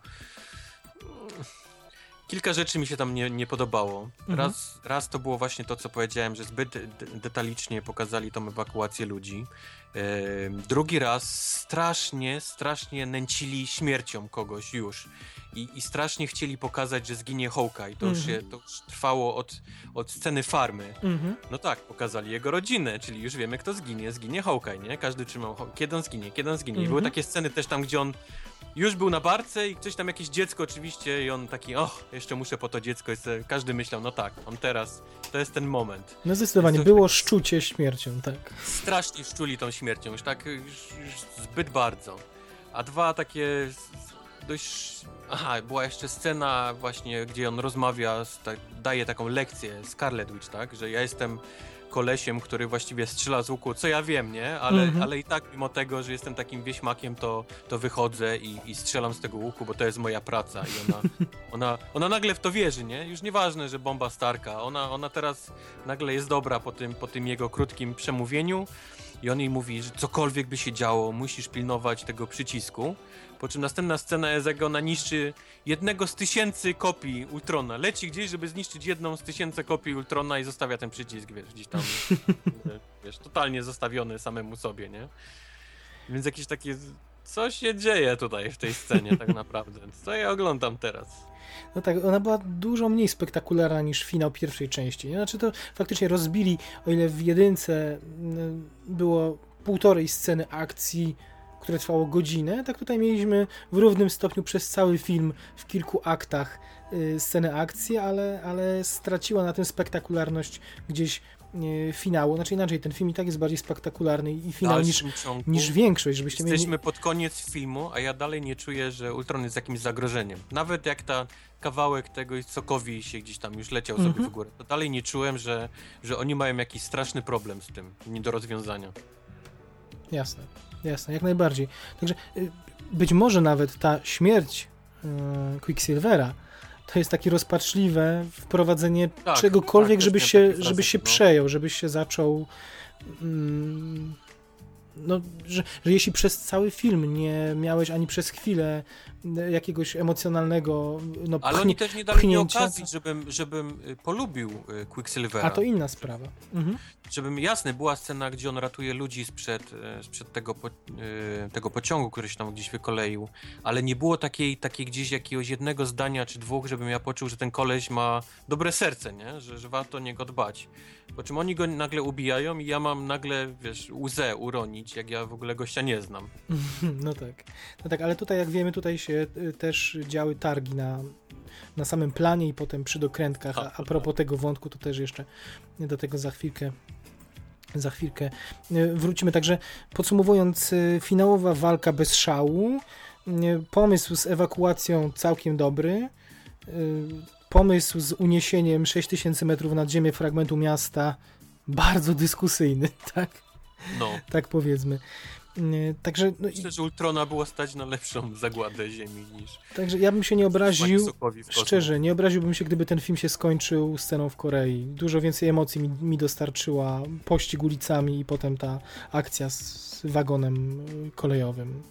S3: Kilka rzeczy mi się tam nie, nie podobało. Mhm. Raz, raz to było właśnie to, co powiedziałem, że zbyt de- detalicznie pokazali tą ewakuację ludzi. Yy, drugi raz strasznie, strasznie nęcili śmiercią kogoś już. I, i strasznie chcieli pokazać, że zginie Hawkeye. To, mhm. już, się, to już trwało od, od sceny farmy. Mhm. No tak, pokazali jego rodzinę, czyli już wiemy, kto zginie. Zginie Hawkeye, nie? Każdy trzymał, kiedy on zginie, kiedy on zginie. Mhm. I były takie sceny też tam, gdzie on już był na barce i ktoś tam jakieś dziecko oczywiście i on taki, och, jeszcze muszę po to dziecko. I każdy myślał, no tak, on teraz, to jest ten moment.
S2: No zdecydowanie, to, było szczucie śmiercią, tak.
S3: Strasznie szczuli tą śmiercią, już tak już, już zbyt bardzo. A dwa takie dość... Aha, była jeszcze scena właśnie, gdzie on rozmawia, z, tak, daje taką lekcję Scarlet Witch, tak, że ja jestem kolesiem, który właściwie strzela z łuku, co ja wiem, nie? Ale, mm-hmm. ale i tak mimo tego, że jestem takim wieśmakiem, to, to wychodzę i, i strzelam z tego łuku, bo to jest moja praca i ona, ona, ona nagle w to wierzy, nie? Już nieważne, że bomba Starka, ona, ona teraz nagle jest dobra po tym, po tym jego krótkim przemówieniu i on jej mówi, że cokolwiek by się działo, musisz pilnować tego przycisku. Po czym następna scena jest, jak ona niszczy jednego z tysięcy kopii Ultrona. Leci gdzieś, żeby zniszczyć jedną z tysięcy kopii Ultrona i zostawia ten przycisk, wiesz, gdzieś tam, wiesz, totalnie zostawiony samemu sobie, nie? Więc jakieś takie... Co się dzieje tutaj w tej scenie tak naprawdę? Co ja oglądam teraz?
S2: No tak, ona była dużo mniej spektakularna niż finał pierwszej części. Nie? Znaczy to faktycznie rozbili, o ile w jedynce było półtorej sceny akcji, które trwało godzinę, tak tutaj mieliśmy w równym stopniu przez cały film w kilku aktach y, scenę akcji, ale, ale straciła na tym spektakularność gdzieś y, finału. Znaczy inaczej, ten film i tak jest bardziej spektakularny i finał niż, niż większość. Żebyście
S3: jesteśmy
S2: mieli...
S3: pod koniec filmu, a ja dalej nie czuję, że Ultron jest jakimś zagrożeniem. Nawet jak ta kawałek tego Sokowi się gdzieś tam już leciał sobie mm-hmm. w górę, to dalej nie czułem, że, że oni mają jakiś straszny problem z tym, nie do rozwiązania.
S2: Jasne. Jasne, jak najbardziej. Także być może nawet ta śmierć yy, Quicksilvera to jest takie rozpaczliwe wprowadzenie tak, czegokolwiek, tak, żebyś się, żebyś się no. przejął, żebyś się zaczął mm, no, że, że jeśli przez cały film nie miałeś ani przez chwilę jakiegoś emocjonalnego no,
S3: ale
S2: pchni-
S3: oni też nie dali
S2: pchnięcia.
S3: mi okazji, żebym, żebym polubił Quicksilvera.
S2: A to inna sprawa. Mhm.
S3: Żebym, jasne, była scena, gdzie on ratuje ludzi sprzed, sprzed tego, po, tego pociągu, który się tam gdzieś wykoleił, ale nie było takiej, takiej gdzieś jakiegoś jednego zdania czy dwóch, żebym ja poczuł, że ten koleś ma dobre serce, nie? Że, że warto o niego dbać. Po czym oni go nagle ubijają i ja mam nagle, wiesz, łzę uronić bronić, jak ja w ogóle gościa nie znam.
S2: No tak. No tak, ale tutaj jak wiemy, tutaj się y, też działy targi na, na samym planie i potem przy dokrętkach. A, a propos tego wątku, to też jeszcze do tego za chwilkę za chwilkę y, wrócimy. Także podsumowując, y, finałowa walka bez szału, y, pomysł z ewakuacją całkiem dobry, y, pomysł z uniesieniem sześć tysięcy metrów nad ziemię fragmentu miasta bardzo dyskusyjny, tak?
S3: No.
S2: Tak powiedzmy. Także, no,
S3: myślę, że Ultrona było stać na lepszą zagładę Ziemi niż...
S2: Także ja bym się nie obraził, szczerze, nie obraziłbym się, gdyby ten film się skończył sceną w Korei. Dużo więcej emocji mi, mi dostarczyła pościg ulicami i potem ta akcja z wagonem kolejowym.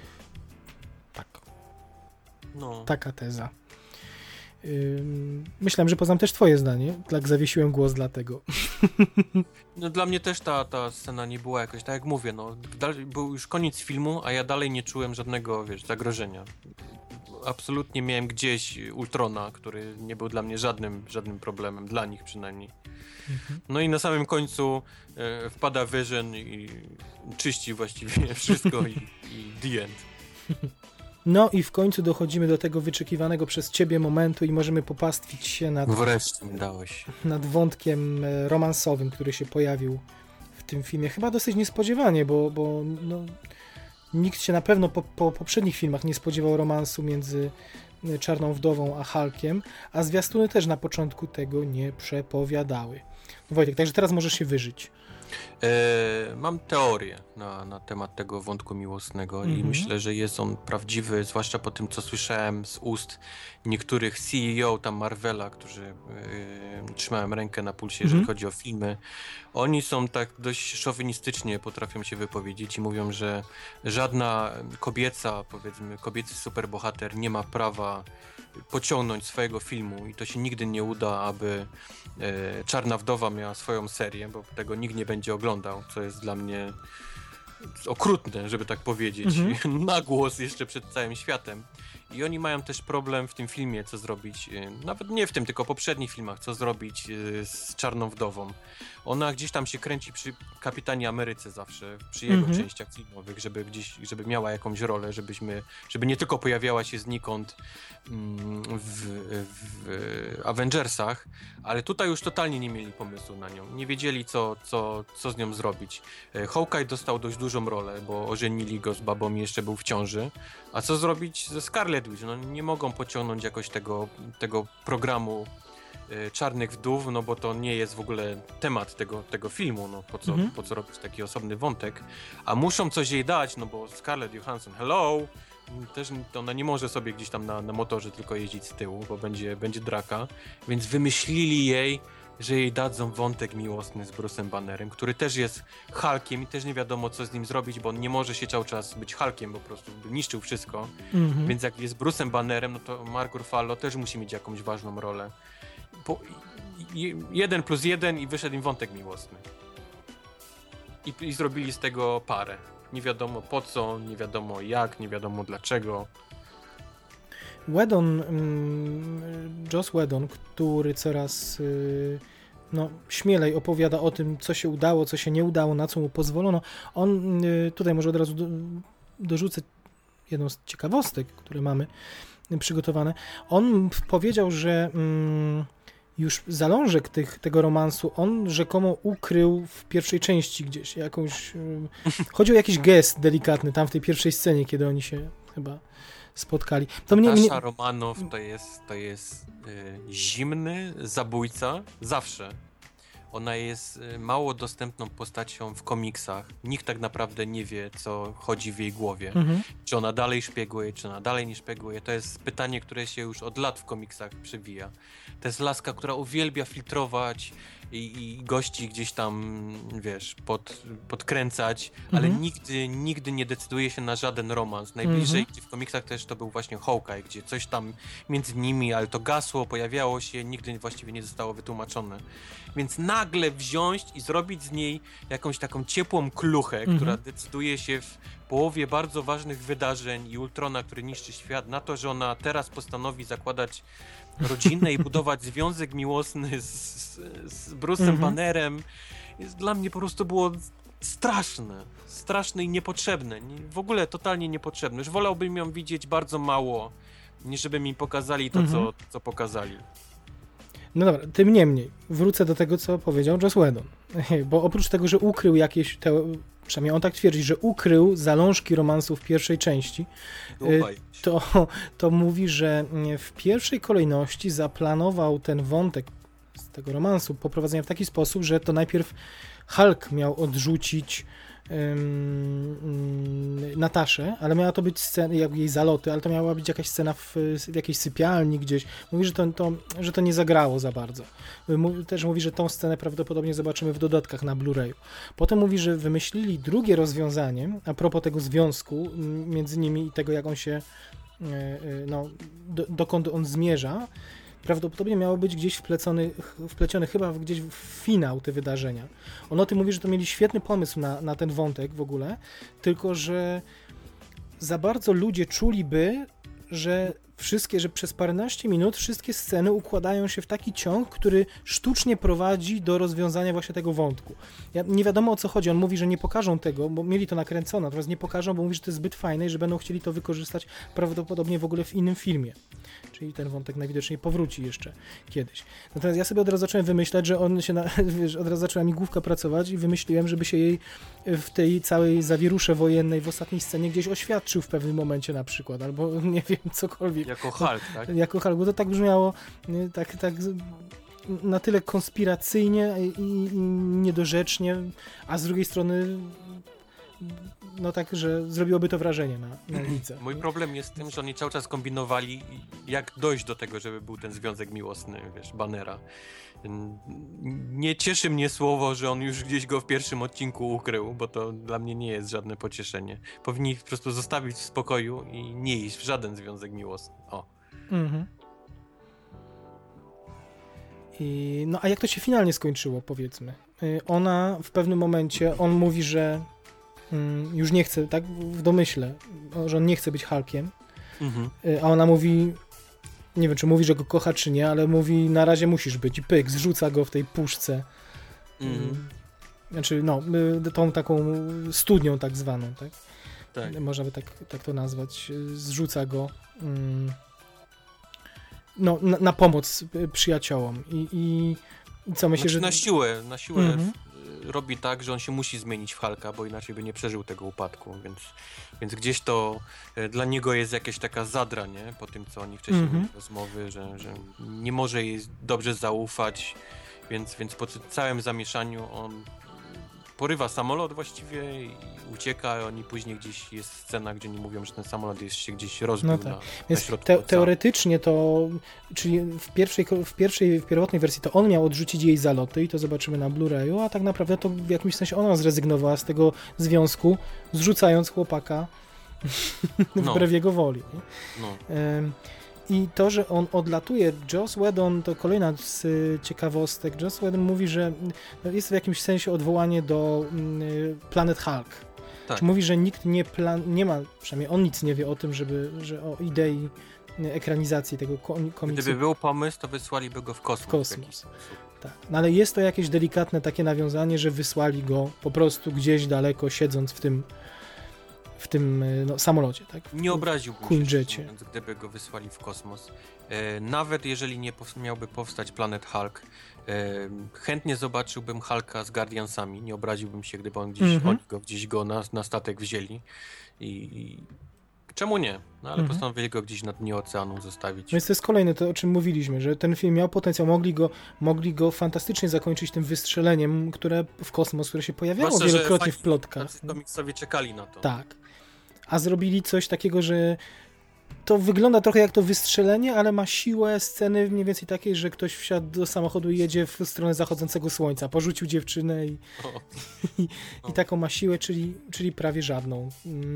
S2: Tak.
S3: No.
S2: Taka teza. Myślałem, że poznam też twoje zdanie, tak zawiesiłem głos dlatego.
S3: No, dla mnie też ta, ta scena nie była jakoś, tak jak mówię, no, dalej, był już koniec filmu, a ja dalej nie czułem żadnego, wiesz, zagrożenia. Absolutnie miałem gdzieś Ultrona, który nie był dla mnie żadnym, żadnym problemem, dla nich przynajmniej. Mhm. No i na samym końcu e, wpada Vision i czyści właściwie wszystko i, i the end.
S2: No i w końcu dochodzimy do tego wyczekiwanego przez ciebie momentu i możemy popastwić się nad,
S3: wreszcie mi dałeś.
S2: nad wątkiem romansowym, który się pojawił w tym filmie. Chyba dosyć niespodziewanie, bo, bo no, nikt się na pewno po, po poprzednich filmach nie spodziewał romansu między Czarną Wdową a Hulkiem, a zwiastuny też na początku tego nie przepowiadały. Wojtek, także teraz możesz się wyżyć.
S3: E, mam teorię na, na temat tego wątku miłosnego mm-hmm. i myślę, że jest on prawdziwy, zwłaszcza po tym, co słyszałem z ust niektórych C E O tam Marvela, którzy e, trzymałem rękę na pulsie, jeżeli mm-hmm. chodzi o filmy. Oni są tak dość szowinistycznie potrafią się wypowiedzieć i mówią, że żadna kobieca, powiedzmy, kobiecy superbohater nie ma prawa pociągnąć swojego filmu i to się nigdy nie uda, aby e, Czarna Wdowa miała swoją serię, bo tego nikt nie będzie oglądał, co jest dla mnie okrutne, żeby tak powiedzieć, mm-hmm. na głos jeszcze przed całym światem. I oni mają też problem w tym filmie, co zrobić, nawet nie w tym, tylko w poprzednich filmach, co zrobić z Czarną Wdową. Ona gdzieś tam się kręci przy Kapitanie Ameryce zawsze, przy jego mm-hmm. częściach filmowych, żeby gdzieś, żeby miała jakąś rolę, żebyśmy, żeby nie tylko pojawiała się znikąd w, w Avengersach, ale tutaj już totalnie nie mieli pomysłu na nią. Nie wiedzieli, co, co, co z nią zrobić. Hawkeye dostał dość dużą rolę, bo ożenili go z babą i jeszcze był w ciąży. A co zrobić ze Scarlet Witch? No nie mogą pociągnąć jakoś tego, tego programu y, Czarnych Wdów, no bo to nie jest w ogóle temat tego, tego filmu, no po co, mhm. po co robić taki osobny wątek. A muszą coś jej dać, no bo Scarlett Johansson, hello! Też ona nie może sobie gdzieś tam na, na motorze tylko jeździć z tyłu, bo będzie, będzie draka, więc wymyślili jej, że jej dadzą wątek miłosny z Bruce'em Bannerem, który też jest Hulkiem i też nie wiadomo, co z nim zrobić, bo on nie może się cały czas być Hulkiem, po prostu by niszczył wszystko. Mm-hmm. Więc jak jest Bruce'em Bannerem, no to Mark Ruffalo też musi mieć jakąś ważną rolę. Po, i, jeden plus jeden i wyszedł im wątek miłosny. I, I zrobili z tego parę. Nie wiadomo po co, nie wiadomo jak, nie wiadomo dlaczego.
S2: Whedon, Joss Whedon, który coraz no, śmielej opowiada o tym, co się udało, co się nie udało, na co mu pozwolono. On, tutaj może od razu do, dorzucę jedną z ciekawostek, które mamy przygotowane. On powiedział, że mm, już zalążek tych, tego romansu on rzekomo ukrył w pierwszej części gdzieś. Jakąś, chodzi o jakiś gest delikatny tam w tej pierwszej scenie, kiedy oni się chyba spotkali. To mnie,
S3: Natasza
S2: mnie...
S3: Romanow to jest, to jest y, zimny zabójca, zawsze. Ona jest y, mało dostępną postacią w komiksach. Nikt tak naprawdę nie wie, co chodzi w jej głowie. Mhm. Czy ona dalej szpieguje, czy ona dalej nie szpieguje. To jest pytanie, które się już od lat w komiksach przewija. To jest laska, która uwielbia filtrować i, i gości gdzieś tam, wiesz, pod, podkręcać, mhm. ale nigdy, nigdy nie decyduje się na żaden romans. Najbliżej, mhm. gdzie w komiksach też to był właśnie Hawkeye, gdzie coś tam między nimi, ale to gasło, pojawiało się, nigdy właściwie nie zostało wytłumaczone. Więc nagle wziąć i zrobić z niej jakąś taką ciepłą kluchę, mhm. która decyduje się w połowie bardzo ważnych wydarzeń i Ultrona, który niszczy świat, na to, że ona teraz postanowi zakładać rodzinę i budować związek miłosny z, z, z Bruce'em mhm. Bannerem, jest dla mnie po prostu było straszne. Straszne i niepotrzebne. W ogóle totalnie niepotrzebne. Już wolałbym ją widzieć bardzo mało, niż żeby mi pokazali to, mhm. co, co pokazali.
S2: No dobra, tym niemniej, wrócę do tego, co powiedział Joss Whedon. Bo oprócz tego, że ukrył jakieś, te, przynajmniej on tak twierdzi, że ukrył zalążki romansów pierwszej części, to, to mówi, że w pierwszej kolejności zaplanował ten wątek z tego romansu poprowadzenia w taki sposób, że to najpierw Hulk miał odrzucić Nataszę, ale miała to być scena, jak jej zaloty, ale to miała być jakaś scena w, w jakiejś sypialni gdzieś. Mówi, że to, to, że to nie zagrało za bardzo. Mówi, też mówi, że tą scenę prawdopodobnie zobaczymy w dodatkach na Blu-rayu. Potem mówi, że wymyślili drugie rozwiązanie a propos tego związku między nimi i tego, jak on się no, do, dokąd on zmierza. Prawdopodobnie miało być gdzieś wplecony, wpleciony chyba gdzieś w finał te wydarzenia. On o tym mówi, że to mieli świetny pomysł na, na ten wątek w ogóle, tylko że za bardzo ludzie czuliby, że wszystkie, że przez paręnaście minut wszystkie sceny układają się w taki ciąg, który sztucznie prowadzi do rozwiązania właśnie tego wątku. Ja, nie wiadomo, o co chodzi. On mówi, że nie pokażą tego, bo mieli to nakręcone, natomiast nie pokażą, bo mówi, że to jest zbyt fajne i że będą chcieli to wykorzystać prawdopodobnie w ogóle w innym filmie. Czyli ten wątek najwidoczniej powróci jeszcze kiedyś. Natomiast ja sobie od razu zacząłem wymyślać, że on się, na, wiesz, od razu zaczęła mi główka pracować i wymyśliłem, żeby się jej w tej całej zawierusze wojennej w ostatniej scenie gdzieś oświadczył w pewnym momencie na przykład, albo nie wiem, cokolwiek.
S3: Jako Hulk, tak?
S2: Jako Hulk, bo to tak brzmiało tak, tak na tyle konspiracyjnie i, i niedorzecznie, a z drugiej strony no tak, że zrobiłoby to wrażenie na, na widza.
S3: Mój problem jest z tym, że oni cały czas kombinowali, jak dojść do tego, żeby był ten związek miłosny, wiesz, Bannera. Nie cieszy mnie słowo, że on już gdzieś go w pierwszym odcinku ukrył, bo to dla mnie nie jest żadne pocieszenie. Powinni ich po prostu zostawić w spokoju i nie iść w żaden związek miłosny. O. Mhm.
S2: I, no a jak to się finalnie skończyło, powiedzmy? Ona w pewnym momencie, on mówi, że mm, już nie chce, tak w domyśle, że on nie chce być Hulkiem, mhm. a ona mówi, nie wiem, czy mówi, że go kocha, czy nie, ale mówi, na razie musisz być i pyk, zrzuca go w tej puszce. Mhm. Znaczy, no, tą taką studnią tak zwaną, tak? Tak. Można by tak, tak to nazwać. Zrzuca go mm, no, na, na pomoc przyjaciołom. I, i, i co myślę,
S3: znaczy,
S2: że...
S3: Na siłę, na siłę mhm. w, robi tak, że on się musi zmienić w Hulka, bo inaczej by nie przeżył tego upadku, więc, więc gdzieś to e, dla niego jest jakaś taka zadra, nie? Po tym, co oni wcześniej mhm. mieli rozmowy, że, że nie może jej dobrze zaufać, więc, więc po całym zamieszaniu on porywa samolot właściwie i ucieka, a oni później gdzieś jest scena, gdzie nie mówią, że ten samolot jest się gdzieś rozbił no tak. na,
S2: Więc
S3: na środku.
S2: Te, teoretycznie to, czyli w pierwszej, w pierwszej, w pierwotnej wersji to on miał odrzucić jej zaloty i to zobaczymy na Blu-rayu, a tak naprawdę to w jakimś sensie ona zrezygnowała z tego związku, zrzucając chłopaka wbrew no. jego woli. No. Um, I to, że on odlatuje, Joss Whedon, to kolejna z ciekawostek, Joss Whedon mówi, że jest w jakimś sensie odwołanie do Planet Hulk. Tak. Mówi, że nikt nie, plan, nie ma, przynajmniej on nic nie wie o tym, żeby, że o idei ekranizacji tego komiksu.
S3: Gdyby był pomysł, to wysłaliby go w kosmos. W kosmos.
S2: W tak. No ale jest to jakieś delikatne takie nawiązanie, że wysłali go po prostu gdzieś daleko, siedząc w tym w tym no, samolocie, tak? W,
S3: nie obraziłbym się, mówiąc, gdyby go wysłali w kosmos. E, nawet jeżeli nie pow- miałby powstać Planet Hulk, e, chętnie zobaczyłbym Hulka z Guardiansami. Nie obraziłbym się, gdyby on gdzieś, mm-hmm. oni go gdzieś go na, na statek wzięli. I, i czemu nie? No ale mm-hmm. postanowili go gdzieś na dnie oceanu zostawić.
S2: Więc to jest kolejne to, o czym mówiliśmy, że ten film miał potencjał, mogli go, mogli go fantastycznie zakończyć tym wystrzeleniem, które w kosmos, które się pojawiało Zwłaszcza, wielokrotnie w plotkach.
S3: Komiksowie czekali na to.
S2: Tak. A zrobili coś takiego, że to wygląda trochę jak to wystrzelenie, ale ma siłę sceny mniej więcej takiej, że ktoś wsiadł do samochodu i jedzie w stronę zachodzącego słońca, porzucił dziewczynę i, i, i taką ma siłę, czyli, czyli prawie żadną.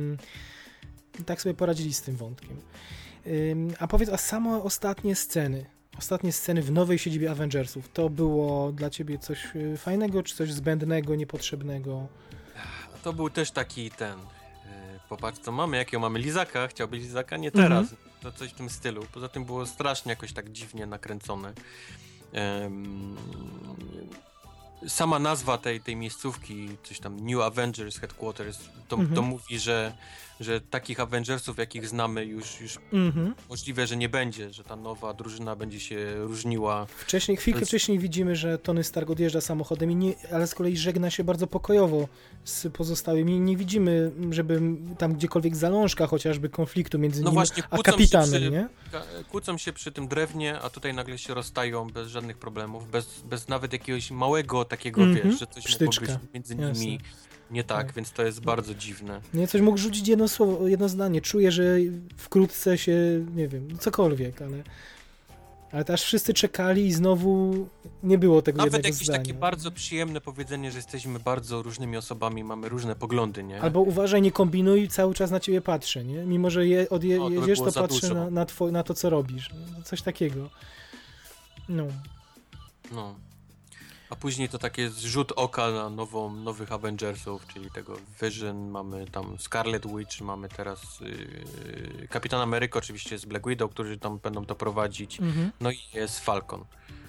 S2: I tak sobie poradzili z tym wątkiem. A powiedz, a same ostatnie sceny, ostatnie sceny w nowej siedzibie Avengersów, to było dla ciebie coś fajnego, czy coś zbędnego, niepotrzebnego?
S3: To był też taki ten... Popatrz, co mamy, jakiego mamy lizaka, chciałbyś lizaka? Nie teraz. Mm-hmm. To coś w tym stylu. Poza tym było strasznie jakoś tak dziwnie nakręcone. Um, sama nazwa tej, tej miejscówki, coś tam New Avengers Headquarters, to,
S2: mhm.
S3: to mówi, że, że takich Avengersów, jakich znamy, już, już
S2: mhm.
S3: możliwe, że nie będzie, że ta nowa drużyna będzie się różniła.
S2: Wcześniej, chwilkę
S3: Więc...
S2: wcześniej widzimy, że Tony Stark odjeżdża samochodem, i nie, ale z kolei żegna się bardzo pokojowo z pozostałymi. Nie widzimy, żeby tam gdziekolwiek zalążka chociażby konfliktu między
S3: no
S2: nim
S3: właśnie,
S2: a kapitanem,
S3: przy,
S2: nie?
S3: Kłócą się przy tym drewnie, a tutaj nagle się rozstają bez żadnych problemów, bez, bez nawet jakiegoś małego takiego, mm-hmm. wiesz, że coś
S2: Psztyczka.
S3: mogło być między
S2: Jasne.
S3: nimi nie tak, tak, więc to jest bardzo dziwne.
S2: Nie, coś mógł rzucić jedno słowo, jedno zdanie. Czuję, że wkrótce się, nie wiem, cokolwiek, ale... Ale to aż wszyscy czekali i znowu nie było tego
S3: Nawet
S2: jednego
S3: jakieś
S2: zdania.
S3: takie bardzo przyjemne powiedzenie, że jesteśmy bardzo różnymi osobami, mamy różne poglądy, nie?
S2: Albo uważaj, nie kombinuj, cały czas na ciebie patrzę, nie? Mimo, że je, odje,
S3: no, to
S2: jedziesz,
S3: by
S2: to patrzę na, na, two, na to, co robisz. Coś takiego. No.
S3: No. A później to takie zrzut oka na nową, nowych Avengersów, czyli tego Vision, mamy tam Scarlet Witch, mamy teraz yy, Kapitan Ameryka, oczywiście jest Black Widow, którzy tam będą to prowadzić, mm-hmm. no i jest Falcon.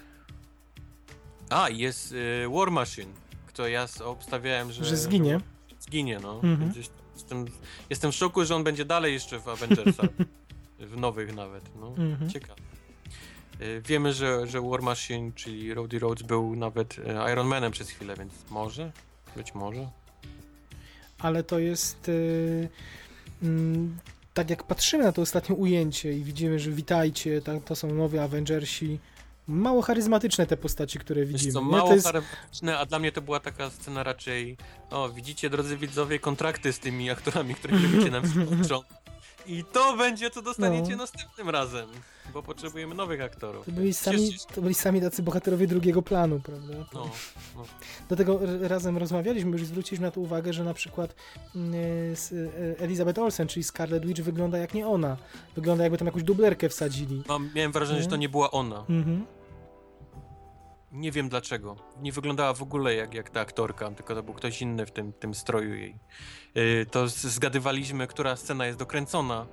S3: A, jest yy, War Machine, kto ja obstawiałem, że...
S2: Że zginie.
S3: Zginie, no.
S2: Mm-hmm.
S3: Jestem, jestem w szoku, że on będzie dalej jeszcze w Avengersach, w nowych nawet, no. Mm-hmm. Ciekawe. Wiemy, że, że War Machine, czyli Roddy Rhodes był nawet Iron Manem przez chwilę, więc może, być może.
S2: Ale to jest yy, yy, tak jak patrzymy na to ostatnie ujęcie i widzimy, że witajcie, to, to są nowi Avengersi, mało charyzmatyczne te postaci, które widzimy.
S3: Wiesz co,
S2: nie?
S3: mało
S2: To jest...
S3: charyzmatyczne, a dla mnie to była taka scena raczej, o widzicie drodzy widzowie, kontrakty z tymi aktorami, które lubicie nam włączą. I to będzie, co dostaniecie no. następnym razem, bo potrzebujemy nowych aktorów.
S2: To byli, sami, to byli sami tacy bohaterowie drugiego planu, prawda?
S3: No, no.
S2: Dlatego razem rozmawialiśmy, już zwróciliśmy na to uwagę, że na przykład y, Elizabeth Olsen, czyli Scarlet Witch, wygląda jak nie ona. Wygląda, jakby tam jakąś dublerkę wsadzili.
S3: Mam, miałem wrażenie, nie? że to nie była ona.
S2: Mhm.
S3: Nie wiem dlaczego. Nie wyglądała w ogóle jak, jak ta aktorka, tylko to był ktoś inny w tym, tym stroju jej. Yy, to zgadywaliśmy, która scena jest dokręcona.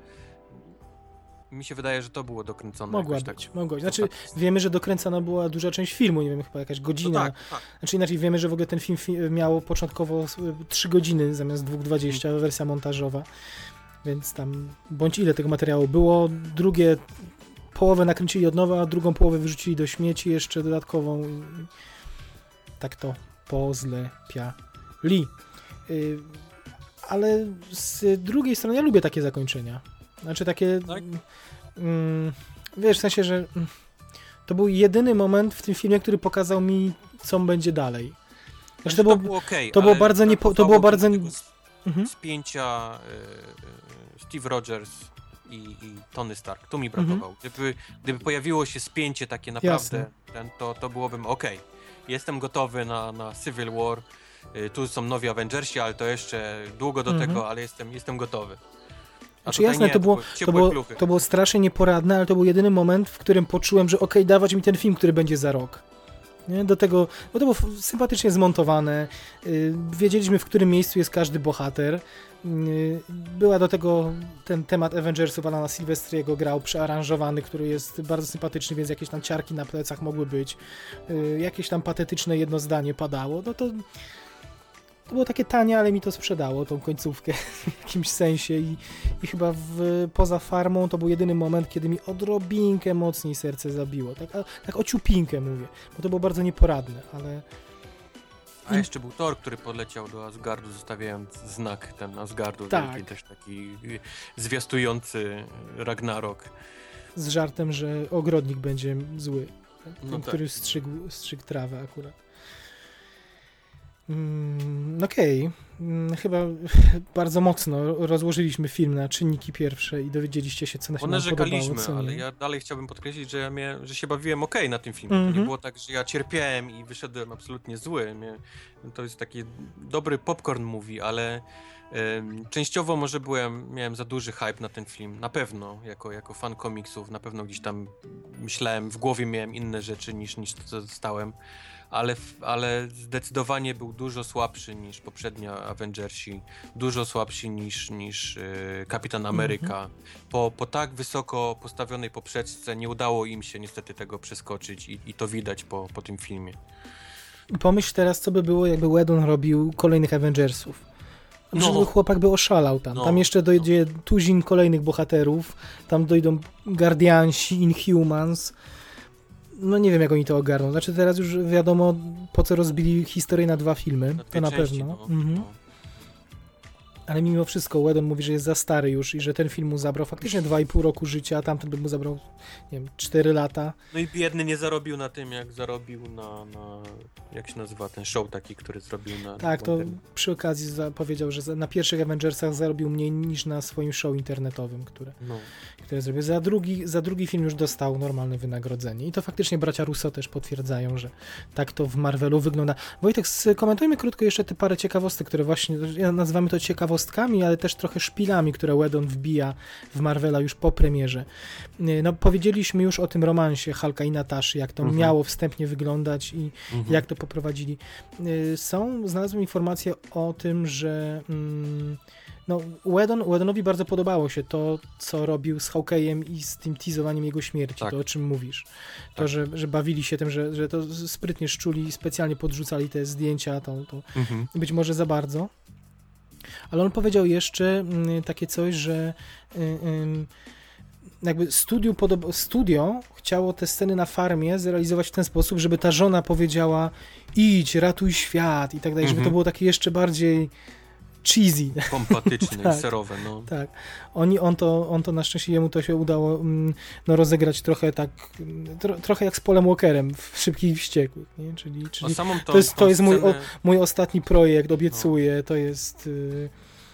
S3: Mi się wydaje, że to było dokręcone.
S2: Mogła być, tak, mogła być. Znaczy, tak. wiemy, że dokręcana była duża część filmu, nie wiem, chyba jakaś godzina.
S3: Tak, tak.
S2: Znaczy inaczej, wiemy, że w ogóle ten film fi- miał początkowo trzy godziny zamiast dwa dwadzieścia, hmm. wersja montażowa. Więc tam, bądź ile tego materiału było. Drugie, połowę nakręcili od nowa, a drugą połowę wyrzucili do śmieci, jeszcze dodatkową. I tak to pozlepiali. Yy, ale z drugiej strony ja lubię takie zakończenia. Znaczy takie, tak? mm, wiesz, w sensie, że to był jedyny moment w tym filmie, który pokazał mi, co będzie dalej. Znaczy,
S3: znaczy,
S2: to, było,
S3: to było okej,
S2: to było bardzo niepo, to było bardzo
S3: mhm. spięcia y, Steve Rogers i, i Tony Stark. Tu mi brakowało. Mhm. Gdyby, gdyby pojawiło się spięcie takie naprawdę, ten, to, to byłobym okej. Jestem gotowy na, na Civil War. Y, tu są nowi Avengersi, ale to jeszcze długo do mhm. tego, ale jestem, jestem gotowy.
S2: Znaczy jasne, nie, to, było, to, było, to było strasznie nieporadne, ale to był jedyny moment, w którym poczułem, że okej, okay, dawać mi ten film, który będzie za rok. Nie? Do tego, bo to było sympatycznie zmontowane, yy, wiedzieliśmy, w którym miejscu jest każdy bohater. Yy, była do tego ten temat Avengersów, Alana Silvestriego grał przearanżowany, który jest bardzo sympatyczny, więc jakieś tam ciarki na plecach mogły być, yy, jakieś tam patetyczne jedno zdanie padało, no to To było takie tanie, ale mi to sprzedało, tą końcówkę w jakimś sensie i, i chyba w, poza farmą to był jedyny moment, kiedy mi odrobinkę mocniej serce zabiło. Tak, a, tak o ciupinkę mówię, bo to było bardzo nieporadne, ale...
S3: A jeszcze był Thor, który podleciał do Asgardu, zostawiając znak ten Asgardu,
S2: tak.
S3: wielki, też taki zwiastujący Ragnarok. Z
S2: żartem, że ogrodnik będzie zły, ten,
S3: no tak.
S2: który strzygł, strzygł trawę akurat. Mm, Okej, okay. mm, chyba bardzo mocno rozłożyliśmy film na czynniki pierwsze i dowiedzieliście się, co na się nam podobało, co nie.
S3: Ale ja dalej chciałbym podkreślić, że, ja mnie, że się bawiłem okej okay na tym filmie. Mm-hmm. To nie było tak, że ja cierpiałem i wyszedłem absolutnie zły. Mnie, to jest taki dobry popcorn movie, ale um, częściowo może byłem, miałem za duży hype na ten film. Na pewno, jako, jako fan komiksów, na pewno gdzieś tam myślałem, w głowie miałem inne rzeczy niż, niż to, co dostałem. Ale, ale zdecydowanie był dużo słabszy niż poprzedni Avengersi, dużo słabszy niż, niż yy, Kapitan Ameryka. Mm-hmm. Po, po tak wysoko postawionej poprzeczce nie udało im się niestety tego przeskoczyć i, i to widać po, po tym filmie.
S2: Pomyśl teraz, co by było, jakby Whedon robił kolejnych Avengersów. No. Żeby chłopak by oszalał tam. No. Tam jeszcze dojdzie no. tuzin kolejnych bohaterów, tam dojdą Guardiansi, Inhumans. No nie wiem, jak oni to ogarną. Znaczy teraz już wiadomo, po co rozbili historię na dwa filmy. Na to na części, pewno. No. Mhm. No. Ale mimo wszystko Whedon mówi, że jest za stary już i że ten film mu zabrał faktycznie dwa i pół roku życia, a tamten by mu zabrał, nie wiem, cztery lata.
S3: No i biedny nie zarobił na tym, jak zarobił na, na jak się nazywa ten show taki, który zrobił na...
S2: Tak, to przy okazji za, powiedział, że za, na pierwszych Avengersach zarobił mniej niż na swoim show internetowym, które, no. które zrobił. Za drugi, za drugi film już dostał normalne wynagrodzenie i to faktycznie bracia Russo też potwierdzają, że tak to w Marvelu wygląda. Wojtek, skomentujmy krótko jeszcze te parę ciekawostek, które właśnie, ja nazywamy to ciekawostkami, ale też trochę szpilami, które Whedon wbija w Marvela już po premierze. No, powiedzieliśmy już o tym romansie Hulka i Nataszy, jak to mhm. miało wstępnie wyglądać i mhm. jak to poprowadzili. Są, znalazłem informację o tym, że mm, no, Whedon, Whedonowi bardzo podobało się to, co robił z Hawkeye'em i z tym teasowaniem jego śmierci, tak. to o czym mówisz. To, tak. że, że bawili się tym, że, że to sprytnie szczuli i specjalnie podrzucali te zdjęcia, to, to mhm. być może za bardzo. Ale on powiedział jeszcze y, takie coś, że y, y, jakby studio, podob- studio chciało te sceny na farmie zrealizować w ten sposób, żeby ta żona powiedziała idź, ratuj świat i tak dalej, mm-hmm. żeby to było takie jeszcze bardziej cheesy.
S3: Pompatyczne
S2: tak,
S3: i serowe, no.
S2: Tak. Oni, on, to, on to na szczęście, jemu to się udało no, rozegrać trochę tak, tro, trochę jak z Polem Walkerem w Szybkich i Wściekłych, nie? Czyli, czyli tą, to jest, to jest mój, o, mój ostatni projekt, obiecuję, no. to jest... Yy,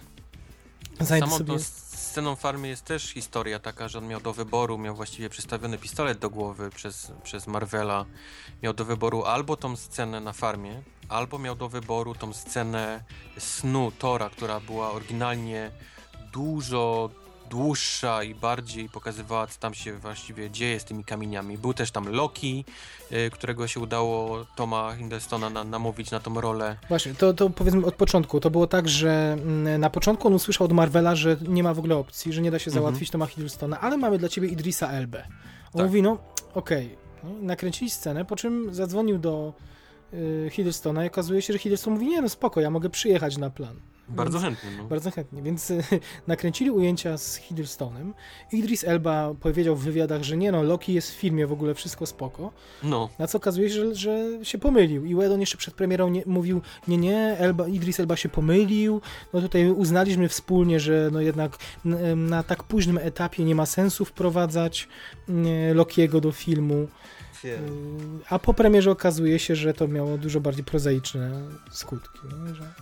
S3: Samą sobie... tą sceną farmy jest też historia taka, że on miał do wyboru, miał właściwie przystawiony pistolet do głowy przez, przez Marvela, miał do wyboru albo tą scenę na farmie, albo miał do wyboru tą scenę snu Tora, która była oryginalnie dużo dłuższa i bardziej pokazywała, co tam się właściwie dzieje z tymi kamieniami. Był też tam Loki, y, którego się udało Toma Hiddlestona na, namówić na tą rolę.
S2: Właśnie, to, to powiedzmy od początku. To było tak, że na początku on usłyszał od Marvela, że nie ma w ogóle opcji, że nie da się załatwić mm-hmm. Toma Hiddlestona, ale mamy dla ciebie Idrisa Elbę. On tak. mówi, no okej, okay. nakręcili scenę, po czym zadzwonił do y, Hiddlestona i okazuje się, że Hiddleston mówi, nie no spoko, ja mogę przyjechać na plan.
S3: Bardzo
S2: więc,
S3: chętnie. No.
S2: Bardzo chętnie, więc y, nakręcili ujęcia z Hiddlestonem. Idris Elba powiedział w wywiadach, że nie no, Loki jest w filmie, w ogóle wszystko spoko. No. Na co okazuje się, że, że się pomylił. I Whedon jeszcze przed premierą nie, mówił, nie, nie, Elba, Idris Elba się pomylił. No tutaj uznaliśmy wspólnie, że no jednak na, na tak późnym etapie nie ma sensu wprowadzać y, Lokiego do filmu. Y, a po premierze okazuje się, że to miało dużo bardziej prozaiczne skutki. No, że...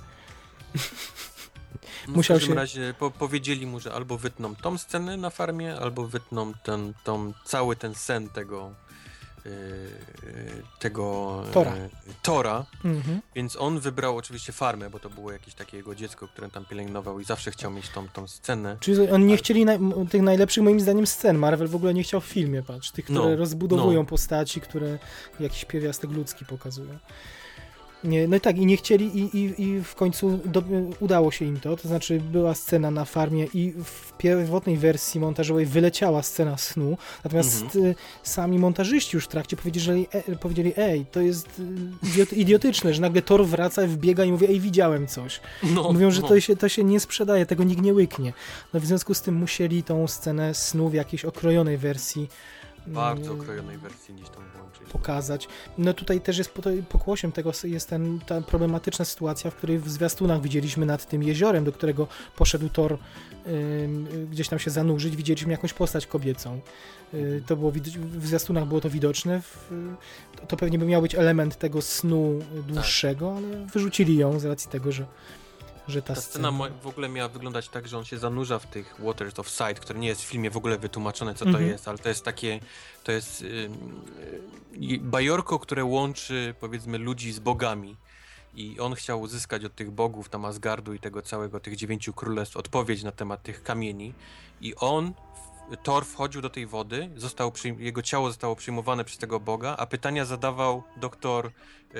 S3: No Musiał w każdym się... razie po, powiedzieli mu, że albo wytną tą scenę na farmie, albo wytną ten, tą, cały ten sen tego yy, tego
S2: Tora,
S3: yy, Tora. Mhm. Więc on wybrał oczywiście farmę, bo to było jakieś takie jego dziecko, które tam pielęgnował i zawsze chciał mieć tą, tą scenę.
S2: Czyli oni nie ale... chcieli na, tych najlepszych moim zdaniem scen. Marvel w ogóle nie chciał w filmie, patrz, tych, które no, rozbudowują no. postaci, które jakiś pierwiastek ludzki pokazują. Nie, no i tak, i nie chcieli i, i, i w końcu do, udało się im to, to znaczy była scena na farmie i w pierwotnej wersji montażowej wyleciała scena snu, natomiast mhm. sami montażyści już w trakcie powiedzieli, e, powiedzieli ej, to jest idiot, idiotyczne, że nagle Thor wraca, wbiega i mówi, ej, widziałem coś. No, Mówią, że no. to, się, to się nie sprzedaje, tego nikt nie łyknie. No w związku z tym musieli tą scenę snu w jakiejś okrojonej wersji
S3: bardzo okrojonej wersji gdzieś tam włączyć.
S2: Pokazać. No tutaj też jest pokłosiem tego jest ten, ta problematyczna sytuacja, w której w zwiastunach widzieliśmy nad tym jeziorem, do którego poszedł Thor yy, gdzieś tam się zanurzyć, widzieliśmy jakąś postać kobiecą. Yy, to było w zwiastunach było to widoczne. W, to, to pewnie by miał być element tego snu dłuższego, tak. ale wyrzucili ją z racji tego, że Że ta,
S3: ta scena, scena w ogóle miała wyglądać tak, że on się zanurza w tych Waters of Sight, które nie jest w filmie w ogóle wytłumaczone, co mm-hmm. to jest, ale to jest takie, to jest yy, yy, bajorko, które łączy, powiedzmy, ludzi z bogami. I on chciał uzyskać od tych bogów tam Asgardu i tego całego, tych dziewięciu królestw, odpowiedź na temat tych kamieni. I on, Thor wchodził do tej wody, został przyjm- jego ciało zostało przyjmowane przez tego boga, a pytania zadawał doktor, yy,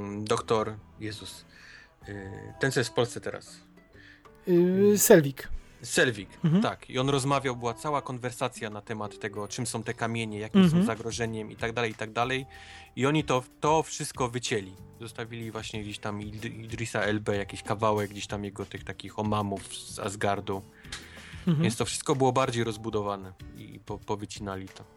S3: doktor, Jezus, ten, co jest w Polsce teraz.
S2: Yy, Selvig.
S3: Selvig,
S2: mhm.
S3: tak. I on rozmawiał, była cała konwersacja na temat tego, czym są te kamienie, jakim
S2: mhm.
S3: są zagrożeniem i tak dalej, i tak dalej. I oni to, to wszystko wycięli. Zostawili właśnie gdzieś tam Idrisa Elbę, jakiś kawałek gdzieś tam jego tych takich omamów z Asgardu. Mhm. Więc to wszystko było bardziej rozbudowane i po, powycinali to.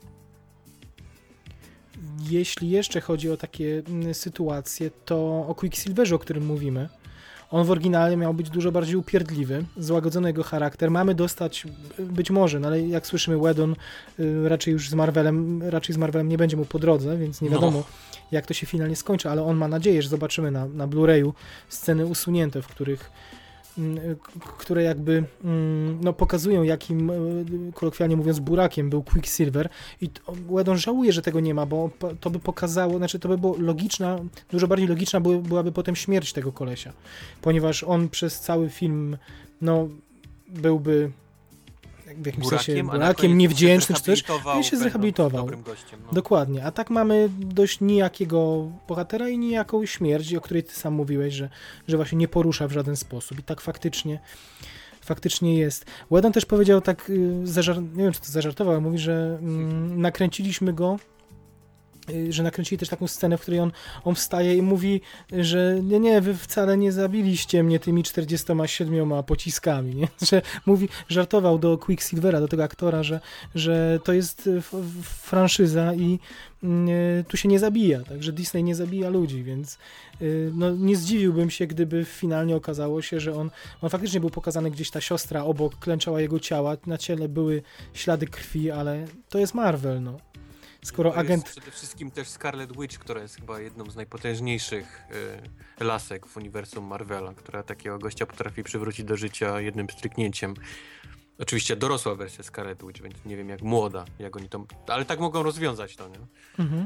S2: Jeśli jeszcze chodzi o takie sytuacje, to o Quicksilverze, o którym mówimy, on w oryginale miał być dużo bardziej upierdliwy, złagodzony jego charakter. Mamy dostać, być może, no ale jak słyszymy, Whedon y, raczej już z Marvelem, raczej z Marvelem nie będzie mu po drodze, więc nie wiadomo, no. jak to się finalnie skończy, ale on ma nadzieję, że zobaczymy na, na Blu-rayu sceny usunięte, w których które jakby no, pokazują, jakim, kolokwialnie mówiąc, burakiem był Quicksilver i Whedon żałuje, że tego nie ma, bo to by pokazało, znaczy to by było logiczna, dużo bardziej logiczna byłaby potem śmierć tego kolesia, ponieważ on przez cały film no, byłby w jakimś burakiem, sensie burakiem, niewdzięczny czy coś, i się zrehabilitował.
S3: Gościem, no.
S2: Dokładnie, a tak mamy dość nijakiego bohatera i nijaką śmierć, o której ty sam mówiłeś, że, że właśnie nie porusza w żaden sposób i tak faktycznie faktycznie jest. Whedon też powiedział tak, zażar- nie wiem, czy to zażartował, ale mówi, że mm, nakręciliśmy go, że nakręcili też taką scenę, w której on, on wstaje i mówi, że nie, nie, wy wcale nie zabiliście mnie tymi czterdziestoma siedmioma pociskami, nie? Że mówi, żartował do Quicksilvera, do tego aktora, że, że to jest f- f- franszyza i y, tu się nie zabija, także Disney nie zabija ludzi, więc y, no, nie zdziwiłbym się, gdyby finalnie okazało się, że on, on faktycznie był pokazany gdzieś, ta siostra obok klęczała jego ciała, na ciele były ślady krwi, ale to jest Marvel, no. Skoro
S3: to
S2: agent...
S3: jest przede wszystkim też Scarlet Witch, która jest chyba jedną z najpotężniejszych y, lasek w uniwersum Marvela, która takiego gościa potrafi przywrócić do życia jednym stryknięciem. Oczywiście dorosła wersja Scarlet Witch, więc nie wiem jak młoda, jak oni to... Ale tak mogą rozwiązać to, nie? Mhm.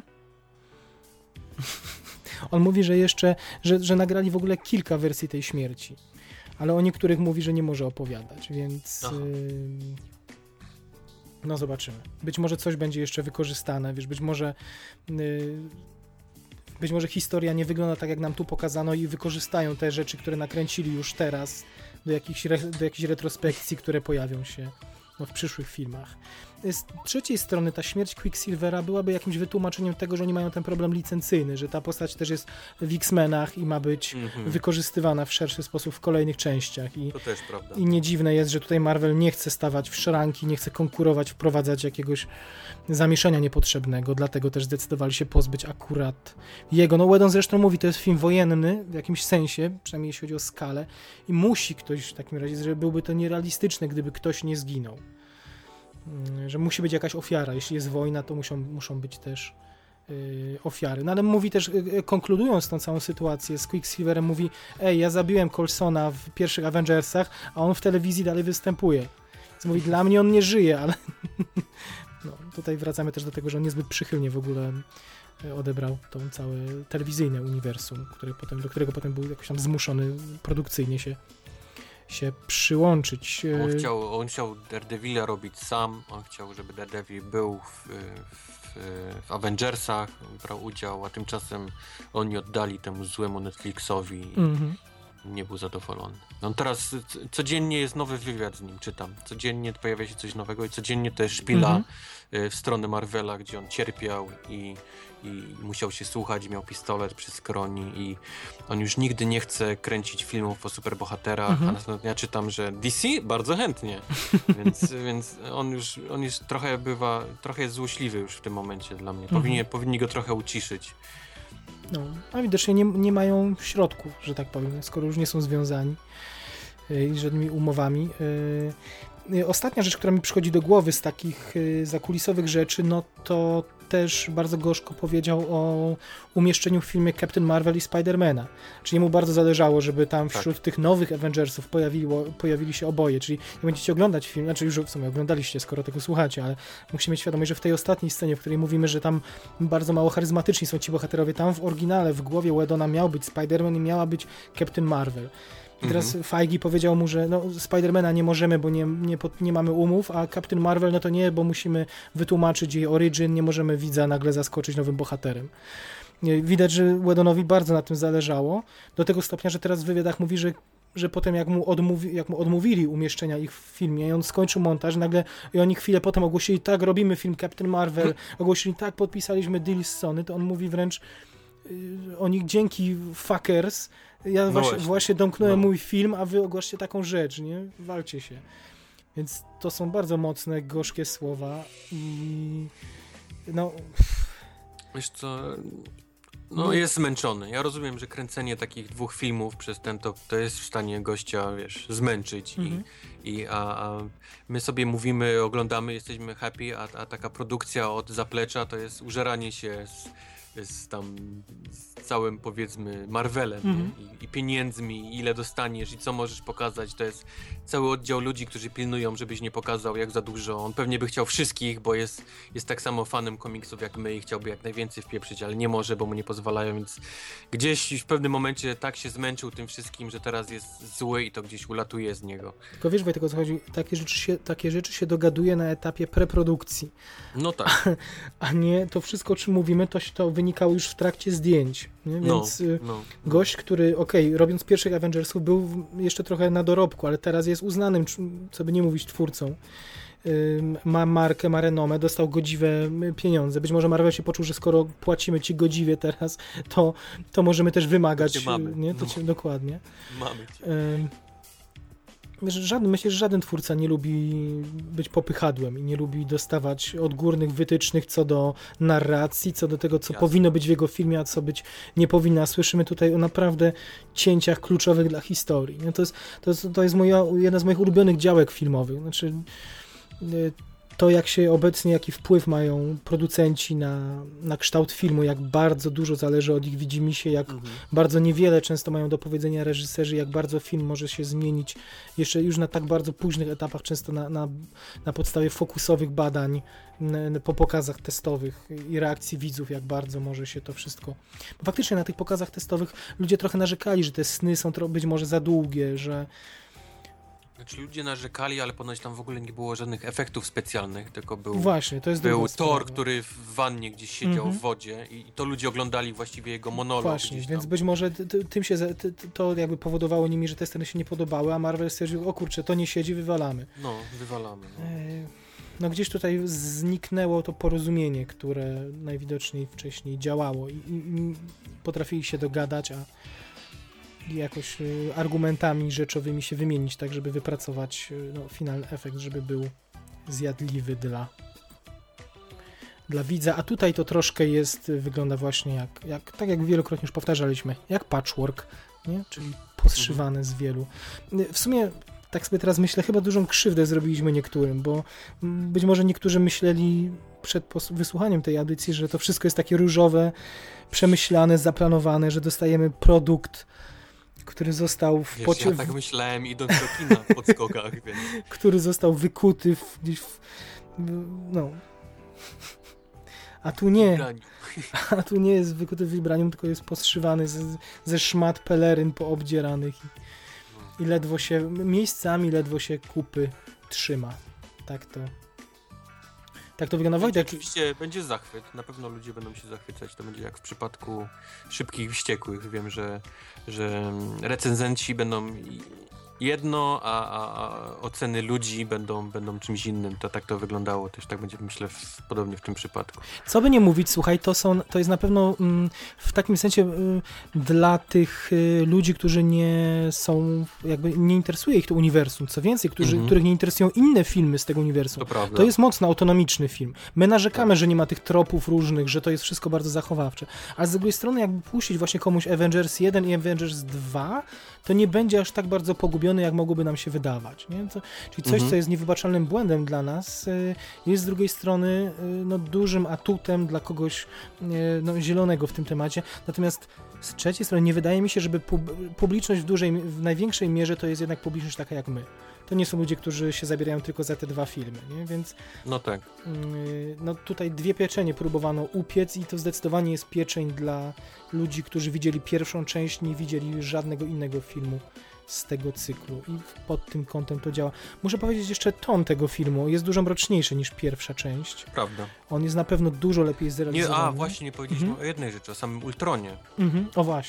S2: On mówi, że jeszcze, że, że nagrali w ogóle kilka wersji tej śmierci, ale o niektórych mówi, że nie może opowiadać, więc... No zobaczymy. Być może coś będzie jeszcze wykorzystane, wiesz, być może yy, być może historia nie wygląda tak, jak nam tu pokazano i wykorzystają te rzeczy, które nakręcili już teraz do jakichś, re, do jakichś retrospekcji, które pojawią się no, w przyszłych filmach. Z trzeciej strony ta śmierć Quicksilvera byłaby jakimś wytłumaczeniem tego, że oni mają ten problem licencyjny, że ta postać też jest w X-Menach i ma być mm-hmm. wykorzystywana w szerszy sposób w kolejnych częściach. I,
S3: to też prawda.
S2: I nie dziwne jest, że tutaj Marvel nie chce stawać w szranki, nie chce konkurować, wprowadzać jakiegoś zamieszania niepotrzebnego, dlatego też zdecydowali się pozbyć akurat jego. No Whedon zresztą mówi, to jest film wojenny w jakimś sensie, przynajmniej jeśli chodzi o skalę i musi ktoś w takim razie, że byłby to nierealistyczne, gdyby ktoś nie zginął. Że musi być jakaś ofiara. Jeśli jest wojna, to muszą, muszą być też yy, ofiary. No ale mówi też, yy, konkludując tą całą sytuację z Quicksilverem, mówi, ej, ja zabiłem Coulsona w pierwszych Avengersach, a on w telewizji dalej występuje. Więc mówi, dla mnie on nie żyje, ale no, tutaj wracamy też do tego, że on niezbyt przychylnie w ogóle odebrał to całe telewizyjne uniwersum, które potem, do którego potem był jakoś tam zmuszony produkcyjnie się się przyłączyć.
S3: On chciał, on chciał Daredevila robić sam, on chciał, żeby Daredevil był w, w, w Avengersach, brał udział, a tymczasem oni oddali temu złemu Netflixowi i mm-hmm. nie był zadowolony. On teraz codziennie jest nowy wywiad z nim, czytam. Codziennie pojawia się coś nowego i codziennie to jest szpila mm-hmm. w stronę Marvela, gdzie on cierpiał i, i musiał się słuchać, miał pistolet przy skroni i on już nigdy nie chce kręcić filmów o superbohaterach, mm-hmm. a następnie ja czytam, że D C bardzo chętnie, więc, więc on już on jest trochę bywa, trochę jest złośliwy już w tym momencie dla mnie. Powinni, mm-hmm. powinni go trochę uciszyć.
S2: No, a widocznie nie, nie mają środków, że tak powiem, skoro już nie są związani yy, żadnymi umowami. Yy, ostatnia rzecz, która mi przychodzi do głowy z takich yy, zakulisowych rzeczy, no to też bardzo gorzko powiedział o umieszczeniu w filmie Captain Marvel i Spidermana. Czyli mu bardzo zależało, żeby tam wśród tak. tych nowych Avengersów pojawiło, pojawili się oboje. Czyli jak będziecie oglądać film, znaczy już w sumie oglądaliście, skoro tego słuchacie, ale musimy mieć świadomość, że w tej ostatniej scenie, w której mówimy, że tam bardzo mało charyzmatyczni są ci bohaterowie, tam w oryginale, w głowie Whedona miał być Spider-Man i miała być Captain Marvel. I teraz mhm. Feige powiedział mu, że no, Spidermana nie możemy, bo nie, nie, nie mamy umów, a Captain Marvel no to nie, bo musimy wytłumaczyć jej origin, nie możemy widza nagle zaskoczyć nowym bohaterem. Widać, że Whedonowi bardzo na tym zależało, do tego stopnia, że teraz w wywiadach mówi, że że potem jak mu, odmówi, jak mu odmówili umieszczenia ich w filmie i on skończył montaż, nagle i oni chwilę potem ogłosili, tak, robimy film Captain Marvel, ogłosili, tak, podpisaliśmy deal z Sony, to on mówi wręcz yy, o nich dzięki fuckers, ja no właśnie, właśnie. właśnie domknąłem no. mój film, a wy ogłaszcie taką rzecz, nie? Walcie się. Więc to są bardzo mocne, gorzkie słowa i no...
S3: Wiesz co... No jest zmęczony. Ja rozumiem, że kręcenie takich dwóch filmów przez ten to, to jest w stanie gościa, wiesz, zmęczyć mm-hmm. i, i a, a my sobie mówimy, oglądamy, jesteśmy happy, a, a taka produkcja od zaplecza to jest użeranie się z, z tam z całym, powiedzmy, Marvelem mm-hmm. I, i pieniędzmi, ile dostaniesz i co możesz pokazać. To jest cały oddział ludzi, którzy pilnują, żebyś nie pokazał jak za dużo. On pewnie by chciał wszystkich, bo jest, jest tak samo fanem komiksów jak my i chciałby jak najwięcej wpieprzyć, ale nie może, bo mu nie pozwalają, więc gdzieś w pewnym momencie tak się zmęczył tym wszystkim, że teraz jest zły i to gdzieś ulatuje z niego.
S2: Tylko wiesz, Wojtek, o co chodzi? Takie rzeczy się, takie rzeczy się dogaduje na etapie preprodukcji.
S3: No tak.
S2: A nie to wszystko, o czym mówimy, to, to wynikało już w trakcie zdjęć. Nie? Więc no, no, gość, który, okej, okay, robiąc pierwszych Avengersów, był jeszcze trochę na dorobku, ale teraz jest uznanym, co by nie mówić, twórcą. Ma markę, ma renomę, dostał godziwe pieniądze. Być może Marvel się poczuł, że skoro płacimy ci godziwie teraz, to, to możemy też wymagać.
S3: Mamy.
S2: Nie? To
S3: no.
S2: cię, dokładnie.
S3: Mamy cię.
S2: Żaden, myślę, że żaden twórca nie lubi być popychadłem i nie lubi dostawać odgórnych wytycznych co do narracji, co do tego, co Jasne. powinno być w jego filmie, a co być nie powinno. A słyszymy tutaj o naprawdę cięciach kluczowych dla historii. No to jest, to jest, to jest moja, jedna z moich ulubionych działek filmowych. Znaczy, to jak się obecnie, jaki wpływ mają producenci na, na kształt filmu, jak bardzo dużo zależy od ich widzimisię, jak mhm. bardzo niewiele często mają do powiedzenia reżyserzy, jak bardzo film może się zmienić jeszcze już na tak bardzo późnych etapach, często na, na, na podstawie fokusowych badań, n, po pokazach testowych i reakcji widzów, jak bardzo może się to wszystko... Bo faktycznie na tych pokazach testowych ludzie trochę narzekali, że te sny są tro, być może za długie, że
S3: Znaczy ludzie narzekali, ale ponoć tam w ogóle nie było żadnych efektów specjalnych, tylko był,
S2: Właśnie, to jest
S3: był Thor,
S2: sprawa.
S3: który w wannie gdzieś siedział mm-hmm. w wodzie i to ludzie oglądali właściwie jego monolog.
S2: Właśnie, więc być może t- t- tym się t- t- to jakby powodowało nimi, że te sceny się nie podobały, a Marvel stwierdził, o kurczę, to nie siedzi, wywalamy.
S3: No, wywalamy. No.
S2: E- no gdzieś tutaj zniknęło to porozumienie, które najwidoczniej wcześniej działało i, i, i potrafili się dogadać, a i jakoś y, argumentami rzeczowymi się wymienić, tak żeby wypracować y, no, finalny efekt, żeby był zjadliwy dla dla widza, a tutaj to troszkę jest, wygląda właśnie jak, jak tak jak wielokrotnie już powtarzaliśmy, jak patchwork, nie? Czyli poszywane z wielu. W sumie tak sobie teraz myślę, chyba dużą krzywdę zrobiliśmy niektórym, bo być może niektórzy myśleli przed wysłuchaniem tej audycji, że to wszystko jest takie różowe, przemyślane, zaplanowane, że dostajemy produkt, który został w
S3: Wiesz,
S2: pocie...
S3: ja tak myślałem idąc do kina w podskokach, więc...
S2: który został wykuty w, gdzieś w... no... A tu nie. A tu nie jest wykuty w vibranium, tylko jest postrzywany ze, ze szmat peleryn poobdzieranych i, i ledwo się, miejscami ledwo się kupy trzyma. Tak to... Tak to wygląda. Wojtek.
S3: Oczywiście będzie zachwyt, na pewno ludzie będą się zachwycać, to będzie jak w przypadku Szybkich Wściekłych, wiem, że, że recenzenci będą jedno, a, a, a oceny ludzi będą, będą czymś innym, to tak to wyglądało, też tak będzie, myślę, w, podobnie w tym przypadku.
S2: Co by nie mówić, słuchaj, to są, to jest na pewno mm, w takim sensie y, dla tych y, ludzi, którzy nie są, jakby nie interesuje ich to uniwersum, co więcej, którzy, mm-hmm. których nie interesują inne filmy z tego uniwersum.
S3: To prawda.
S2: To jest mocno autonomiczny film. My narzekamy, tak. że nie ma tych tropów różnych, że to jest wszystko bardzo zachowawcze, a z drugiej strony jakby puścić właśnie komuś Avengers jeden i Avengers dwa, to nie będzie aż tak bardzo pogubiony, jak mogłoby nam się wydawać. Nie? To, czyli coś, mhm. co jest niewybaczalnym błędem dla nas, jest z drugiej strony no, dużym atutem dla kogoś no, zielonego w tym temacie. Natomiast z trzeciej strony nie wydaje mi się, żeby publiczność w, dużej, w największej mierze to jest jednak publiczność taka jak my. To nie są ludzie, którzy się zabierają tylko za te dwa filmy, nie? Więc
S3: no tak.
S2: Yy, no tutaj dwie pieczenie próbowano upiec i to zdecydowanie jest pieczeń dla ludzi, którzy widzieli pierwszą część, nie widzieli żadnego innego filmu z tego cyklu i pod tym kątem to działa. Muszę powiedzieć jeszcze, ton tego filmu jest dużo mroczniejszy niż pierwsza część.
S3: Prawda.
S2: On jest na pewno dużo lepiej zrealizowany.
S3: Nie, a właśnie nie powiedzieliśmy mhm. o jednej rzeczy, o samym Ultronie.
S2: Mhm. O właśnie.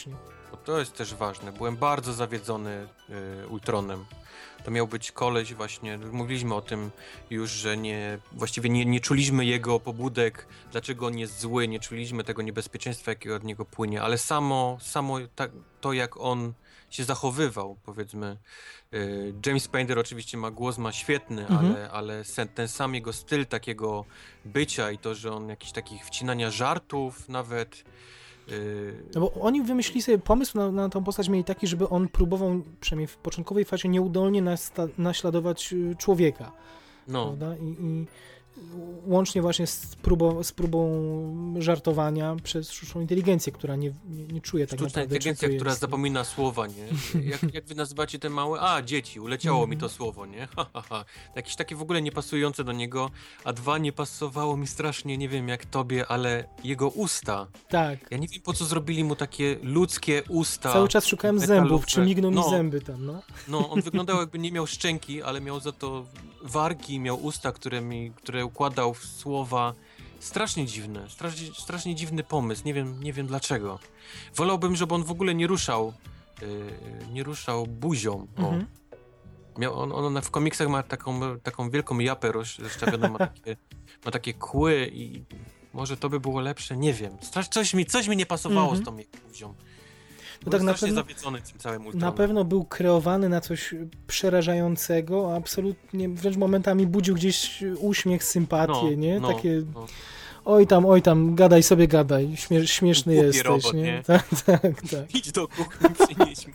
S3: Bo to jest też ważne. Byłem bardzo zawiedzony y, Ultronem. To miał być koleś właśnie, mówiliśmy o tym już, że nie, właściwie nie, nie czuliśmy jego pobudek, dlaczego on jest zły, nie czuliśmy tego niebezpieczeństwa, jakie od niego płynie, ale samo, samo tak, to, jak on się zachowywał, powiedzmy. y, James Spader oczywiście ma głos, ma świetny,
S2: Mhm.
S3: ale, ale sen, ten sam jego styl takiego bycia i to, że on jakiś takich wcinania żartów nawet. y,
S2: No bo oni wymyślili sobie pomysł na, na tą postać, mieli taki, żeby on próbował, przynajmniej w początkowej fazie, nieudolnie nasta- naśladować y, człowieka,
S3: No,
S2: prawda? I, i łącznie właśnie z próbą, z próbą żartowania przez sztuczną inteligencję, która nie, nie, nie czuje tak
S3: sztuczna
S2: naprawdę,
S3: inteligencja,
S2: czy to
S3: która
S2: jest.
S3: zapomina słowa, nie? Jak, jak wy nazywacie te małe? A, dzieci, uleciało
S2: Mhm.
S3: mi to słowo, nie? Ha, ha, ha. Jakieś takie w ogóle niepasujące do niego, a dwa, nie pasowało mi strasznie, nie wiem jak tobie, ale jego usta.
S2: Tak.
S3: Ja nie wiem, po co zrobili mu takie ludzkie usta.
S2: Cały czas szukałem
S3: metalowe.
S2: zębów, czy migną mi
S3: No.
S2: zęby tam, no.
S3: No, on wyglądał jakby nie miał szczęki, ale miał za to wargi, miał usta, które mi, które układał w słowa. Strasznie dziwne, strasznie, strasznie dziwny pomysł, nie wiem, nie wiem dlaczego. Wolałbym, żeby on w ogóle nie ruszał, yy, nie ruszał buzią. O.
S2: Mhm.
S3: Miał, on, on w komiksach ma taką, taką wielką japę rozszczawioną, ma takie, ma takie kły i może to by było lepsze, nie wiem. Strasz, coś, mi, coś mi nie pasowało
S2: Mhm.
S3: z tą jego buzią.
S2: No
S3: Byłem
S2: tak, na
S3: strasznie
S2: pewno,
S3: zawiedzony tym całym
S2: na
S3: Ultronem.
S2: pewno był kreowany na coś przerażającego, a absolutnie, wręcz momentami budził gdzieś uśmiech, sympatię,
S3: No,
S2: nie?
S3: no,
S2: Takie,
S3: no.
S2: oj tam, oj tam, gadaj sobie, gadaj, Śmiesz, śmieszny
S3: Głupi
S2: jesteś,
S3: robot,
S2: nie?
S3: nie?
S2: Tak, tak, tak.
S3: Idź do kuchni, przynieś mi.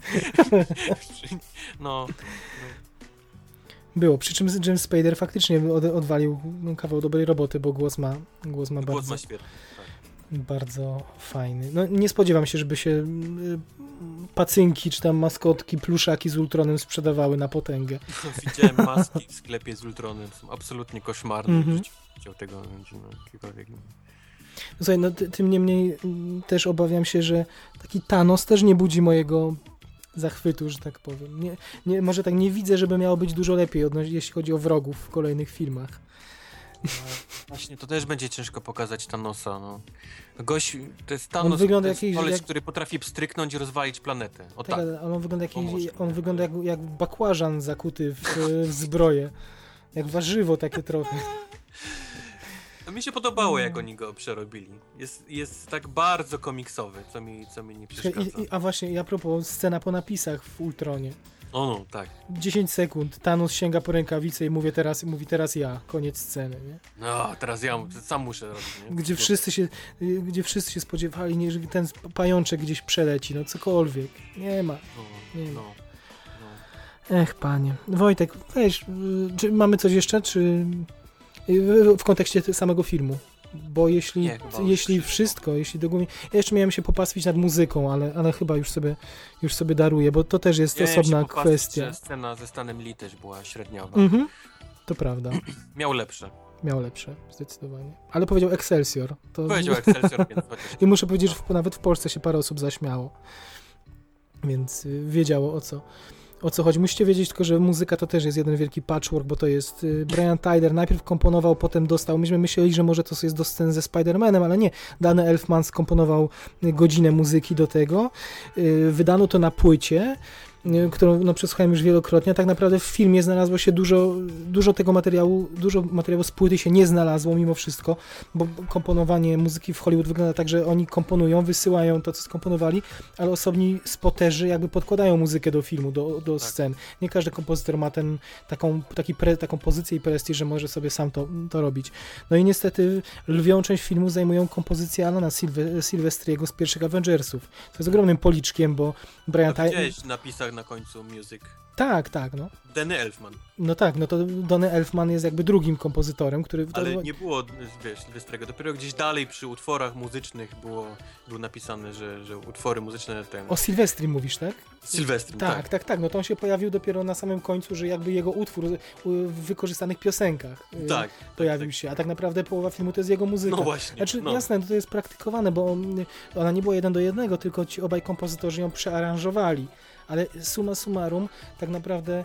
S3: No,
S2: Było, przy czym James Spader faktycznie od, odwalił no, kawał dobrej roboty, bo głos ma, głos ma
S3: głos
S2: bardzo,
S3: ma świetny.
S2: bardzo fajny. No nie spodziewam się, żeby się y, pacynki, czy tam maskotki, pluszaki z Ultronem sprzedawały na potęgę.
S3: Widziałem maski w sklepie z Ultronem, są absolutnie koszmarne.
S2: Mhm.
S3: Mm-hmm. Chciał tego no, jakiekolwiek.
S2: No, słuchaj, no ty, tym niemniej mm, też obawiam się, że taki Thanos też nie budzi mojego zachwytu, że tak powiem. Nie, nie, może tak nie widzę, żeby miało być dużo lepiej, odnoś- jeśli chodzi o wrogów w kolejnych filmach.
S3: No, właśnie, to też będzie ciężko pokazać Thanosa, no. Gość, to jest
S2: On
S3: Thanos,
S2: wygląda
S3: to jest
S2: jakiś-
S3: koleś,
S2: jak-
S3: który potrafi pstryknąć i rozwalić planetę. O
S2: Tak,
S3: tak.
S2: ale on wygląda, jakiś,
S3: Pomoże,
S2: on
S3: nie?
S2: wygląda jak, jak bakłażan zakuty w, w zbroję. Jak warzywo takie trochę.
S3: To mi się podobało,
S2: No.
S3: jak oni go przerobili. Jest, jest tak bardzo komiksowy, co mi, co mi nie przeszkadza.
S2: I, i, a właśnie, a propos, scena po napisach w Ultronie.
S3: No, no, tak.
S2: dziesięć sekund, Thanos sięga po rękawicę i mówię teraz, mówi teraz ja, koniec sceny, nie?
S3: No, teraz ja sam muszę robić, nie?
S2: Gdzie wszyscy się, y, gdzie wszyscy się spodziewali, nie, że ten pajączek gdzieś przeleci, no cokolwiek. Nie ma.
S3: No,
S2: Nie.
S3: no, no.
S2: Ech, panie. Wojtek, weź, y, czy mamy coś jeszcze, czy y, w kontekście te- samego filmu? Bo jeśli,
S3: Nie, chyba już
S2: jeśli
S3: wszystko.
S2: wszystko, jeśli dogłębnie... Ja jeszcze miałem się popastwić nad muzyką, ale, ale chyba już sobie, już sobie daruję, bo to też jest
S3: Miałem
S2: osobna
S3: się popatrzeć,
S2: kwestia.
S3: że scena ze Stanem Lee też była średniowa.
S2: Mhm. To prawda.
S3: Miał lepsze.
S2: Miał lepsze, zdecydowanie. Ale powiedział Excelsior. To...
S3: Powiedział Excelsior, więc chociaż...
S2: I muszę powiedzieć, że w, nawet w Polsce się parę osób zaśmiało. Więc y, wiedziało o co, o co chodzi. Musicie wiedzieć tylko, że muzyka to też jest jeden wielki patchwork, bo to jest y, Brian Tyler najpierw komponował, potem dostał. Myśmy myśleli, że może to jest do sceny ze Spider-Manem, ale nie. Danny Elfman skomponował y, godzinę muzyki do tego. Y, wydano to na płycie, y, którą no, przesłuchałem już wielokrotnie. Tak naprawdę w filmie znalazło się dużo, dużo tego materiału, dużo materiału z płyty się nie znalazło mimo wszystko, bo komponowanie muzyki w Hollywood wygląda tak, że oni komponują, wysyłają to, co skomponowali, ale osobni spoterzy jakby podkładają muzykę do filmu, do, do
S3: Tak.
S2: scen. Nie każdy kompozytor ma ten, taką, taki pre, taką pozycję i prestiż, że może sobie sam to, to robić. No i niestety lwią część filmu zajmują kompozycje Alana Silve- Silvestriego z pierwszych Avengersów. To jest ogromnym policzkiem, bo Brian
S3: A
S2: Tyler...
S3: widziałeś w napisach na końcu music?
S2: Tak, tak, no.
S3: Danny Elfman.
S2: No tak, no to Donny Elfman jest jakby drugim kompozytorem, który...
S3: Ale nie było, wiesz, Sylwestrego. Dopiero gdzieś dalej przy utworach muzycznych było, było napisane, że, że utwory muzyczne ten...
S2: O Sylwestri mówisz, tak?
S3: Z Sylwestrem,
S2: Tak,
S3: tak.
S2: tak, tak. No to on się pojawił dopiero na samym końcu, że jakby jego utwór y, w wykorzystanych piosenkach y,
S3: Tak,
S2: pojawił
S3: tak,
S2: się, a tak naprawdę połowa filmu to jest jego muzyka.
S3: No właśnie.
S2: Znaczy,
S3: no.
S2: jasne, to jest praktykowane, bo on, ona nie była jeden do jednego, tylko ci obaj kompozytorzy ją przearanżowali, ale summa summarum, tak naprawdę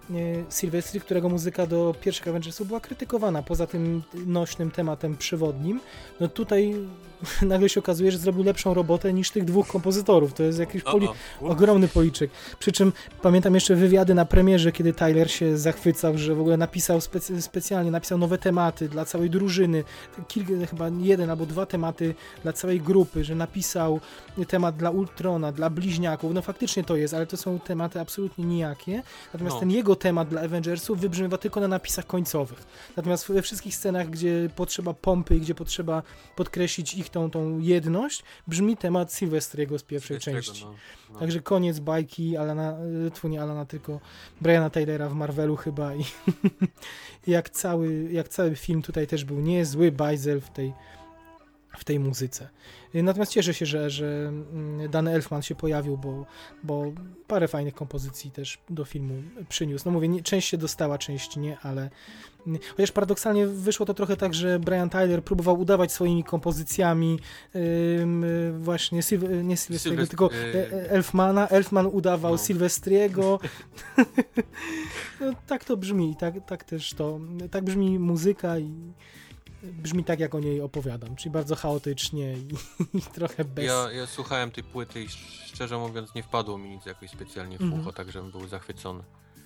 S2: Sylwestry, którego muzyka do pierwszych Avengersów była krytykowana, poza tym nośnym tematem przewodnim. No tutaj nagle się okazuje, że zrobił lepszą robotę niż tych dwóch kompozytorów. To jest jakiś poli- ogromny policzek. Przy czym pamiętam jeszcze wywiady na premierze, kiedy Tyler się zachwycał, że w ogóle napisał specy- specjalnie, napisał nowe tematy dla całej drużyny, kilka, chyba jeden albo dwa tematy dla całej grupy, że napisał temat dla Ultrona, dla Bliźniaków. No faktycznie to jest, ale to są tematy absolutnie nijakie. Natomiast no. ten jego temat dla Avengersów wybrzmiewa tylko na napisach końcowych. Natomiast we wszystkich scenach, gdzie potrzeba pompy i gdzie potrzeba podkreślić ich tą, tą jedność, brzmi temat Sylwestriego z pierwszej części. No, no. Także koniec bajki Alana, tfu nie Alana, tylko Briana Tylera w Marvelu chyba i jak, cały, jak cały film tutaj też był niezły bajzel w tej w tej muzyce. Natomiast cieszę się, że, że Dan Elfman się pojawił, bo, bo parę fajnych kompozycji też do filmu przyniósł. No mówię, nie, część się dostała, część nie, ale chociaż paradoksalnie wyszło to trochę tak, że Brian Tyler próbował udawać swoimi kompozycjami yy, właśnie Syl- nie Sylwestriego, Sylwest- tylko yy... Elfmana. Elfman udawał no. Sylwestriego. No, tak to brzmi, tak, tak też to, tak brzmi muzyka i brzmi tak, jak o niej opowiadam, czyli bardzo chaotycznie i, i trochę bez...
S3: Ja, ja słuchałem tej płyty i szczerze mówiąc nie wpadło mi nic jakoś specjalnie w ucho, mm. tak żebym był zachwycony.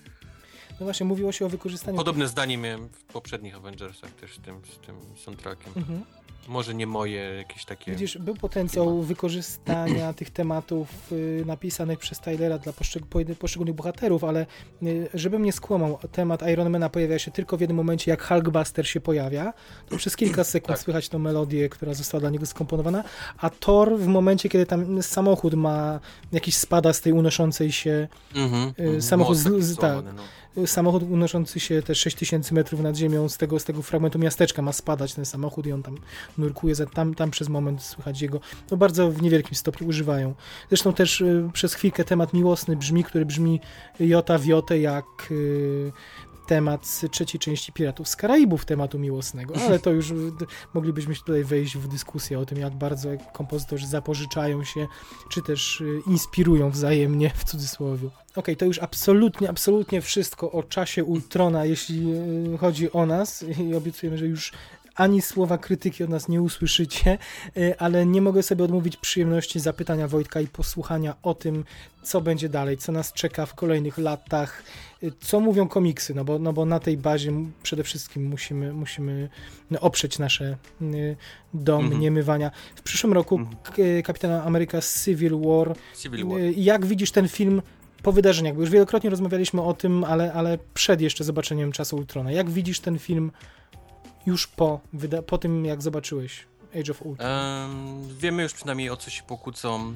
S2: No właśnie, mówiło się o wykorzystaniu...
S3: Podobne tych... zdanie miałem w poprzednich Avengersach też z tym, z tym soundtrackiem. Mm-hmm. Może nie moje jakieś takie...
S2: Widzisz, był potencjał klimat. wykorzystania tych tematów y, napisanych przez Tylera dla poszczeg- poszczególnych bohaterów, ale y, żebym nie skłamał, temat Ironmana pojawia się tylko w jednym momencie, jak Hulkbuster się pojawia, to przez kilka sekund tak. słychać tą melodię, która została dla niego skomponowana, a Thor w momencie, kiedy tam samochód ma jakiś spada z tej unoszącej się mm-hmm, y, samochód z, z, tak, no. samochód unoszący się te sześć tysięcy metrów nad ziemią, z tego, z tego fragmentu miasteczka ma spadać ten samochód i on tam nurkuje, za, tam, tam przez moment słychać jego, no bardzo w niewielkim stopniu używają. Zresztą też y, przez chwilkę temat miłosny brzmi, który brzmi jota w jotę jak y, temat z trzeciej części Piratów z Karaibów tematu miłosnego, ale to już moglibyśmy tutaj wejść w dyskusję o tym, jak bardzo kompozytorzy zapożyczają się, czy też y, inspirują wzajemnie, w cudzysłowie. Okej, okay, to już absolutnie, absolutnie wszystko o czasie Ultrona, jeśli y, chodzi o nas i obiecujemy, że już ani słowa krytyki od nas nie usłyszycie, ale nie mogę sobie odmówić przyjemności zapytania Wojtka i posłuchania o tym, co będzie dalej, co nas czeka w kolejnych latach, co mówią komiksy, no bo, no bo na tej bazie przede wszystkim musimy, musimy oprzeć nasze domniemywania. W przyszłym roku mm-hmm. Kapitan Ameryka Civil War.
S3: Civil War.
S2: Jak widzisz ten film po wydarzeniach? Bo już wielokrotnie rozmawialiśmy o tym, ale, ale przed jeszcze zobaczeniem Czasu Ultrona. Jak widzisz ten film już po, wyda- po tym, jak zobaczyłeś Age of Ultron?
S3: Um, wiemy już przynajmniej, o co się pokłócą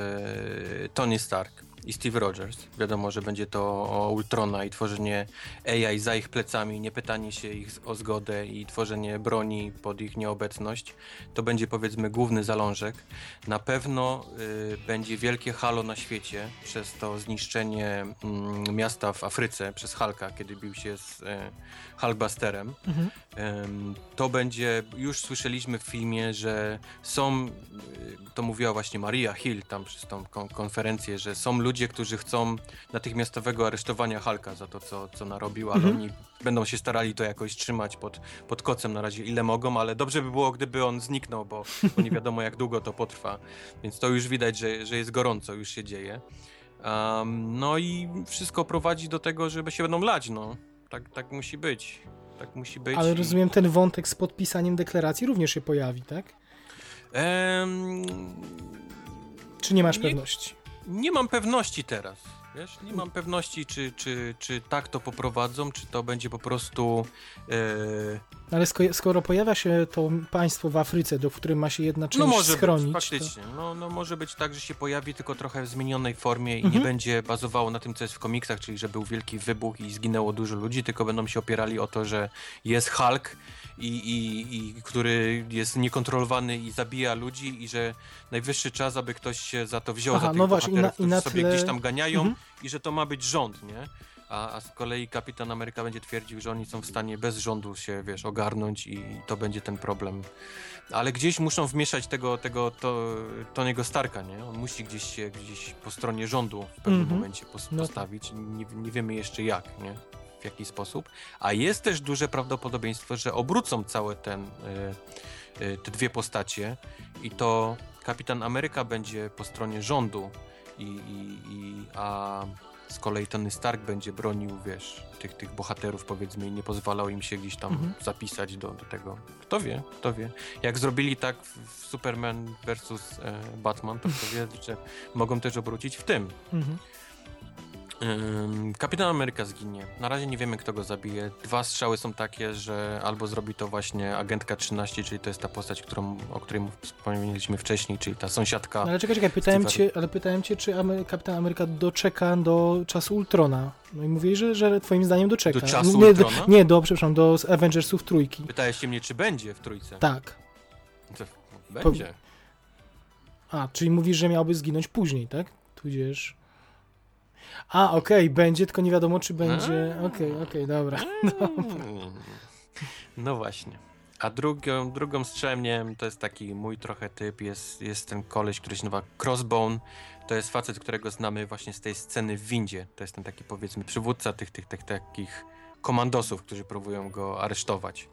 S3: e, Tony Stark i Steve Rogers. Wiadomo, że będzie to o Ultrona i tworzenie A I za ich plecami, nie pytanie się ich o zgodę i tworzenie broni pod ich nieobecność. To będzie, powiedzmy, główny zalążek. Na pewno y, będzie wielkie halo na świecie przez to zniszczenie y, miasta w Afryce przez Hulka, kiedy bił się z y, Hulkbusterem. Mhm. Y, to będzie, już słyszeliśmy w filmie, że są, y, to mówiła właśnie Maria Hill tam przez tą kon- konferencję, że są ludzie, którzy chcą natychmiastowego aresztowania Hulka za to, co, co narobił, ale mhm. oni będą się starali to jakoś trzymać pod, pod kocem na razie, ile mogą, ale dobrze by było, gdyby on zniknął, bo, bo nie wiadomo, jak długo to potrwa. Więc to już widać, że, że jest gorąco, już się dzieje. Um, no i wszystko prowadzi do tego, że się będą lać, no. Tak, tak musi być. Tak musi być.
S2: Ale rozumiem, ten wątek z podpisaniem deklaracji również się pojawi, tak?
S3: Um,
S2: Czy nie masz
S3: nie...
S2: pewności?
S3: Nie mam pewności teraz, wiesz, nie mam pewności, czy, czy, czy tak to poprowadzą, czy to będzie po prostu... Yy...
S2: Ale sko- skoro pojawia się to państwo w Afryce, do którym ma się jedna część
S3: no może
S2: schronić...
S3: Być, faktycznie, to... no, no może być tak, że się pojawi tylko trochę w zmienionej formie i
S2: mhm.
S3: nie będzie bazowało na tym, co jest w komiksach, czyli że był wielki wybuch i zginęło dużo ludzi, tylko będą się opierali o to, że jest Hulk, i, i, i który jest niekontrolowany i zabija ludzi i że najwyższy czas, aby ktoś się za to wziął,
S2: Aha,
S3: za tych
S2: no
S3: bohaterów,
S2: właśnie, i na,
S3: którzy
S2: i na
S3: sobie
S2: tle...
S3: gdzieś tam ganiają
S2: mhm.
S3: i że to ma być rząd, nie? a, a z kolei Kapitan Ameryka będzie twierdził, że oni są w stanie bez rządu się, wiesz, ogarnąć i to będzie ten problem. Ale gdzieś muszą wmieszać tego, tego to, Tony'ego Starka, nie? On musi gdzieś się gdzieś po stronie rządu w pewnym
S2: Mhm.
S3: momencie pos-
S2: No.
S3: postawić. Nie, nie wiemy jeszcze jak, nie? W jaki sposób. A jest też duże prawdopodobieństwo, że obrócą całe ten, y, y, te dwie postacie i to Kapitan Ameryka będzie po stronie rządu i, i, i a z kolei Tony Stark będzie bronił, wiesz, tych, tych bohaterów, powiedzmy, i nie pozwalał im się gdzieś tam
S2: Mhm.
S3: zapisać do, do tego. Kto wie, kto wie. Jak zrobili tak w, w Superman versus e, Batman, to kto wie, że mogą też obrócić w tym.
S2: Mhm.
S3: Ym, Kapitan Ameryka zginie. Na razie nie wiemy, kto go zabije. Dwa strzały są takie, że albo zrobi to właśnie agentka trzynaście, czyli to jest ta postać, którą, o której wspomnieliśmy wcześniej, czyli ta sąsiadka.
S2: No ale czekaj, czekaj, pytałem
S3: Steve'a-
S2: cię, ale pytałem cię, czy Amery- Kapitan Ameryka doczeka do czasu Ultrona. No i mówili, że, że twoim zdaniem doczeka.
S3: Do czasu
S2: nie, do,
S3: Ultrona?
S2: nie, do, przepraszam, do Avengersów trójki.
S3: Pytałeś się mnie, czy będzie w trójce.
S2: Tak.
S3: To będzie.
S2: A, czyli mówisz, że miałby zginąć później, tak? Tudzież... A, okej, będzie, tylko nie wiadomo, czy będzie... Okej, okej, dobra.
S3: Mm. No właśnie. A drugą, drugą strzemiem to jest taki mój trochę typ, jest, jest ten koleś, który się nazywa Crossbone. To jest facet, którego znamy właśnie z tej sceny w windzie. To jest ten taki, powiedzmy, przywódca tych, tych, tych takich komandosów, którzy próbują go aresztować.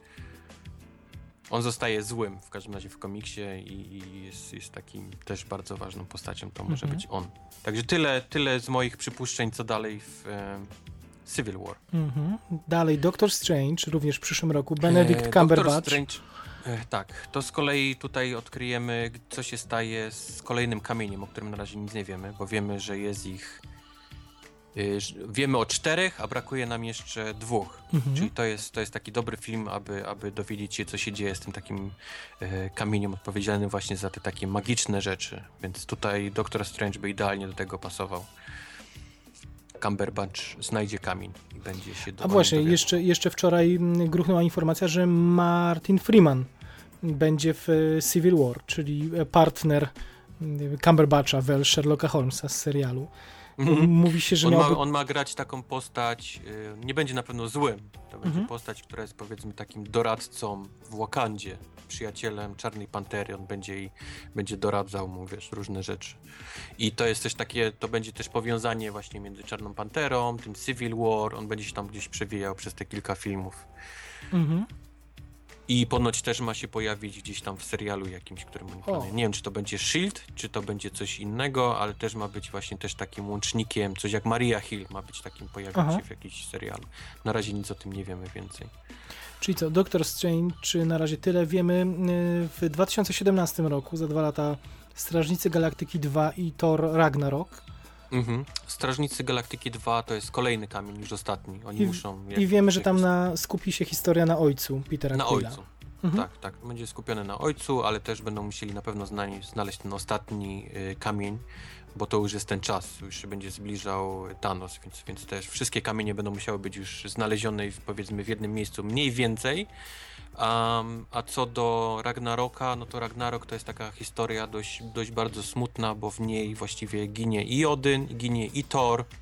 S3: On zostaje złym w każdym razie w komiksie i, i jest, jest takim też bardzo ważną postacią, to może
S2: Mhm.
S3: być on. Także tyle, tyle z moich przypuszczeń, co dalej w e, Civil War.
S2: Mhm. Dalej, Doctor Strange, również w przyszłym roku, Benedict
S3: E,
S2: Cumberbatch.
S3: Doctor Strange, e, tak, to z kolei tutaj odkryjemy, co się staje z kolejnym kamieniem, o którym na razie nic nie wiemy, bo wiemy, że jest ich e, że wiemy o czterech, a brakuje nam jeszcze dwóch.
S2: Mhm.
S3: Czyli to jest, to jest taki dobry film, aby, aby dowiedzieć się, co się dzieje z tym takim e, kamieniem odpowiedzialnym właśnie za te takie magiczne rzeczy. Więc tutaj Doctor Strange by idealnie do tego pasował. Cumberbatch znajdzie kamień i będzie się do
S2: A właśnie, jeszcze, jeszcze wczoraj mm, gruchnęła informacja, że Martin Freeman będzie w e, Civil War, czyli e, partner mm, Cumberbatcha, wel Sherlocka Holmesa z serialu.
S3: Mhm.
S2: Mówi się, że
S3: On,
S2: miałby...
S3: ma, on ma grać taką postać, y, nie będzie na pewno złym, to będzie
S2: Mhm.
S3: postać, która jest powiedzmy takim doradcą w Wakandzie, przyjacielem Czarnej Pantery, on będzie jej, będzie doradzał mu, wiesz, różne rzeczy. I to jest też takie, to będzie też powiązanie właśnie między Czarną Panterą, tym Civil War, on będzie się tam gdzieś przewijał przez te kilka filmów.
S2: Mhm.
S3: I ponoć też ma się pojawić gdzieś tam w serialu jakimś, którym on planuje. Nie wiem, czy to będzie Shield, czy to będzie coś innego, ale też ma być właśnie też takim łącznikiem, coś jak Maria Hill ma być takim, pojawić
S2: Aha.
S3: się w jakimś serialu. Na razie nic o tym nie wiemy więcej.
S2: Czyli co, Doctor Strange, czy na razie tyle wiemy. y, W dwa tysiące siedemnastym roku, za dwa lata, Strażnicy Galaktyki dwa i Thor Ragnarok.
S3: Mhm. Strażnicy Galaktyki dwa to jest kolejny kamień niż ostatni. Oni
S2: I,
S3: muszą...
S2: I wiemy, że tam na, skupi się historia na ojcu Petera
S3: Na
S2: Quilla.
S3: ojcu.
S2: Mhm.
S3: Tak, tak. Będzie skupione na ojcu, ale też będą musieli na pewno znaleźć, znaleźć ten ostatni y, kamień, bo to już jest ten czas, już się będzie zbliżał Thanos, więc, więc też wszystkie kamienie będą musiały być już znalezione w, powiedzmy w jednym miejscu mniej więcej. Um, a co do Ragnaroka, no to Ragnarok to jest taka historia dość, dość bardzo smutna, bo w niej właściwie ginie i Odyn, ginie i Thor. Yy,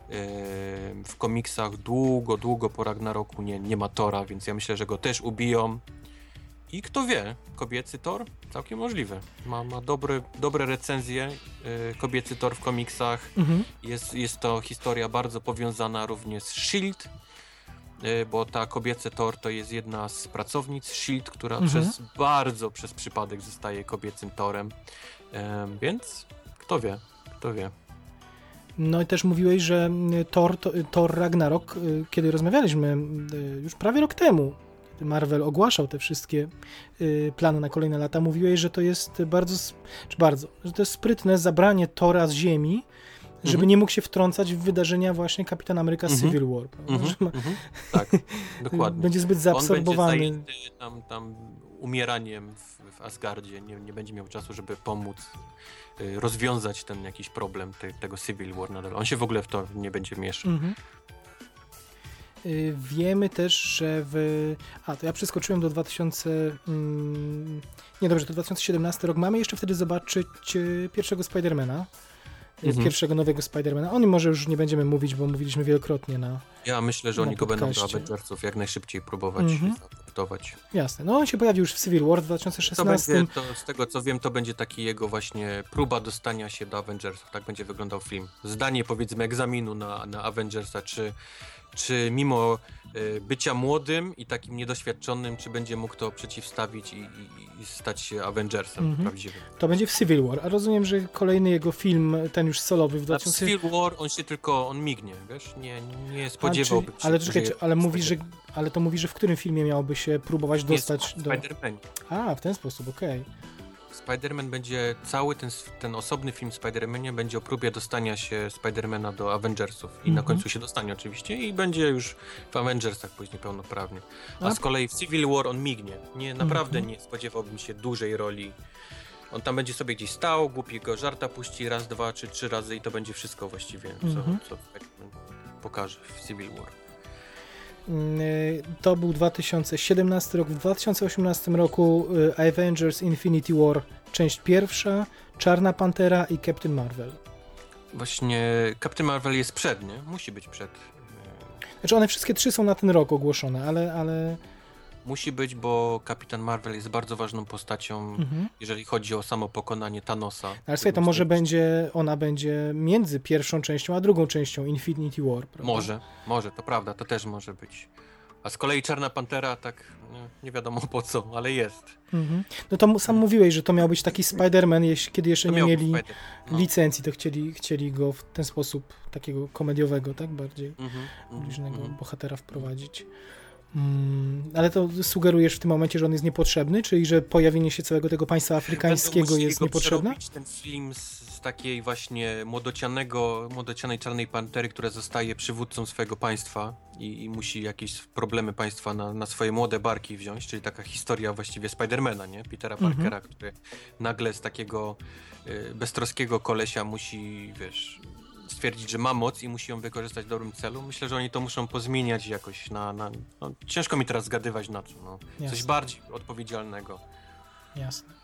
S3: w komiksach długo, długo po Ragnaroku nie, nie ma Thora, więc ja myślę, że go też ubiją. I kto wie, kobiecy Thor? Całkiem możliwe. Ma, ma dobre, dobre recenzje, yy, kobiecy Thor w komiksach.
S2: Mhm.
S3: Jest, jest to historia bardzo powiązana również z Shield, yy, bo ta kobiece Thor to jest jedna z pracownic Shield, która
S2: Mhm.
S3: przez bardzo przez przypadek zostaje kobiecym Thorem. Yy, więc kto wie, kto wie.
S2: No i też mówiłeś, że y, Thor, to, y, Thor Ragnarok, y, kiedy rozmawialiśmy y, już prawie rok temu, kiedy Marvel ogłaszał te wszystkie y, plany na kolejne lata, mówiłeś, że to jest bardzo, s- czy bardzo, że to jest sprytne zabranie Thora z ziemi, żeby
S3: Mhm.
S2: nie mógł się wtrącać w wydarzenia właśnie Kapitan Ameryka
S3: Mhm.
S2: Civil War. prawda?
S3: Mhm,
S2: Że ma,
S3: mhm. Tak, dokładnie.
S2: będzie zbyt
S3: On
S2: zaabsorbowany.
S3: będzie zajęty tam, tam umieraniem w, w Asgardzie, nie, nie będzie miał czasu, żeby pomóc y, rozwiązać ten jakiś problem te, tego Civil War nadal. On się w ogóle w to nie będzie mieszał.
S2: Mhm. Y, Wiemy też, że w... A, to ja przeskoczyłem do dwa tysiące... Mm, nie, dobrze, to dwa tysiące siedemnasty rok. Mamy jeszcze wtedy zobaczyć y, pierwszego Spidermana. mhm. pierwszego nowego Spidermana. O nim może już nie będziemy mówić, bo mówiliśmy wielokrotnie na
S3: Ja myślę, że oni go będą do Avengersów jak najszybciej próbować mhm. zaadaptować.
S2: Jasne. No on się pojawił już w Civil War w dwa tysiące szesnastym.
S3: To będzie, to z tego co wiem, to będzie taki jego właśnie próba dostania się do Avengersów. Tak będzie wyglądał film. Zdanie powiedzmy egzaminu na, na Avengersa, czy czy mimo y, bycia młodym i takim niedoświadczonym, czy będzie mógł to przeciwstawić i, i, i stać się Avengersem mm-hmm. prawdziwym.
S2: To będzie w Civil War, a rozumiem, że kolejny jego film, ten już solowy w
S3: dwutysięcznym... A w Civil War on się tylko, on mignie, wiesz, nie, nie spodziewałbym się.
S2: Ale czekaj, ale mówi, że, ale to mówi, że w którym filmie miałoby się próbować dostać do...
S3: Spider-Man.
S2: A, w ten sposób, okej. Okay.
S3: Spider-Man będzie, cały ten, ten osobny film Spider-Manie będzie o próbie dostania się Spider-Mana do Avengersów i mm-hmm. na końcu się dostanie oczywiście i będzie już w Avengersach później pełnoprawnie. A, A z kolei w Civil War on mignie. Nie, naprawdę mm-hmm. nie spodziewałbym się dużej roli. On tam będzie sobie gdzieś stał, głupiego żarta puści raz, dwa czy trzy razy i to będzie wszystko właściwie, co, mm-hmm. co Spider-Man pokaże w Civil War.
S2: To był dwa tysiące siedemnasty rok. W dwa tysiące osiemnastym roku Avengers Infinity War, część pierwsza, Czarna Pantera i Captain Marvel.
S3: Właśnie Captain Marvel jest przed, nie? Musi być przed.
S2: Znaczy one wszystkie trzy są na ten rok ogłoszone, ale... ale...
S3: Musi być, bo Kapitan Marvel jest bardzo ważną postacią, mhm. jeżeli chodzi o samo pokonanie Thanosa.
S2: Ale słuchaj, to może będzie, ona będzie między pierwszą częścią a drugą częścią Infinity War, prawda?
S3: Może, może, to prawda, to też może być. A z kolei Czarna Pantera, tak nie, nie wiadomo po co, ale jest.
S2: Mhm. No to sam mówiłeś, że to miał być taki Spider-Man, jeśli, kiedy jeszcze to nie mieli no. licencji, to chcieli, chcieli go w ten sposób takiego komediowego, tak? Bardziej mhm, luźnego mhm. bohatera wprowadzić. Hmm, ale to sugerujesz w tym momencie, że on jest niepotrzebny, czyli że pojawienie się całego tego państwa afrykańskiego jest niepotrzebne?
S3: Ten film z, z takiej właśnie młodocianego, młodocianej Czarnej Pantery, która zostaje przywódcą swojego państwa i, i musi jakieś problemy państwa na, na swoje młode barki wziąć, czyli taka historia właściwie Spidermana, nie? Petera Parkera, mhm. który nagle z takiego y, beztroskiego kolesia musi, wiesz... stwierdzić, że ma moc i musi ją wykorzystać w dobrym celu. Myślę, że oni to muszą pozmieniać jakoś na... na no, ciężko mi teraz zgadywać na co. No. Coś bardziej odpowiedzialnego.
S2: Jasne.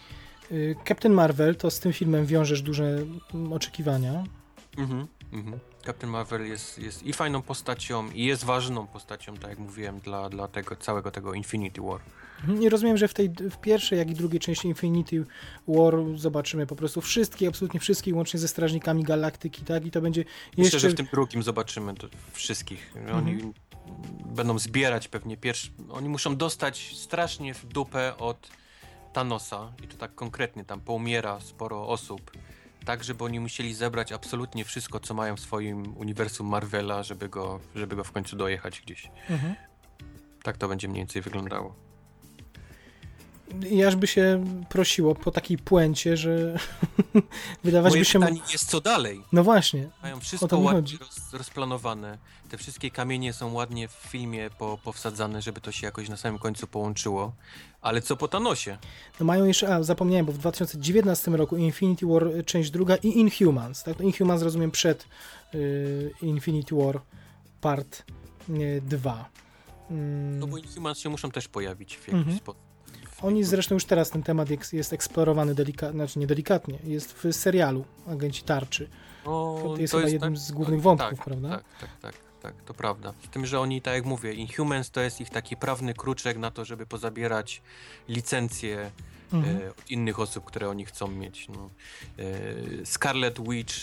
S2: Captain Marvel, to z tym filmem wiążesz duże oczekiwania.
S3: Mhm, mhm. Captain Marvel jest, jest i fajną postacią, i jest ważną postacią, tak jak mówiłem, dla, dla tego całego tego Infinity War.
S2: I rozumiem, że w tej w pierwszej, jak i drugiej części Infinity War zobaczymy po prostu wszystkich, absolutnie wszystkich, łącznie ze Strażnikami Galaktyki, tak? I to będzie jeszcze...
S3: Myślę, że w tym drugim zobaczymy to wszystkich. Oni mhm. będą zbierać pewnie pierwszy... Oni muszą dostać strasznie w dupę od Thanosa i to tak konkretnie, tam poumiera sporo osób, tak żeby oni musieli zebrać absolutnie wszystko, co mają w swoim uniwersum Marvela, żeby go, żeby go w końcu dojechać gdzieś. Mhm. Tak to będzie mniej więcej wyglądało.
S2: I aż by się prosiło po takiej puencie, że wydawać
S3: Moje
S2: by się...
S3: pytanie jest co dalej?
S2: No właśnie.
S3: Mają wszystko ładnie roz, rozplanowane. Te wszystkie kamienie są ładnie w filmie po, powsadzane, żeby to się jakoś na samym końcu połączyło. Ale co po Thanosie?
S2: No mają jeszcze... A, zapomniałem, bo w dwa tysiące dziewiętnastym roku Infinity War część druga i Inhumans. Tak? Inhumans rozumiem przed y, Infinity War part y, dwa.
S3: Mm. No bo Inhumans się muszą też pojawić w jakiś mhm. sposób.
S2: Oni zresztą już teraz ten temat jest, jest eksplorowany delikatnie, znaczy nie delikatnie, jest w serialu Agenci Tarczy. O, to jest to chyba jest jednym tak, z głównych wątków,
S3: tak,
S2: prawda?
S3: Tak, tak, tak, tak, to prawda. Z tym, że oni, tak jak mówię, Inhumans to jest ich taki prawny kruczek na to, żeby pozabierać licencje mhm. e, od innych osób, które oni chcą mieć. No. E, Scarlet Witch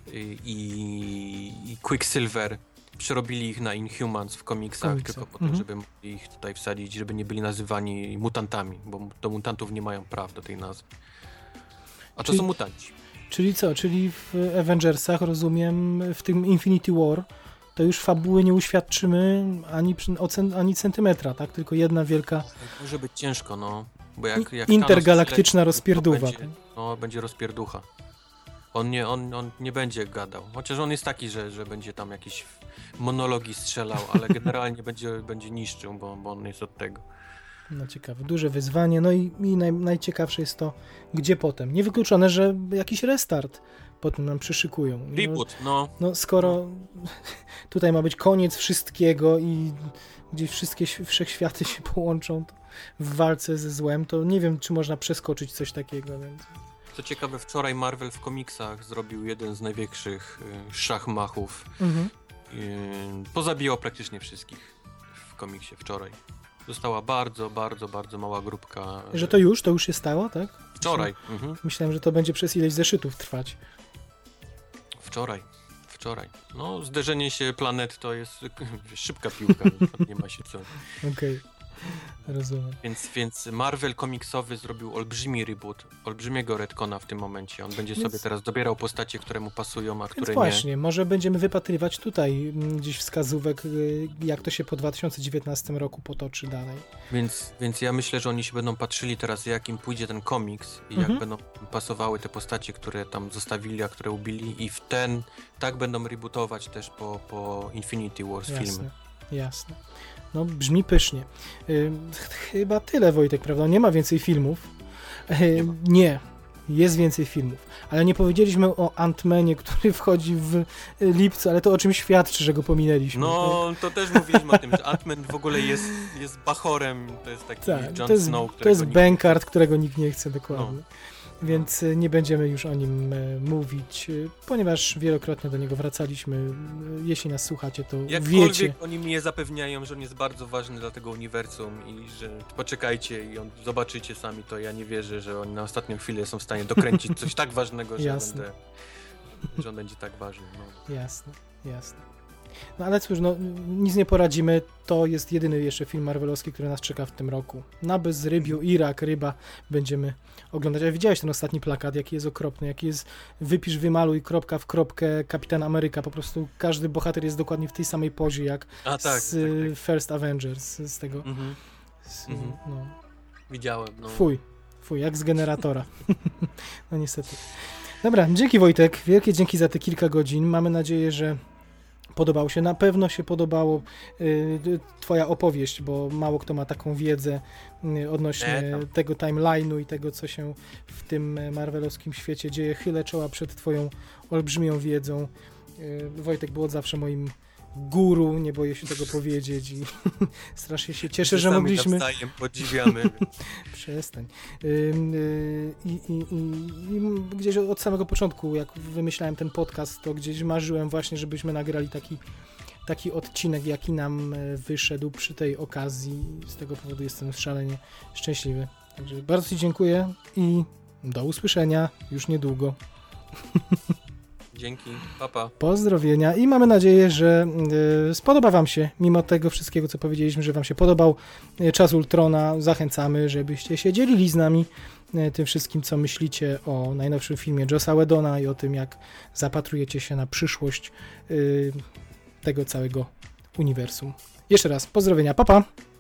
S3: i, i Quicksilver przerobili ich na Inhumans w komiksach, Komiksa. tylko po to, mhm. żeby mogli ich tutaj wsadzić, żeby nie byli nazywani mutantami, bo do mutantów nie mają praw do tej nazwy. A czyli, to są mutanci.
S2: Czyli co? Czyli w Avengersach, rozumiem, w tym Infinity War, to już fabuły nie uświadczymy ani, ani centymetra, tak? Tylko jedna wielka...
S3: Może być ciężko, no. Bo jak, jak
S2: intergalaktyczna leci, rozpierduwa.
S3: Będzie, no, będzie rozpierducha. On nie, on, on nie będzie gadał. Chociaż on jest taki, że, że będzie tam jakieś monologi strzelał, ale generalnie będzie, będzie niszczył, bo, bo on jest od tego.
S2: No ciekawe, duże wyzwanie. No i, i naj, najciekawsze jest to, gdzie potem. Niewykluczone, że jakiś restart potem nam przyszykują.
S3: Reboot, no.
S2: No skoro no. tutaj ma być koniec wszystkiego i gdzie wszystkie wszechświaty się połączą to w walce ze złem, to nie wiem, czy można przeskoczyć coś takiego, więc...
S3: Co ciekawe, wczoraj Marvel w komiksach zrobił jeden z największych y, szachmachów.
S2: Mhm.
S3: Y, pozabijał praktycznie wszystkich w komiksie wczoraj. Została bardzo, bardzo, bardzo mała grupka.
S2: Że to już? To już się stało, tak?
S3: Wczoraj.
S2: Myślałem,
S3: mhm.
S2: myślałem, że to będzie przez ileś zeszytów trwać.
S3: Wczoraj. Wczoraj. No, zderzenie się planet to jest szybka piłka, nie ma się co.
S2: Okej, okay. Rozumiem.
S3: Więc, więc Marvel komiksowy zrobił olbrzymi reboot, olbrzymiego retcona w tym momencie. On będzie
S2: więc...
S3: sobie teraz dobierał postacie, które mu pasują, a które
S2: więc właśnie,
S3: nie.
S2: może będziemy wypatrywać tutaj gdzieś wskazówek, jak to się po dwa tysiące dziewiętnastym roku potoczy dalej.
S3: Więc, więc ja myślę, że oni się będą patrzyli teraz, jak im pójdzie ten komiks i
S2: mhm.
S3: jak będą pasowały te postacie, które tam zostawili, a które ubili i w ten, tak będą rebootować też po, po Infinity Wars
S2: jasne,
S3: filmy.
S2: Jasne. No brzmi pysznie. Yy, chyba tyle, Wojtek, prawda? Nie ma więcej filmów. Yy, nie, nie, jest więcej filmów. Ale nie powiedzieliśmy o Ant-Manie, który wchodzi w lipcu, ale to o czym świadczy, że go pominęliśmy.
S3: No,
S2: tak?
S3: to też mówiliśmy o tym, że Ant-Man w ogóle jest, jest bachorem, to jest taki
S2: tak,
S3: Jon
S2: to jest,
S3: Snow,
S2: to jest Bankard,
S3: chce.
S2: którego nikt nie chce dokładnie.
S3: No.
S2: Więc nie będziemy już o nim mówić, ponieważ wielokrotnie do niego wracaliśmy. Jeśli nas słuchacie, to
S3: Jakkolwiek
S2: wiecie.
S3: Oni mnie zapewniają, że on jest bardzo ważny dla tego uniwersum i że poczekajcie i on, zobaczycie sami, to ja nie wierzę, że oni na ostatnią chwilę są w stanie dokręcić coś tak ważnego, że, będę, że on będzie tak ważny. No.
S2: Jasne, jasne. No ale cóż, no nic nie poradzimy, to jest jedyny jeszcze film marvelowski, który nas czeka w tym roku. Na bezrybiu, Irak, ryba będziemy oglądać. A widziałeś ten ostatni plakat, jaki jest okropny, jaki jest wypisz, wymaluj, kropka w kropkę, Kapitan Ameryka, po prostu każdy bohater jest dokładnie w tej samej pozie, jak
S3: A, tak,
S2: z
S3: tak, tak.
S2: First Avengers, z tego.
S3: Mhm.
S2: Z,
S3: Mhm.
S2: no.
S3: Widziałem, no.
S2: Fuj, fuj, jak z generatora. No niestety. Dobra, dzięki Wojtek, wielkie dzięki za te kilka godzin. Mamy nadzieję, że podobało się. Na pewno się podobało y, twoja opowieść, bo mało kto ma taką wiedzę y, odnośnie
S3: Nie,
S2: tego timeline'u i tego, co się w tym marvelowskim świecie dzieje. Chylę czoła przed twoją olbrzymią wiedzą. Y, Wojtek był od zawsze moim guru, nie boję się tego powiedzieć i strasznie się cieszę, że mogliśmy...
S3: Nawzajem podziwiamy.
S2: Przestań. I yy, yy, yy, yy, gdzieś od samego początku, jak wymyślałem ten podcast, to gdzieś marzyłem właśnie, żebyśmy nagrali taki, taki odcinek, jaki nam wyszedł przy tej okazji. Z tego powodu jestem szalenie szczęśliwy. Także bardzo ci dziękuję i do usłyszenia już niedługo.
S3: Dzięki, papa.
S2: Pozdrowienia i mamy nadzieję, że y, spodoba wam się, mimo tego wszystkiego, co powiedzieliśmy, że wam się podobał y, Czas Ultrona. Zachęcamy, żebyście się dzielili z nami y, tym wszystkim, co myślicie o najnowszym filmie Jossa Whedona i o tym, jak zapatrujecie się na przyszłość y, tego całego uniwersum. Jeszcze raz, pozdrowienia, papa!